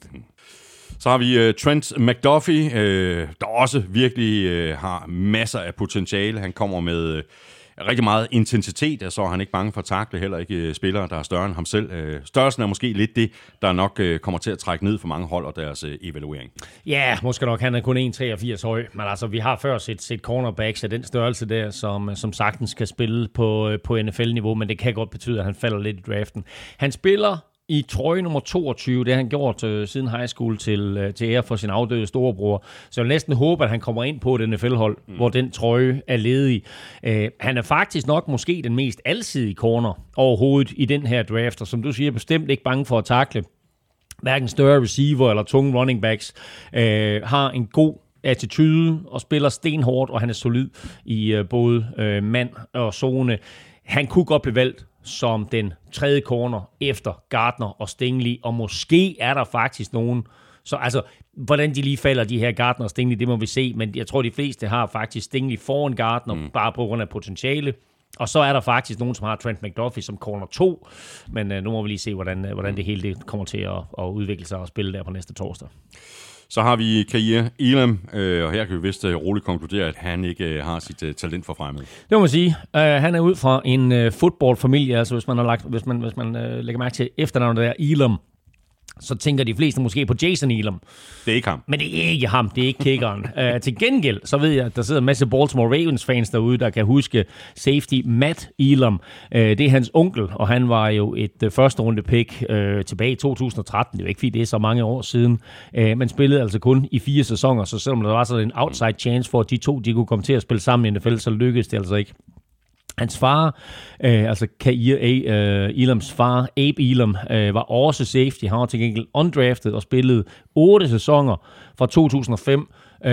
Så har vi Trent McDuffie, der også virkelig har masser af potentiale. Han kommer med rigtig meget intensitet, og så er han ikke bange for at tackle, heller ikke spillere, der er større end ham selv. Størrelsen er måske lidt det, der nok kommer til at trække ned for mange hold og deres evaluering. Ja, måske nok. Han er kun 1,83 høj, men altså, vi har før set cornerbacks af den størrelse der, som sagtens kan spille på NFL-niveau, men det kan godt betyde, at han falder lidt i draften. Han spiller i trøje nummer 22, det har han gjort siden high school til ære for sin afdøde storebror. Så jeg næsten håber, at han kommer ind på et NFL-hold, hvor den trøje er ledig. Han er faktisk nok måske den mest alsidige corner overhovedet i den her draft, og som du siger, bestemt ikke bange for at tackle. Hverken større receiver eller tunge running backs. Har en god attitude og spiller stenhårdt, og han er solid i både mand og zone. Han kunne godt blive valgt som den tredje corner efter Gardner og Stingley, og måske er der faktisk nogen, så altså, hvordan de lige falder, de her Gardner og Stingley, det må vi se, men jeg tror, de fleste har faktisk Stingley foran Gardner, bare på grund af potentiale, og så er der faktisk nogen, som har Trent McDuffie som corner 2, men nu må vi lige se, hvordan det hele det kommer til at udvikle sig og spille der på næste torsdag. Så har vi Kaiir Elam, og her kan vi vist roligt konkludere, at han ikke har sit talent forfremmet. Det må man sige. Han er ud fra en fodboldfamilie, altså hvis man lægger mærke til efternavnet der, Elam, så tænker de fleste måske på Jason Elam. Det er ikke ham. Men det er ikke ham, det er ikke kickeren. Til gengæld, så ved jeg, at der sidder en masse Baltimore Ravens-fans derude, der kan huske safety Matt Elam. Det er hans onkel, og han var jo et første runde pick tilbage i 2013. Det er jo ikke, fordi det er så mange år siden. Man spillede altså kun i 4 sæsoner, så selvom der var sådan en outside chance for, at de to de kunne komme til at spille sammen i NFL, så lykkedes det altså ikke. Hans far, altså Kaiir Elams far, Abe Elam, var også safety. Han var til gengæld undrafted og spillede 8 sæsoner fra 2005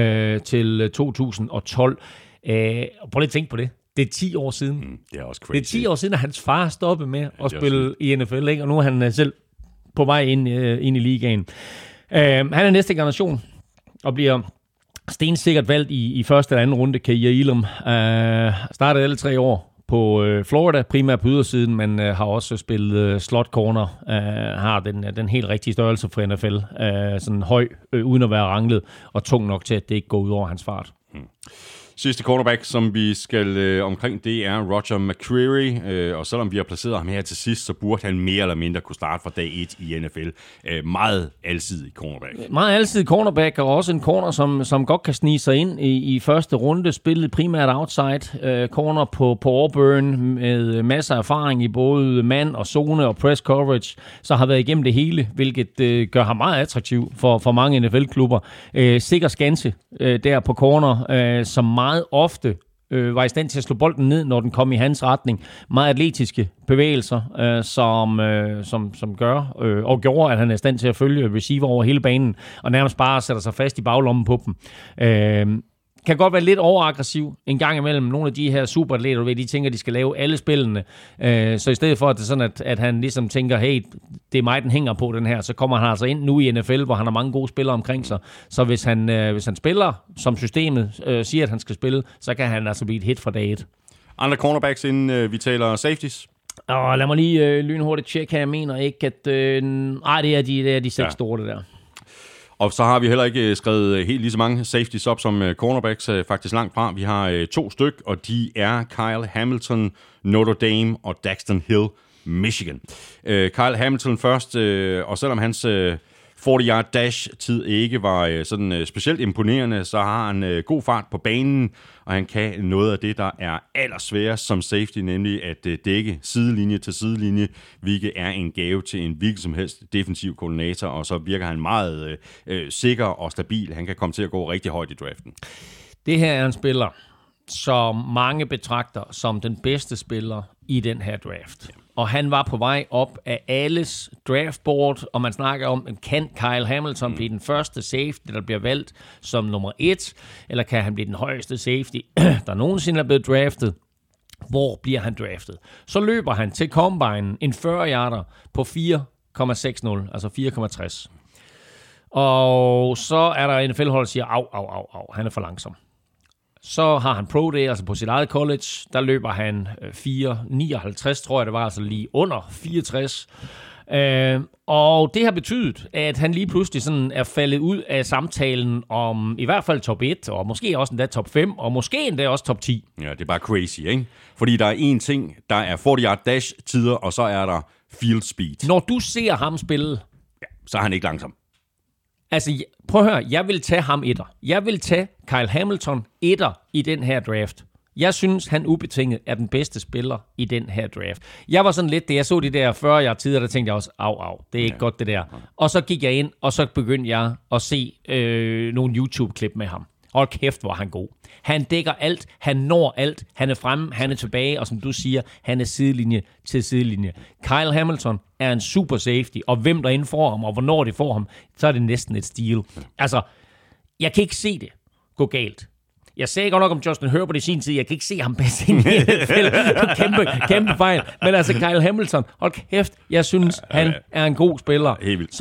til 2012. Prøv lige at tænke på det. Det er 10 år siden. Det er også crazy. Det er 10 år siden, at hans far stoppede med at spille i NFL, ikke? Og nu er han selv på vej ind i ligaen. Han er næste generation og bliver stensikkert valgt i første eller anden runde. Kaiir Elam startede alle 3 år på Florida, primært på ydersiden, men har også spillet slot corner, har den helt rigtige størrelse for NFL. Sådan høj, uden at være ranglet, og tung nok til, at det ikke går ud over hans fart. Sidste cornerback, som vi skal omkring, det er Roger McCreary, og selvom vi har placeret ham her til sidst, så burde han mere eller mindre kunne starte fra dag 1 i NFL. Meget alsidig cornerback. Meget alsidig cornerback, og også en corner, som godt kan snige sig ind i første runde. Spillet primært outside corner på Auburn med masser af erfaring i både man og zone og press coverage, så har været igennem det hele, hvilket gør ham meget attraktiv for mange NFL-klubber. Sikker skanse der på corner, som meget ofte var i stand til at slå bolden ned, når den kom i hans retning. Meget atletiske bevægelser, som gør og gjorde, at han er i stand til at følge receiver over hele banen, og nærmest bare sætter sig fast i baglommen på dem. Kan godt være lidt overaggressiv en gang imellem. Nogle af de her superatleter, de tænker, at de skal lave alle spillene. Så i stedet for, at det er sådan, at han ligesom tænker, hey, det er mig, den hænger på den her, så kommer han altså ind nu i NFL, hvor han har mange gode spillere omkring sig. Så hvis han spiller, som systemet siger, at han skal spille, så kan han altså blive et hit fra dag 1. Andre cornerbacks, inden vi taler safeties? Og lad mig lige lynhurtigt tjekke her. Jeg mener ikke, at... det er de 6 store, det der. Og så har vi heller ikke skrevet helt lige så mange safeties op som cornerbacks, faktisk langt fra. Vi har 2 styk, og de er Kyle Hamilton, Notre Dame og Daxton Hill, Michigan. Kyle Hamilton først, og selvom hans 40-yard dash-tid ikke var sådan specielt imponerende, så har han god fart på banen, og han kan noget af det, der er allersværest som safety, nemlig at dække sidelinje til sidelinje, hvilket er en gave til en hvilken som helst defensiv koordinator, og så virker han meget sikker og stabil. Han kan komme til at gå rigtig højt i draften. Det her er en spiller, som mange betragter som den bedste spiller i den her draft. Og han var på vej op af alles draftboard, og man snakker om, kan Kyle Hamilton blive den første safety, der bliver valgt som nummer 1, eller kan han blive den højeste safety, der nogensinde er blevet draftet? Hvor bliver han draftet? Så løber han til combine en 40-yarder på 4,60, altså 4,60. Og så er der NFL-hold, der siger, au, han er for langsom. Så har han Pro Day, altså på sit eget college. Der løber han 4,59, tror jeg det var, altså lige under 64. Og det har betydet, at han lige pludselig sådan er faldet ud af samtalen om i hvert fald top 1, og måske også endda top 5, og måske endda også top 10. Ja, det er bare crazy, ikke? Fordi der er én ting, der er 40-yard dash-tider, og så er der field speed. Når du ser ham spille, ja, så er han ikke langsom. Altså, prøv at høre, jeg vil tage ham etter. Jeg vil tage Kyle Hamilton etter i den her draft. Jeg synes, han ubetinget er den bedste spiller i den her draft. Jeg var sådan lidt, da jeg så de der 40 tider, der tænkte jeg også, au, det er ikke godt det der. Og så gik jeg ind, og så begyndte jeg at se nogle YouTube-klip med ham. Hold kæft, hvor han god. Han dækker alt, han når alt, han er fremme, han er tilbage, og som du siger, han er sidelinje til sidelinje. Kyle Hamilton er en super safety, og hvem der inden får ham, og hvornår de får ham, så er det næsten et steal. Altså, jeg kan ikke se det gå galt. Jeg sagde godt nok om Justin Herbert i sin tid, jeg kan ikke se ham passe ind i NFL. Kæmpe fejl. Men altså, Kyle Hamilton, hold kæft, jeg synes, han er en god spiller. Helt vildt.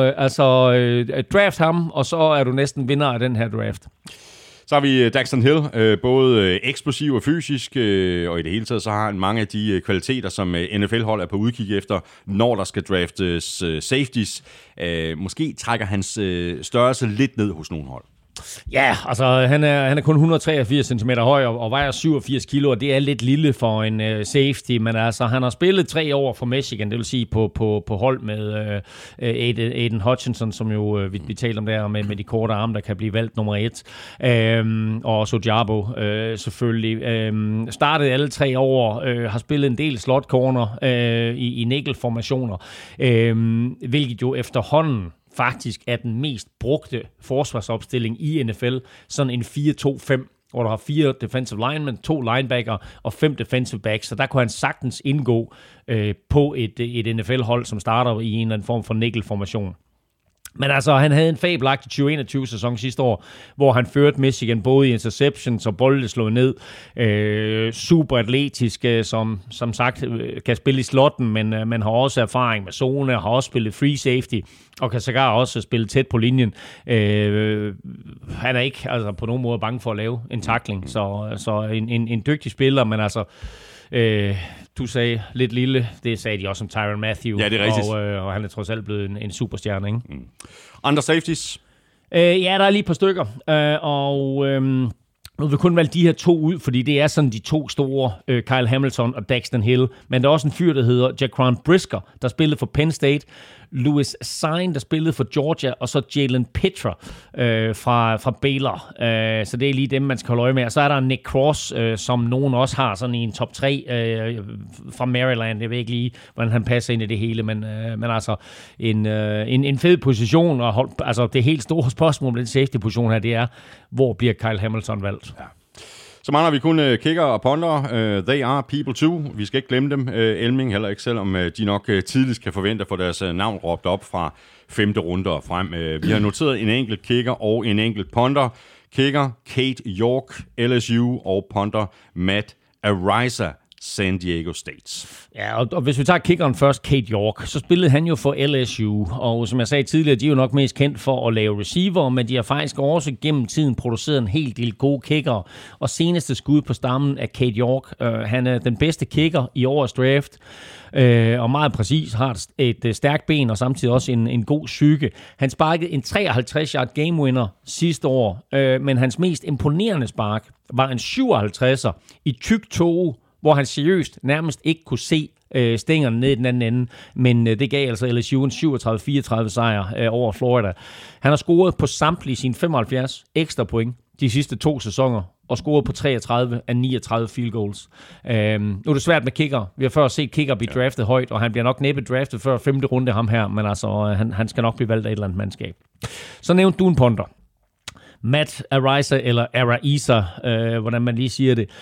Så draft ham, og så er du næsten vinder af den her draft. Så har vi Daxton Hill, både eksplosiv og fysisk, og i det hele taget så har han mange af de kvaliteter, som NFL-hold er på udkig efter, når der skal draftes safeties. Måske trækker hans størrelse lidt ned hos nogle hold. Ja, altså han er kun 183 cm høj og vejer 87 kilo, og det er lidt lille for en safety, men altså han har spillet 3 år for Michigan, det vil sige på hold med Aiden Hutchinson, som jo vi talte om der med de korte arme, der kan blive valgt nummer 1, og også Ojabo selvfølgelig. Startede alle 3 år, har spillet en del slot corner i nickel-formationer, hvilket jo efterhånden faktisk er den mest brugte forsvarsopstilling i NFL. Sådan en 4-2-5, hvor der har 4 defensive linemen, 2 linebacker og 5 defensive backs. Så der kunne han sagtens indgå på et NFL-hold, som starter i en eller anden form for nickel-formation. Men altså, han havde en fabelagtig 2021-sæson sidste år, hvor han førte Michigan både i interceptions og bolde slået ned. Super atletisk, som sagt, kan spille i slotten, men man har også erfaring med zone, har også spillet free safety, og kan sågar også spille tæt på linjen. Han er ikke altså, på nogen måde bange for at lave en tackling, så en dygtig spiller, men altså Du sagde lidt lille. Det sagde de også om Tyrann Mathieu. Ja, det er rigtigt. Og han er trods alt blevet en superstjerne, ikke? Andre safeties? Ja, der er lige et par stykker. Nu vil kun valge de her to ud, fordi det er sådan de to store, Kyle Hamilton og Daxton Hill. Men der er også en fyr, der hedder Jaquan Brisker, der spillede for Penn State. Louis Sain, der spillede for Georgia. Og så Jalen Petra fra Baylor. Så det er lige dem, man skal holde øje med. Og så er der Nick Cross, som nogen også har sådan i en top 3 fra Maryland. Jeg ved ikke lige, hvordan han passer ind i det hele. Men altså en fed position. Og altså det helt store spørgsmål med den safety-position her, det er, hvor bliver Kyle Hamilton valgt? Ja. Så mangler vi kun kicker og punter. They are people too. Vi skal ikke glemme dem. Elming heller ikke, selvom de nok tidligst kan forvente at få deres navn råbt op fra 5. runde og frem. Vi har noteret en enkelt kicker og en enkelt punter. Kicker Kate York, LSU, og punter Matt Araiza, San Diego State. Ja, og hvis vi tager kickeren først, Kate York, så spillede han jo for LSU, og som jeg sagde tidligere, de er jo nok mest kendt for at lave receiver, men de har faktisk også gennem tiden produceret en hel del gode kickere, og seneste skud på stammen af Kate York. Han er den bedste kicker i årets draft, og meget præcis, har et stærkt ben og samtidig også en god psyke. Han sparkede en 53-yard game-winner sidste år, men hans mest imponerende spark var en 57'er i tyk tåge, hvor han seriøst nærmest ikke kunne se stængerne ned i den anden ende. Men det gav altså LSU en 37-34 sejr over Florida. Han har scoret på samtlige sine 75 ekstra point de sidste 2 sæsoner, og scoret på 33 af 39 field goals. Nu er det svært med kicker. Vi har før set kicker blive draftet højt, og han bliver nok næppe draftet før 5. runde ham her, men altså, han skal nok blive valgt af et eller andet mandskab. Så nævnte du en punter. Matt Araiza, eller Araiza, hvordan man lige siger det.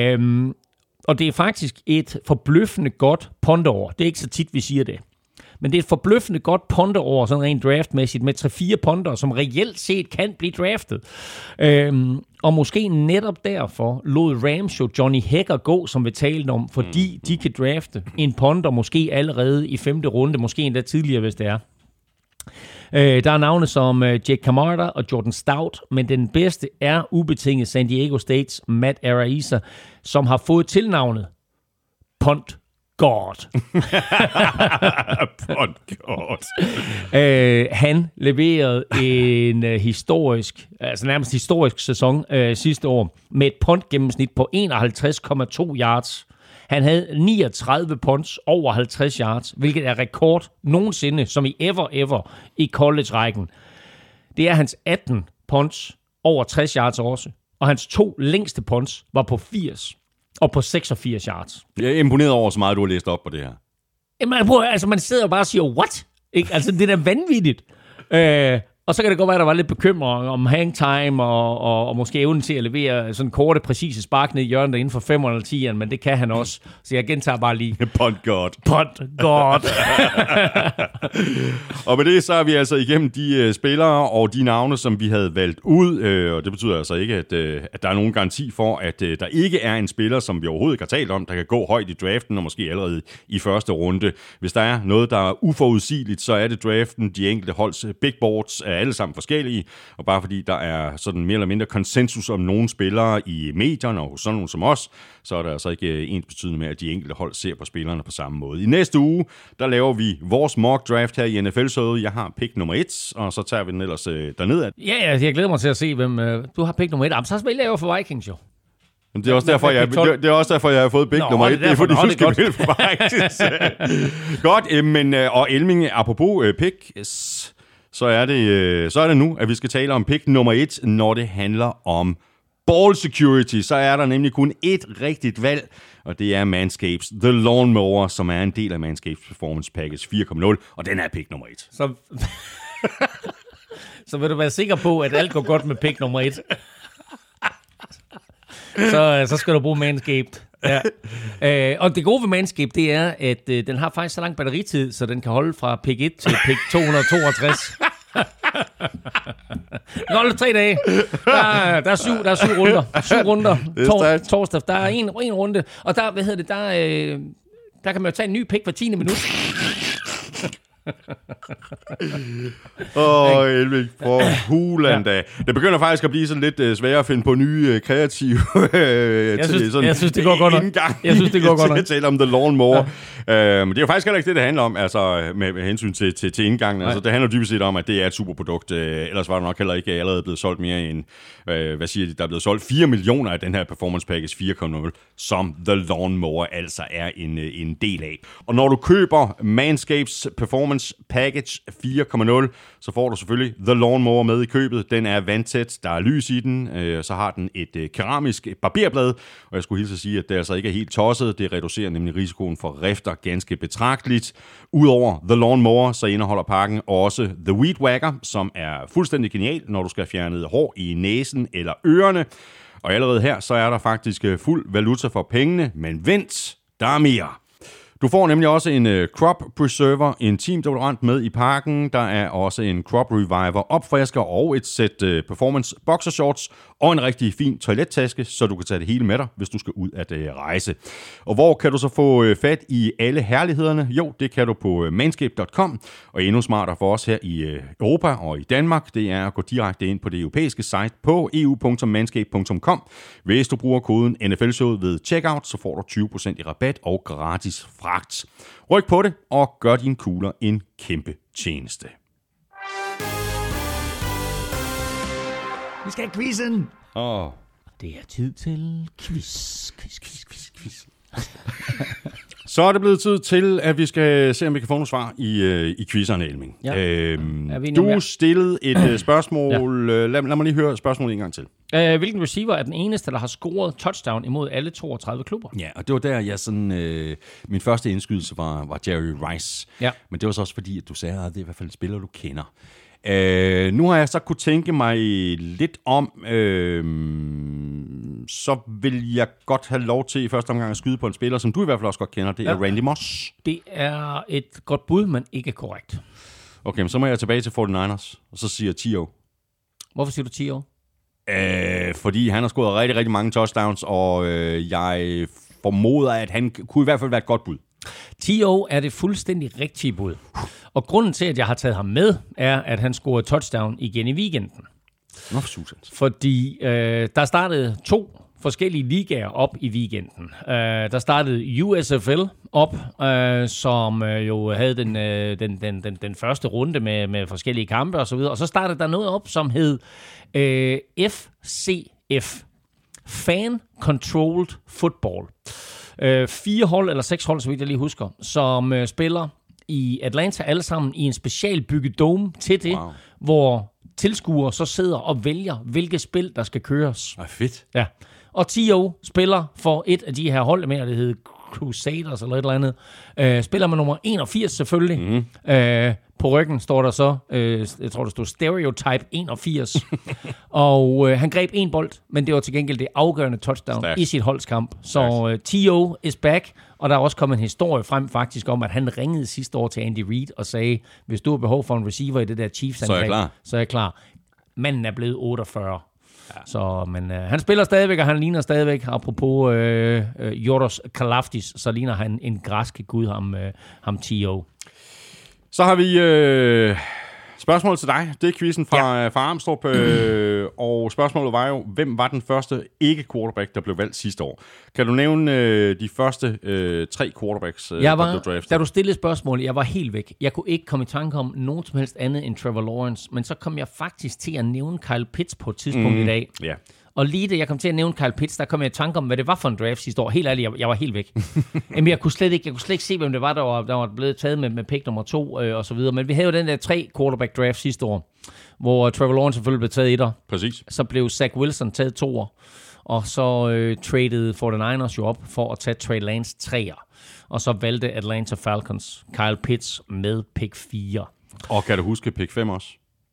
Og det er faktisk et forbløffende godt punterår. Det er ikke så tit, vi siger det. Men det er et forbløffende godt punterår, sådan rent draftmæssigt, med 3-4 punter, som reelt set kan blive draftet. Og måske netop derfor lod Rams jo Johnny Hekker gå, som vi talte om, fordi de kan drafte en punter måske allerede i 5. runde, måske endda tidligere, hvis det er. Der er navne som Jake Camarda og Jordan Stout, men den bedste er ubetinget San Diego States Matt Araiza, som har fået tilnavnet Punt God. Punt God. Han leverede en nærmest historisk sæson sidste år med et punt-gennemsnit på 51,2 yards. Han havde 39 punts over 50 yards, hvilket er rekord nogensinde, som i ever i college-rækken. Det er hans 18 punts over 60 yards også, og hans 2 længste punts var på 80 og på 86 yards. Jeg er imponeret over, så meget du har læst op på det her. Jamen, man sidder bare og siger, what? Ikke? Altså, det er da vanvittigt. Og så kan det godt være, at der var lidt bekymring om hangtime og måske evnen til at levere sådan korte, præcise spark ned i hjørnet inden for 5 eller 10'eren, men det kan han også. Så jeg gentager bare lige. Punt God. Punt God. Og med det så er vi altså igennem de spillere og de navne, som vi havde valgt ud. Og det betyder altså ikke, at der er nogen garanti for, at der ikke er en spiller, som vi overhovedet ikke har talt om, der kan gå højt i draften og måske allerede i første runde. Hvis der er noget, der er uforudsigeligt, så er det draften. De enkelte holds big boards er alle sammen forskellige, og bare fordi der er sådan mere eller mindre konsensus om nogle spillere i medierne og hos sådan nogle som os, så er der altså ikke ensbetydende med, at de enkelte hold ser på spillerne på samme måde. I næste uge, der laver vi vores mock draft her i NFL-showet. Jeg har pick nummer 1, og så tager vi den ellers derned. Ja, jeg glæder mig til at se, hvem du har pick nummer 1. Jamen, så vælger jeg jo for Vikings, jo. Men det er også derfor, jeg har fået pick nummer 1. Det er fordi, du skal vælge for Vikings. Godt, men og Elming, apropos picks, så er det nu, at vi skal tale om pick nummer 1, når det handler om ball security. Så er der nemlig kun ét rigtigt valg, og det er Manscapes The Lawnmower, som er en del af Manscapes Performance Package 4.0, og den er pick nummer 1. Så vil du være sikker på, at alt går godt med pick nummer 1. Så skal du bruge Manscaped. Ja. Og det gode ved Manscaped, det er, at den har faktisk så lang batteritid, så den kan holde fra pick 1 til pick 262. Den holder 3 dage. Der er 7 runder. 7 runder. Torsdag. Der er en runde. Og der, der kan man jo tage en ny pick hver 10. minut. Elvig, for hulen da. Det begynder faktisk at blive sådan lidt sværere at finde på nye kreative jeg synes, det går godt nok. Jeg synes, det går godt nok. Til at tale om The Lawnmower. Men det er jo faktisk heller ikke det handler om, altså med hensyn til indgangen. Altså, det handler dybest set om, at det er et superprodukt. Ellers var det nok heller ikke allerede blevet solgt mere end, hvad siger de, der er blevet solgt 4 millioner af den her Performance Package 4.0, som The Lawnmower altså er en del af. Og når du køber Manscapes Performance Package 4.0, så får du selvfølgelig The Lawnmower med i købet. Den er vandtæt, der er lys i den, så har den et keramisk barberblad, og jeg skulle hilse at sige, at det altså ikke er helt tosset. Det reducerer nemlig risikoen for rifter ganske betragteligt. Udover The Lawnmower, så indeholder pakken også The Weed Whacker, som er fuldstændig genial, når du skal fjerne hår i næsen eller ørerne. Og allerede her, så er der faktisk fuld valuta for pengene, men vent, der er mere. Du får nemlig også en Crop Preserver Intim deodorant med i pakken. Der er også en Crop Reviver opfrisker og et sæt Performance Boxershorts og en rigtig fin toilettaske, så du kan tage det hele med dig, hvis du skal ud at rejse. Og hvor kan du så få fat i alle herlighederne? Jo, det kan du på manscaped.com, og endnu smartere for os her i Europa og i Danmark, det er at gå direkte ind på det europæiske site på eu.manscaped.com. Hvis du bruger koden NFL-showet ved checkout, så får du 20% i rabat og gratis fragt. Ryk på det og gør dine kugler en kæmpe tjeneste. Vi skal have quizzen. Det er tid til quiz. Så er det blevet tid til, at vi skal se, om vi kan få nogle svar i quizzerne, Elming. Ja. Du stillede et spørgsmål. Ja. Lad mig lige høre spørgsmålet en gang til. Hvilken receiver er den eneste, der har scoret touchdown imod alle 32 klubber? Ja, og det var der, jeg sådan... min første indskydelse var Jerry Rice. Ja. Men det var så også fordi, at du sagde, at det er i hvert fald et spiller, du kender. Nu har jeg så kunne tænke mig lidt om, så vil jeg godt have lov til i første omgang at skyde på en spiller, som du i hvert fald også godt kender. Det er Randy Moss. Det er et godt bud, men ikke korrekt. Okay, men så må jeg tilbage til 49ers, og så siger T.O. Hvorfor siger du 10 år? Fordi han har scoret rigtig, rigtig mange touchdowns, og jeg formoder, at han kunne i hvert fald være et godt bud. T.O. er det fuldstændig rigtige bud. Og grunden til, at jeg har taget ham med, er, at han scorede touchdown igen i weekenden. Nå, for susans. Fordi der startede 2 forskellige ligaer op i weekenden. Der startede USFL op, som jo havde den første runde med forskellige kampe og så videre. Og så startede der noget op, som hed FCF. Fan Controlled Football. 4 hold eller 6 hold, så vidt jeg lige husker, som spiller i Atlanta alle sammen i en specialbygget dome til det, hvor tilskuere så sidder og vælger, hvilke spil, der skal køres. Fedt. Ja. Og T.O. spiller for et af de her hold, med det hedder Crusaders eller et eller andet. Spiller med nummer 81 selvfølgelig. På ryggen står der så, jeg tror der stod Stereotype 81. Og han greb 1 bold, men det var til gengæld det afgørende touchdown i sit holdskamp. Så T.O. is back, og der er også kommet en historie frem faktisk om, at han ringede sidste år til Andy Reid og sagde, hvis du har behov for en receiver i det der Chiefs-angreb, så er jeg klar. Manden er blevet 48. Ja. Så, men han spiller stadigvæk, og han ligner stadigvæk, apropos Joros Kalafdis, så ligner han en græsk gud, ham T.O. Så har vi spørgsmål til dig. Det er quizzen fra Armstrong, og spørgsmålet var jo, hvem var den første ikke-quarterback, der blev valgt sidste år? Kan du nævne de første 3 quarterbacks, der blev draftet? Da du stillede spørgsmålet, jeg var helt væk. Jeg kunne ikke komme i tanke om nogen som helst andet end Trevor Lawrence, men så kom jeg faktisk til at nævne Kyle Pitts på et tidspunkt i dag. Ja. Og lige da jeg kom til at nævne Kyle Pitts, der kom jeg i tanke om, hvad det var for en draft sidste år. Helt ærligt, jeg var helt væk. Jamen, jeg kunne slet ikke se, hvem det var, der var blevet taget med pick nummer 2 og så videre. Men vi havde jo den der 3 quarterback draft sidste år, hvor Trevor Lawrence selvfølgelig blev taget 1'er. Præcis. Så blev Zach Wilson taget 2'er. Og så traded 49ers jo op for at tage Trey Lance 3'er. Og så valgte Atlanta Falcons Kyle Pitts med pick 4. Og kan du huske pick 5 også?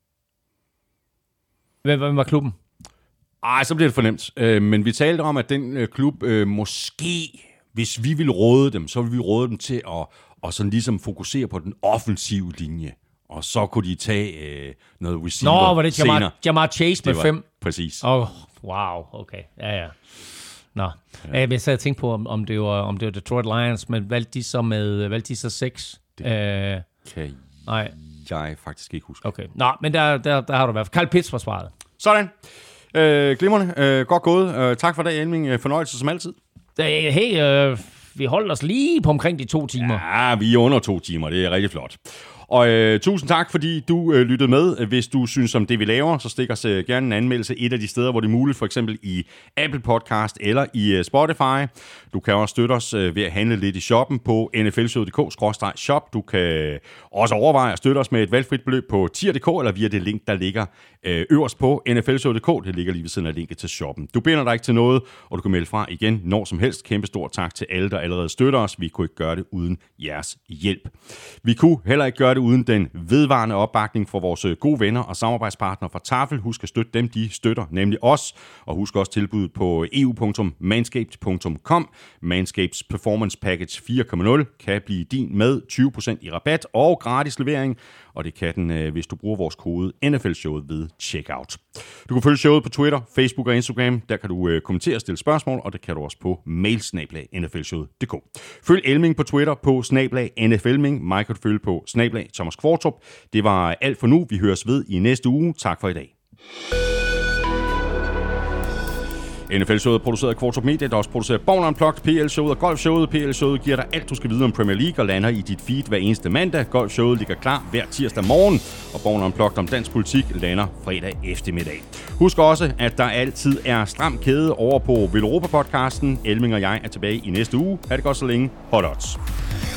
Hvem var klubben? Så bliver det fornemt. Men vi talte om, at den klub måske, hvis vi ville råde dem, så ville vi råde dem til at sådan ligesom fokusere på den offensive linje. Og så kunne de tage noget receiver. Nå, var det Jamar Chase med 5? Præcis. Wow, okay. Ja. Nå. Ja. Jeg sad og tænkte på, om det var Detroit Lions, men valgte de så 6? Det kan Nej. Jeg faktisk ikke husker. Okay. Nå, men der har du i hvert fald. Carl Pitts var svaret. Sådan. Glimrende. Godt gået. Tak for det, Elming. Fornøjelse som altid. Hey, vi holder os lige på omkring de 2 timer. Ja, vi er under 2 timer. Det er rigtig flot. Og tusind tak, fordi du lyttede med. Hvis du synes om det, vi laver, så stik os gerne en anmeldelse et af de steder, hvor det er muligt, for eksempel i Apple Podcast eller i Spotify. Du kan også støtte os ved at handle lidt i shoppen på nflshowet.dk/shop. Du kan også overveje at støtte os med et valgfrit beløb på tier.dk eller via det link, der ligger øverst på nflshowet.dk. Det ligger lige ved siden af linket til shoppen. Du binder dig ikke til noget, og du kan melde fra igen når som helst. Kæmpe stor tak til alle, der allerede støtter os. Vi kunne ikke gøre det uden jeres hjælp. Vi kunne heller ikke gøre det uden den vedvarende opbakning fra vores gode venner og samarbejdspartnere fra Tafel. Husk at støtte dem, de støtter, nemlig os. Og husk også tilbuddet på eu.manscaped.com. Manscapes Performance Package 4.0 kan blive din med 20% i rabat og gratis levering. Og det kan den, hvis du bruger vores kode NFL-showet ved checkout. Du kan følge showet på Twitter, Facebook og Instagram. Der kan du kommentere og stille spørgsmål, og det kan du også på mail@nflshowet.dk. Følg Elming på Twitter på @nflming. Mig kan du følge på @Thomas Kvartrup. Det var alt for nu. Vi høres ved i næste uge. Tak for i dag. NFL-showet er produceret af Kvartrup Media, der også producerer Born Unplugged, PL-showet og Golf-showet. PL-showet giver dig alt, du skal vide om Premier League og lander i dit feed hver eneste mandag. Golf-showet ligger klar hver tirsdag morgen, og Born Unplugged om dansk politik lander fredag eftermiddag. Husk også, at der altid er stram kæde over på Villeuropa-podcasten. Elming og jeg er tilbage i næste uge. Ha' det godt så længe. Hot odds.